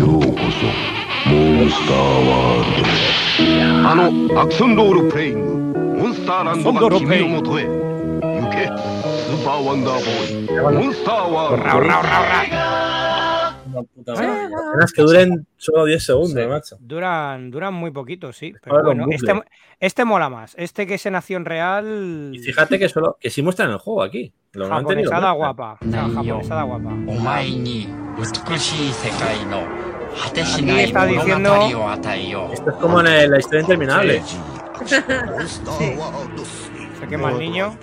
あのアクションロールプレイングモンスターランドが君のもとへ行けスーパーワンダーボーイモンスターワールド Apenas que duren solo 10 segundos, macho. Duran muy poquito, sí. Pero bueno, este mola más. Este que es en acción real. Y fíjate que sí muestran el juego aquí. Lo japonesada guapa. Japonesada guapa. Aquí está diciendo. Esto es como en la historia interminable. Se quema el niño.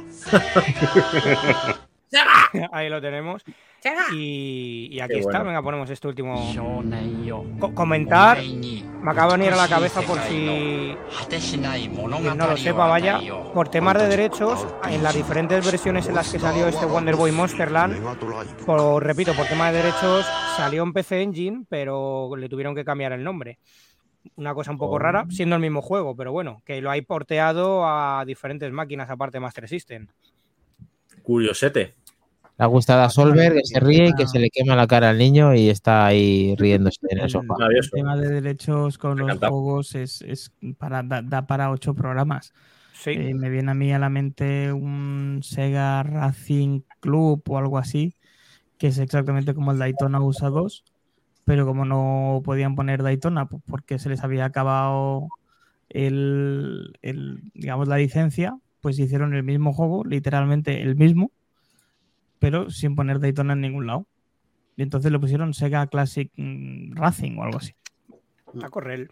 Ahí lo tenemos. Y aquí está, bueno. Venga, ponemos este último. Comentar. Me acaba de venir a la cabeza por si no lo sepa, vaya. Por temas de derechos, en las diferentes versiones en las que salió este Wonder Boy Monsterland, repito, por temas de derechos, salió en PC Engine, pero le tuvieron que cambiar el nombre. Una cosa un poco rara, siendo el mismo juego, pero bueno, que lo hay porteado a diferentes máquinas aparte de Master System. Curiosete. Le ha gustado a Solver, que se ríe y que se le quema la cara al niño y está ahí riéndose en el sofá. El tema de derechos con los juegos da para 8 programas. Sí. Me viene a mí a la mente un Sega Racing Club o algo así, que es exactamente como el Daytona USA 2, pero como no podían poner Daytona porque se les había acabado digamos, la licencia, pues hicieron el mismo juego, literalmente el mismo, pero sin poner Daytona en ningún lado. Y entonces le pusieron Sega Classic Racing o algo así. A correr.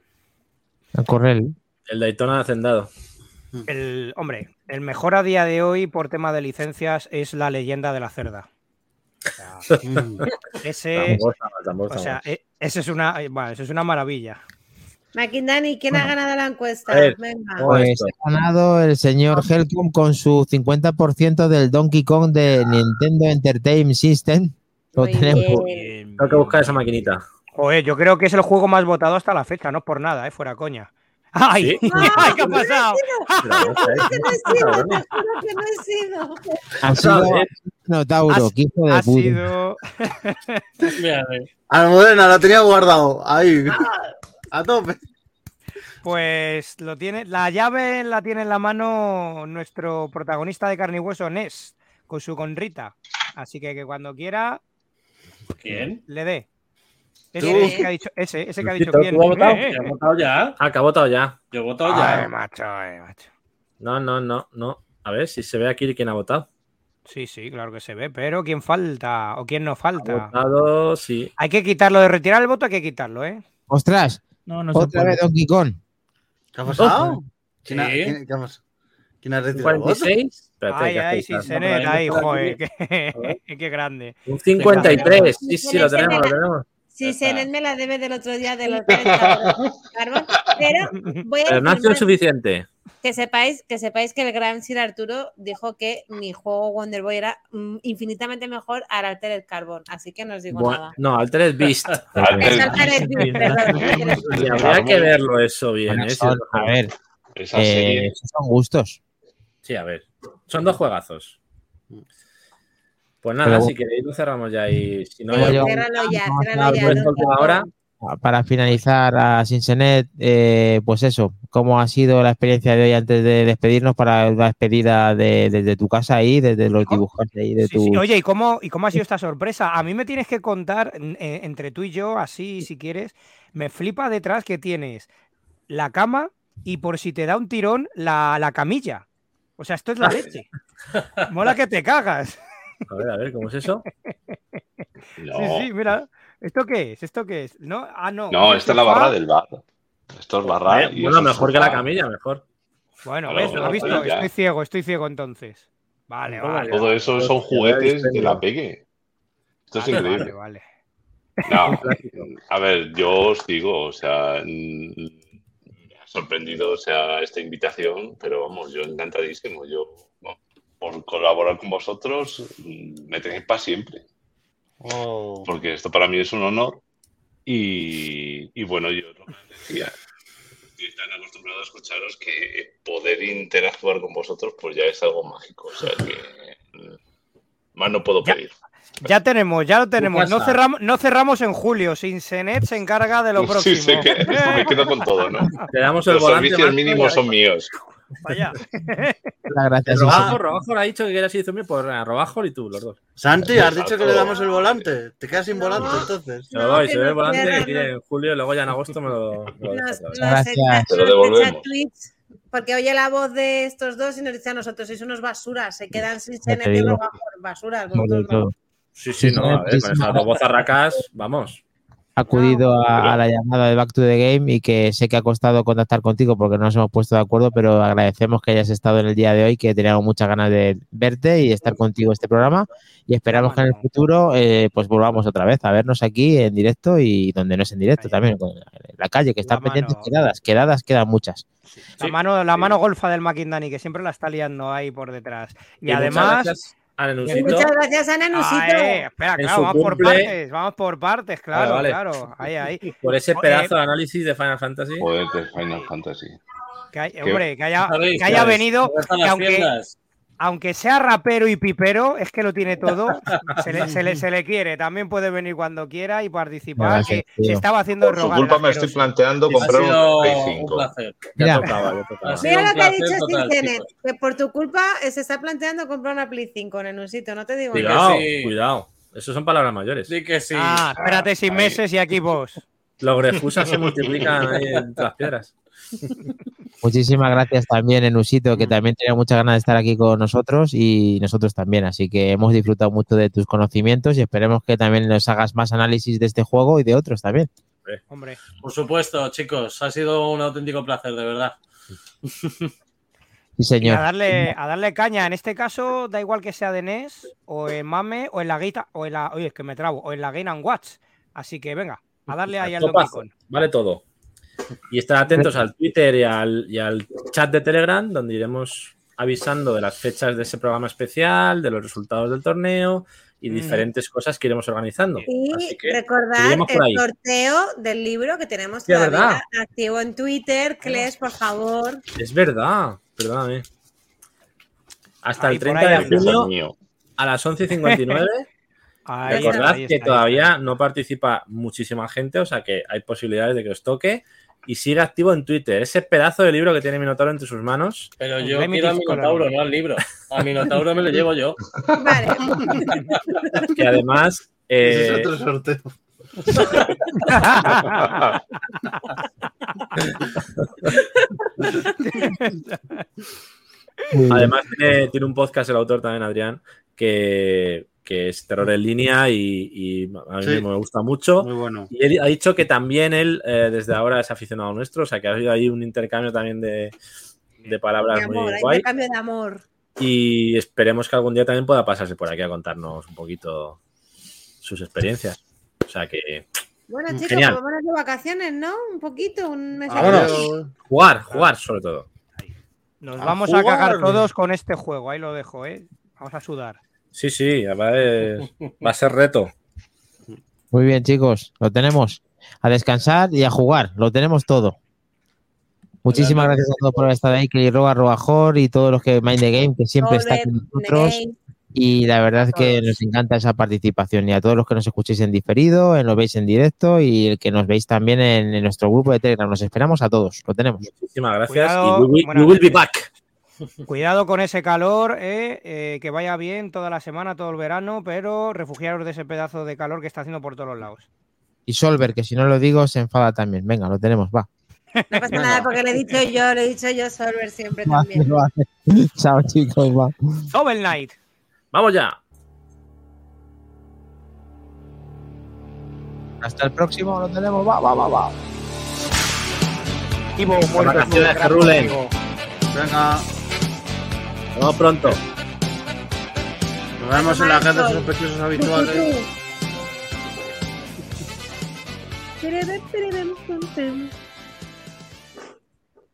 El Daytona Hacendado. Hombre, el mejor a día de hoy por tema de licencias es La Leyenda de la Cerda. O sea, ese O sea, eso es una maravilla. Makindani, ¿quién ha ganado la encuesta? Venga. Pues ha ganado el señor Helcom con su 50% del Donkey Kong de Nintendo Entertainment System. Lo tenemos. Tengo que buscar esa maquinita. Joder, yo creo que es el juego más votado hasta la fecha, no por nada, fuera coña. ¡Ay! ¿Sí? ¡Ay, qué ha pasado! Que no he sido. Ha sido Notauro, que hijo de Ha puta. sido... Almudena, la tenía guardado. Ahí. A tope. Pues lo tiene, la llave la tiene en la mano nuestro protagonista de Carne y Hueso, Ness, con su conrita. Así que cuando quiera, ¿Quién? le dé. ¿Tú? Ese que ha dicho, ese que ha dicho ¿Tú quién. has votado? ¿He votado ya? Ah, que ha votado ya. Yo he votado ya. Macho. No. A ver si se ve aquí quién ha votado. Sí, claro que se ve, pero ¿quién falta? ¿O quién no falta? Ha votado, sí. Hay que quitarlo, de retirar el voto hay que quitarlo, ¿eh? ¡Ostras! No se Otra puede. vez Donkey Kong. ¿Qué ha pasado? Sí. ¿Quién ha retirado el voto? 46. Espérate, Ay, que ay, está. sin Senet, ahí, joder, qué grande. Un 53. Sí, lo tenemos. Sí, Senet me la debe del otro día de los carbón, pero voy a Pero no ha decir sido más. suficiente. Que sepáis que el gran Sir Arturo dijo que mi juego Wonder Boy era infinitamente mejor al Altered Carbon, así que no os digo nada. No, Altered Beast. Es Altered Beast, perdón. Y habría que verlo eso bien. Bueno, a ver, Esa serie. esos son gustos. Sí, a ver. Son dos juegazos. Pues nada, Pero- si queréis lo cerramos ya y si no... Pero ya- Ciérralo ya, Vamos a ciérralo ya. ver no última hora. Para finalizar a Sinsenet, pues eso, ¿cómo ha sido la experiencia de hoy antes de despedirnos para la despedida desde tu casa ahí, desde los dibujantes ahí de Sí, tu... sí. Oye, ¿y cómo ha sido esta sorpresa? A mí me tienes que contar, entre tú y yo, así si quieres, me flipa detrás que tienes la cama y por si te da un tirón, la camilla. O sea, esto es la leche. Mola que te cagas. A ver, ¿cómo es eso? No, Sí, mira. ¿Esto qué es? ¿Esto qué es? ¿No? Ah, no. no, ¿Es esta es el la barra sofá? del bar. Esto es barra. y Bueno, eso es mejor que la sofá. camilla, mejor. Bueno, Claro, ¿ves? ¿Lo has no, visto? ya. Estoy ciego entonces. Vale, vale. Todo eso son juguetes de la Peque. Esto es Vale, increíble. vale. No, a ver, yo os digo, o sea, me ha sorprendido, o sea, esta invitación, pero vamos, yo encantadísimo. Yo, bueno, por colaborar con vosotros, me tenéis para siempre. Oh. Porque esto para mí es un honor. Y bueno, yo lo que decía, estoy tan acostumbrado a escucharos que poder interactuar con vosotros, pues ya es algo mágico. O sea que más no puedo pedir. Ya lo tenemos. Tu casa. No cerramos en julio. Sinsenet se encarga de lo próximo. Sí, sé que me quedo con todo, ¿no? Le damos el Los volante. servicios Marco, mínimos y- son míos. Vaya. Gracias. Robajo ha dicho que quieras ir zombie por Robajo y tú, los dos. Santi, has dicho que le damos el volante. Te quedas sin volante entonces. Se lo doy, que se ve el no volante quiero, que quiere en julio y luego ya en agosto me lo Nos Gracias. echa Te lo devolvemos. tweets, porque oye la voz de estos dos y nos dice a nosotros, sois unos basuras, se quedan sin Ya te Senet y digo. Robajo, basuras, vosotros no. Sí, no, a ver, con esas dos bozarracas, vamos. Acudido a la llamada de Back to the Game y que sé que ha costado contactar contigo porque no nos hemos puesto de acuerdo, pero agradecemos que hayas estado en el día de hoy, que teníamos muchas ganas de verte y estar contigo en este programa y esperamos que en el futuro pues volvamos otra vez a vernos aquí en directo y donde no es en directo también, en la calle, que están pendientes quedadas quedan muchas. La mano golfa del Makindani, que siempre la está liando ahí por detrás. Y además... Y muchas gracias a Nenusito. Espera, En claro, su vamos por partes, claro, Vale. claro. Ahí. Por ese pedazo de análisis de Final Fantasy. Joder, de Final Fantasy. Hombre, que haya ¿Sabéis? venido, ¿Dónde están que las tiendas? aunque sea rapero y pipero, es que lo tiene todo, se le quiere. También puede venir cuando quiera y participar, Gracias, que se tío. estaba haciendo Por su rogar. culpa me estoy planteando comprar un Play 5. Ya tocaba. Mira lo que ha dicho Sinsenet, que por tu culpa se está planteando comprar una Play 5, Nenusito, no te digo nada. Cuidado. Eso son palabras mayores. Sí que sí. Espérate 6 meses y aquí vos. Los grefusas se multiplican ahí entre las piedras. Muchísimas gracias también, Enusito, que también tenía muchas ganas de estar aquí con nosotros y nosotros también. Así que hemos disfrutado mucho de tus conocimientos y esperemos que también nos hagas más análisis de este juego y de otros también. Hombre. Por supuesto, chicos. Ha sido un auténtico placer, de verdad. Sí, Y señor. a darle caña. En este caso, da igual que sea de NES, o en MAME, o en la Game, o en la Game & Watch. Así que venga, a darle ahí al Topazo, Donkey Kong. vale todo. Y estar atentos al Twitter y al chat de Telegram, donde iremos avisando de las fechas de ese programa especial, de los resultados del torneo y diferentes cosas que iremos organizando. Y Así que recordar seguiremos por ahí. el sorteo del libro que tenemos Sí, es todavía verdad. activo en Twitter. Cles, por favor. Es verdad, perdóname. Hasta Ahí el por 30 ahí de anda. junio a las 11:59. Ahí Recordad está, ahí que está, todavía no participa muchísima gente, o sea que hay posibilidades de que os toque. Y sigue activo en Twitter. Ese pedazo de libro que tiene Minotauro entre sus manos. Pero yo quiero a Minotauro, no al libro. A Minotauro me lo llevo yo. Vale. Que además. Ese es otro sorteo. Además tiene un podcast el autor también, Adrián, que es Terror en Línea y a mí Sí. me gusta mucho. Muy bueno. Y él ha dicho que también él desde ahora es aficionado nuestro, o sea que ha habido ahí un intercambio también de palabras De muy amor, hay guay. intercambio de amor. Y esperemos que algún día también pueda pasarse por aquí a contarnos un poquito sus experiencias. O sea que Bueno, chicos, Genial. pues vámonos de vacaciones, ¿no? Un poquito, un mes. vámonos. Jugar sobre todo. Nos A vamos a jugar. cagar todos con este juego, ahí lo dejo, ¿eh? Vamos a sudar. Sí, va a ser reto. Muy bien, chicos, lo tenemos. A descansar y a jugar, lo tenemos todo. Muchísimas gracias a todos por estar ahí, Kelly Roa, Robajor y todos los que Mind the Game, que siempre está con nosotros. Y la verdad es que nos encanta esa participación. Y a todos los que nos escuchéis en diferido, lo veis en directo y el que nos veis también en nuestro grupo de Telegram. Nos esperamos a todos, lo tenemos. Muchísimas gracias. Cuidado, y we buenas will be noches. back. Cuidado con ese calor, que vaya bien toda la semana, todo el verano, pero refugiaros de ese pedazo de calor que está haciendo por todos los lados. Y Solver, que si no lo digo, se enfada también. Venga, lo tenemos, va. No pasa nada porque le he dicho yo, Solver siempre Vale, también. vale. Chao, chicos, va. Shovel Knight. Vamos ya. Hasta el próximo, lo tenemos, va. Ivo, muerto, Vacaciones, gran que rulen. amigo. Venga, Nos vemos pronto. nos vemos en la red de sospechosos habituales. Pum, pum.